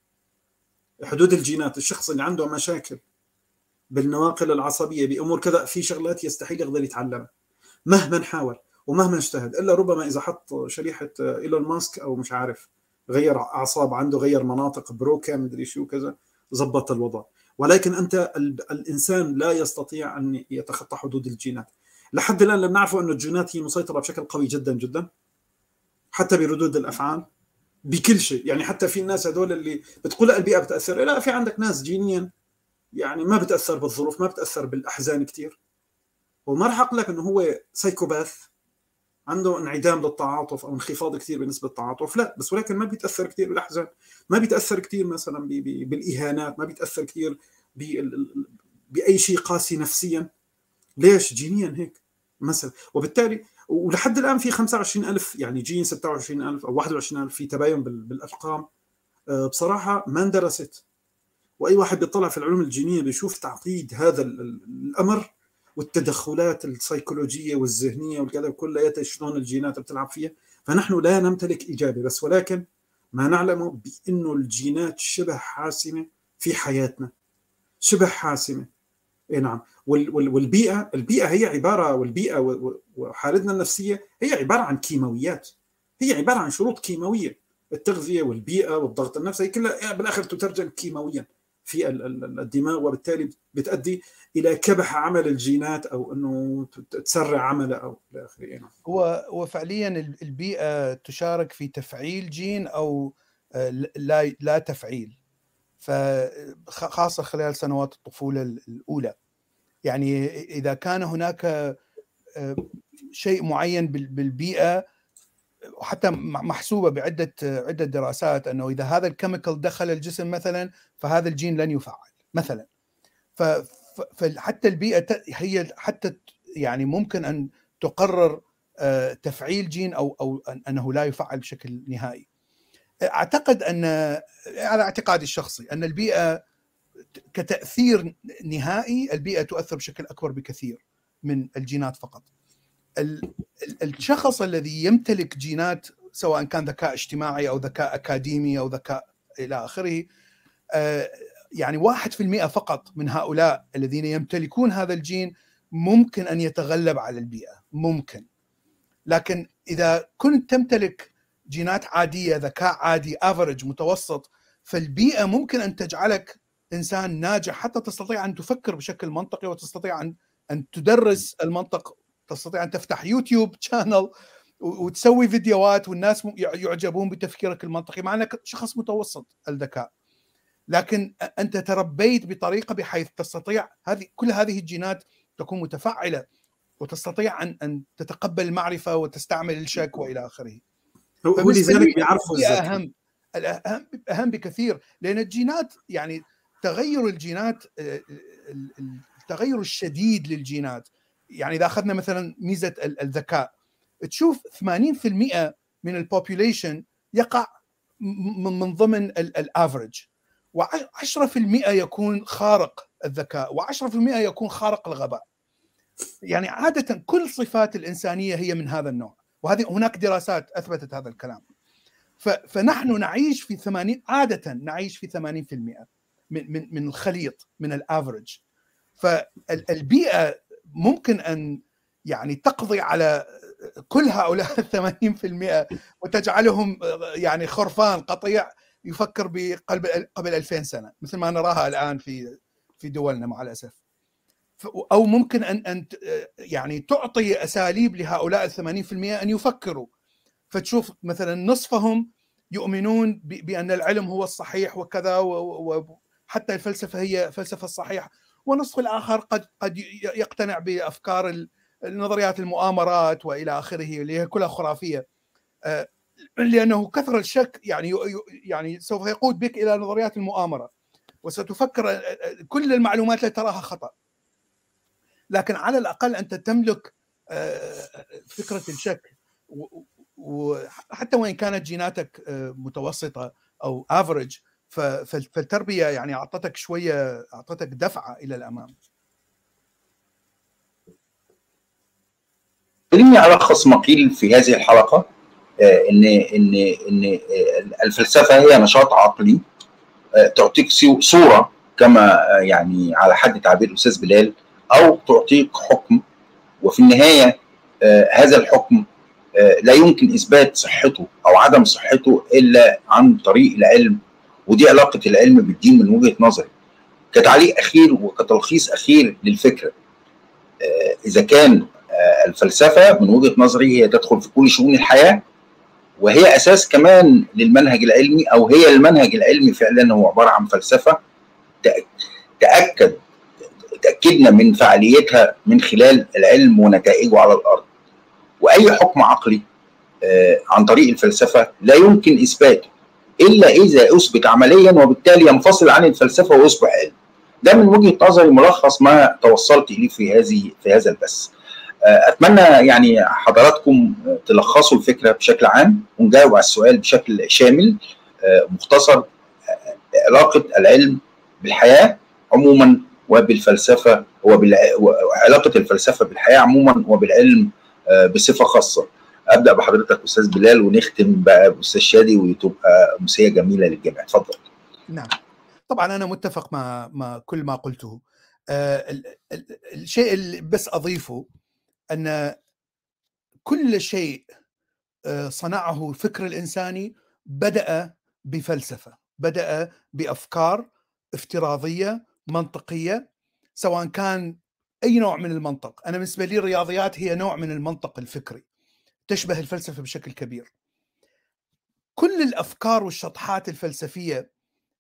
حدود الجينات. الشخص اللي عنده مشاكل بالنواقل العصبية بأمور كذا، في شغلات يستحيل يقدر يتعلمها مهما حاول ومهما اجتهد، إلا ربما إذا حط شريحة إيلون ماسك أو مش عارف غير أعصاب عنده، غير مناطق بروكا مدري شو كذا، زبط الوضع. ولكن أنت الإنسان لا يستطيع أن يتخطى حدود الجينات. لحد الآن لم نعرفه أن الجينات هي مسيطرة بشكل قوي جدا جدا، حتى بردود الأفعال بكل شيء. يعني حتى في الناس هدول اللي بتقول البيئة بتأثر، لا، في عندك ناس جينيا يعني ما بتأثر بالظروف، ما بتأثر بالأحزان كتير، وما رح أقول لك أنه هو سايكوباث عنده انعدام للتعاطف أو انخفاض كتير بالنسبة للتعاطف، لا، بس ولكن ما بيتأثر كتير بالأحزان، ما بيتأثر كتير مثلا بالإهانات، ما بيتأثر كتير بأي شيء قاسي نفسيا. ليش؟ جينيا هيك مثلا. وبالتالي ولحد الآن في خمسة وعشرين ألف يعني جين ستة وعشرين ألف أو واحد وعشرين ألف في تباين بالأرقام بصراحة ما اندرست. وأي واحد بيطلع في العلوم الجينية بيشوف تعقيد هذا الأمر والتدخلات السيكولوجية والذهنية والكذا كلها شلون الجينات بتلعب فيها. فنحن لا نمتلك إجابة، بس ولكن ما نعلم بأنه الجينات شبه حاسمة في حياتنا، شبه حاسمة. إيه نعم. والبيئة البيئة هي عبارة والبيئة وحالتنا النفسية هي عبارة عن كيماويات، هي عبارة عن شروط كيماوية. التغذية والبيئة والضغط النفسي كلها بالآخر تترجم كيماويا في الدماغ، وبالتالي بتؤدي إلى كبح عمل الجينات أو أنه تسرع عمله أو إلى آخره. هو وفعليا البيئة تشارك في تفعيل جين أو لا لا تفعيل. فخاصة خلال سنوات الطفولة الأولى. يعني إذا كان هناك شيء معين بالبيئة، وحتى محسوبة بعدة عدة دراسات أنه إذا هذا الكيميكال دخل الجسم مثلا فهذا الجين لن يفعل مثلا. فحتى البيئة هي حتى يعني ممكن أن تقرر تفعيل جين أو أو أنه لا يفعل بشكل نهائي. أعتقد أن على اعتقادي الشخصي أن البيئة كتأثير نهائي، البيئة تؤثر بشكل أكبر بكثير من الجينات فقط. الشخص الذي يمتلك جينات سواء كان ذكاء اجتماعي أو ذكاء أكاديمي أو ذكاء إلى آخره، يعني واحد في المئة فقط من هؤلاء الذين يمتلكون هذا الجين ممكن أن يتغلب على البيئة، ممكن. لكن إذا كنت تمتلك جينات عادية، ذكاء عادي افريج متوسط، فالبيئة ممكن أن تجعلك إنسان ناجح، حتى تستطيع أن تفكر بشكل منطقي، وتستطيع أن أن تدرس المنطق، تستطيع أن تفتح يوتيوب شانل وتسوي فيديوهات والناس يعجبون بتفكيرك المنطقي مع أنك شخص متوسط الذكاء. لكن أنت تربيت بطريقة بحيث تستطيع هذه كل هذه الجينات تكون متفاعلة، وتستطيع أن أن تتقبل المعرفة وتستعمل الشك وإلى آخره. هو لذلك بيعرفوا الذكاء أهم الأهم أهم بكثير، لأن الجينات يعني تغير الجينات، التغير الشديد للجينات. يعني إذا أخذنا مثلا ميزة الذكاء، تشوف ثمانين بالمئة من البوبوليشن يقع من ضمن الافريج، وعشرة بالمئة يكون خارق الذكاء، وعشرة بالمئة يكون خارق الغباء. يعني عادة كل صفات الإنسانية هي من هذا النوع، وهذه هناك دراسات أثبتت هذا الكلام. فنحن نعيش في ثمانين عادة نعيش في ثمانين بالمئة من من من الخليط من الافريج. فالبيئة ممكن أن يعني تقضي على كل هؤلاء الثمانين بالمئة وتجعلهم يعني خرفان قطيع يفكر بقلب قبل ألفين سنة، مثل ما نراها الآن في في دولنا مع الأسف. أو ممكن أن أن يعني تعطي أساليب لهؤلاء الثمانين بالمئة أن يفكروا، فتشوف مثلا نصفهم يؤمنون بأن العلم هو الصحيح وكذا، وحتى الفلسفة هي فلسفة الصحيح، ونصف الآخر قد قد يقتنع بأفكار النظريات المؤامرات وإلى آخره اللي هي كلها خرافية، لأنه كثر الشك يعني يعني سوف يقود بك إلى نظريات المؤامرة، وستفكر كل المعلومات التي تراها خطأ. لكن على الأقل أنت تملك فكرة الشك، وحتى وإن كانت جيناتك متوسطة أو average، فالتربية يعني أعطتك شوية، أعطتك دفعة إلى الأمام. خليني ألخص ما قيل في هذه الحلقة، إن إن إن الفلسفة هي نشاط عقلي تعطيك صورة كما يعني على حد تعبير الأستاذ بلال، أو تعطيك حكم، وفي النهاية هذا الحكم لا يمكن إثبات صحته أو عدم صحته إلا عن طريق العلم، ودي علاقة العلم بالدين من وجهة نظري. كتعليق أخير وكتلخيص أخير للفكرة، إذا كان الفلسفة من وجهة نظري هي تدخل في كل شؤون الحياة، وهي أساس كمان للمنهج العلمي، أو هي المنهج العلمي فعلا هو عبارة عن فلسفة تأكد تأكدنا من فعاليتها من خلال العلم ونتائجه على الأرض. وأي حكم عقلي عن طريق الفلسفة لا يمكن إثباته إلا إذا أثبت عمليا، وبالتالي ينفصل عن الفلسفة ويصبح علم. ده من وجهة نظري ملخص ما توصلت إليه في هذه في هذا البث. أتمنى يعني حضراتكم تلخصوا الفكرة بشكل عام ونجاوب على السؤال بشكل شامل مختصر، علاقة العلم بالحياة عموما وبالفلسفة، وعلاقة الفلسفة بالحياة عموما وبالعلم بصفة خاصة. أبدأ بحضرتك أستاذ بلال، ونختم بقى بأستاذ شادي، وتبقى أمسية جميلة للجميع. اتفضل. نعم، طبعا أنا متفق مع مع كل ما قلته. آه الشيء اللي بس أضيفه أن كل شيء صنعه الفكر الإنساني بدأ بفلسفة، بدأ بأفكار افتراضية منطقية، سواء كان أي نوع من المنطق. أنا بالنسبة لي الرياضيات هي نوع من المنطق الفكري، تشبه الفلسفة بشكل كبير. كل الأفكار والشطحات الفلسفية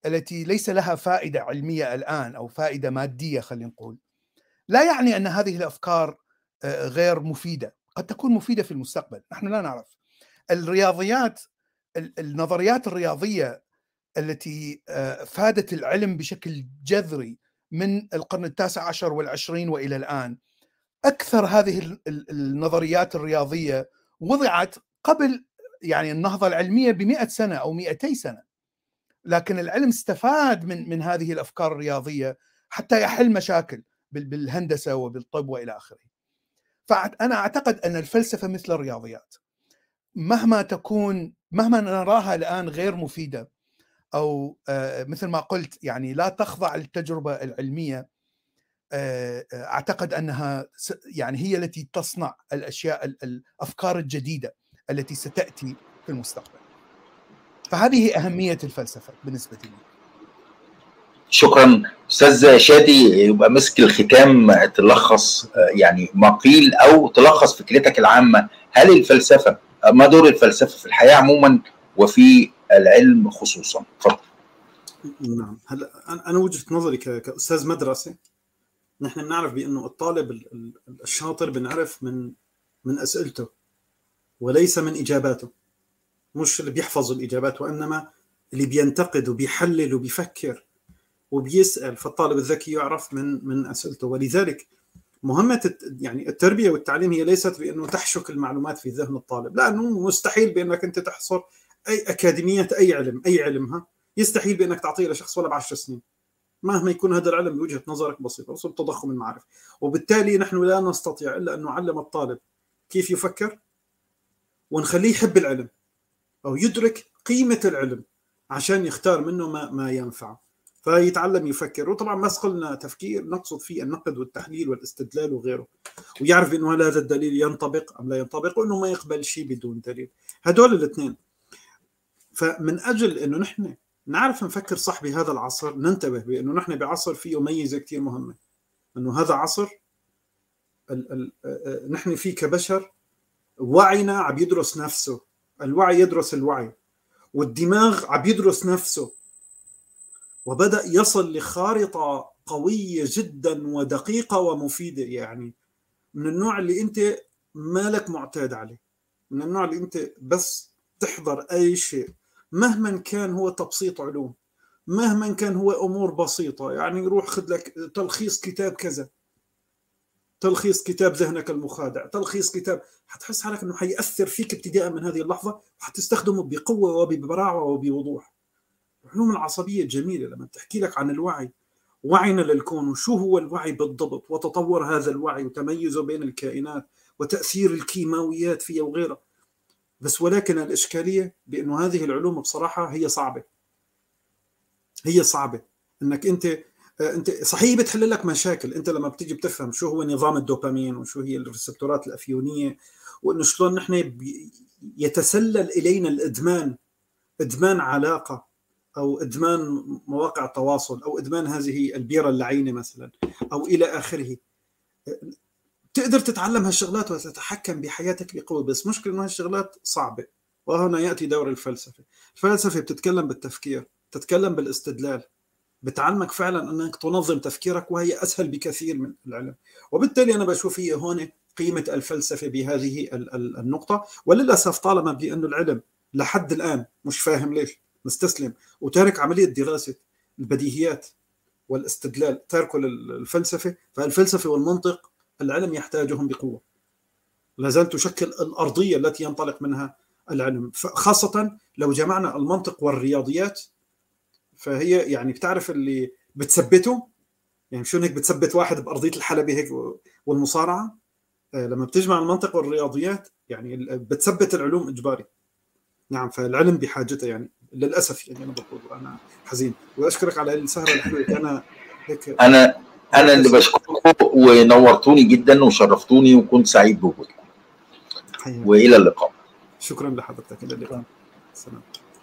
التي ليس لها فائدة علمية الآن أو فائدة مادية خلينا نقول، لا يعني أن هذه الأفكار غير مفيدة، قد تكون مفيدة في المستقبل، نحن لا نعرف. الرياضيات، النظريات الرياضية التي فادت العلم بشكل جذري من القرن التاسع عشر والعشرين وإلى الآن، أكثر هذه النظريات الرياضية وضعت قبل يعني النهضة العلمية بمئة سنة أو مئتي سنة، لكن العلم استفاد من من هذه الأفكار الرياضية حتى يحل مشاكل بالهندسة وبالطب وإلى آخره. فأنا أعتقد أن الفلسفة مثل الرياضيات، مهما تكون مهما نراها الآن غير مفيدة أو مثل ما قلت يعني لا تخضع للتجربة العلمية، أعتقد أنها يعني هي التي تصنع الأشياء الأفكار الجديدة التي ستأتي في المستقبل. فهذه أهمية الفلسفة بالنسبة لي. شكرا أستاذ شادي. يبقى مسك الختام تلخص يعني ما قيل أو تلخص فكرتك العامة. هل الفلسفة، ما دور الفلسفة في الحياة عموما وفي العلم خصوصا؟ تفضل. نعم، هلا أنا وجهة نظري كأستاذ مدرسة، نحن بنعرف بأنه الطالب الشاطر بنعرف من من أسئلته وليس من إجاباته، مش اللي بيحفظ الإجابات وإنما اللي بينتقد وبيحلل وبيفكر وبيسأل. فالطالب الذكي يعرف من من أسئلته. ولذلك مهمة يعني التربية والتعليم هي ليست بأنه تحشك المعلومات في ذهن الطالب، لأنه مستحيل بأنك أنت تحصر أي أكاديمية أي علم أي علمها، يستحيل بأنك تعطيه لشخص ولا بعشر سنين مهما يكون هذا العلم بوجهة نظرك بسيطة وصل تضخم المعارف. وبالتالي نحن لا نستطيع إلا أن نعلم الطالب كيف يفكر ونخليه يحب العلم أو يدرك قيمة العلم عشان يختار منه ما, ما ينفع، فيتعلم يفكر. وطبعا ما قلنا تفكير نقصد فيه النقد والتحليل والاستدلال وغيره، ويعرف إنه هل هذا الدليل ينطبق أم لا ينطبق، وإنه ما يقبل شيء بدون دليل. هدول الاثنين. فمن أجل إنه نحن نعرف نفكر صح بهذا العصر، ننتبه بأنه نحن بعصر فيه ميزة كتير مهمة، أنه هذا عصر ال ال نحن فيه كبشر وعينا عم يدرس نفسه، الوعي يدرس الوعي، والدماغ عم يدرس نفسه، وبدأ يصل لخارطة قوية جدا ودقيقة ومفيدة، يعني من النوع اللي أنت مالك معتاد عليه، من النوع اللي أنت بس تحضر أي شيء مهما كان هو تبسيط علوم، مهما كان هو أمور بسيطة، يعني روح خذ لك تلخيص كتاب كذا، تلخيص كتاب ذهنك المخادع، تلخيص كتاب، حتحس حالك أنه حيأثر فيك ابتداء من هذه اللحظة، وحتستخدمه بقوة وببراعة وبوضوح. العلوم العصبية جميلة لما تحكي لك عن الوعي، وعينا للكون وشو هو الوعي بالضبط، وتطور هذا الوعي وتميزه بين الكائنات وتأثير الكيماويات فيها وغيرها. بس ولكن الإشكالية بأنه هذه العلوم بصراحة هي صعبة، هي صعبة أنك أنت أنت صحيح بتحل لك مشاكل. أنت لما بتيجي بتفهم شو هو نظام الدوبامين وشو هي الريسبتورات الأفيونية، وإنه شلون نحن يتسلل إلينا الإدمان، إدمان علاقة أو إدمان مواقع تواصل أو إدمان هذه البيرة اللعينة مثلا أو إلى آخره، تقدر تتعلم هالشغلات وتتحكم بحياتك بقوة. بس مشكلة إنه هالشغلات صعبة، وهنا يأتي دور الفلسفة. الفلسفة بتتكلم بالتفكير، تتكلم بالاستدلال، بتعلمك فعلا أنك تنظم تفكيرك، وهي أسهل بكثير من العلم. وبالتالي أنا بشوف هي هون قيمة الفلسفة بهذه النقطة. وللأسف طالما بأنه العلم لحد الآن مش فاهم ليش مستسلم وتارك عملية دراسة البديهيات والاستدلال، تاركه للفلسفة، فالفلسفة والمنطق العلم يحتاجهم بقوة، لا زال تشكل الأرضية التي ينطلق منها العلم، خاصة لو جمعنا المنطق والرياضيات، فهي يعني بتعرف اللي بتثبته، يعني شو هيك بتثبت واحد بأرضية الحلبة هيك والمصارعة، لما بتجمع المنطق والرياضيات يعني بتثبت العلوم إجباري. نعم، فالعلم بحاجته يعني للأسف. يعني أنا بقول أنا حزين، وأشكرك على السهرة الحلوة. أنا هيك أنا أنا اللي بشكركم، ونورتوني جدا وشرفتوني، وكنت سعيد بوجودكم. وإلى اللقاء. شكرا لحضرتك. إلى اللقاء. السلام.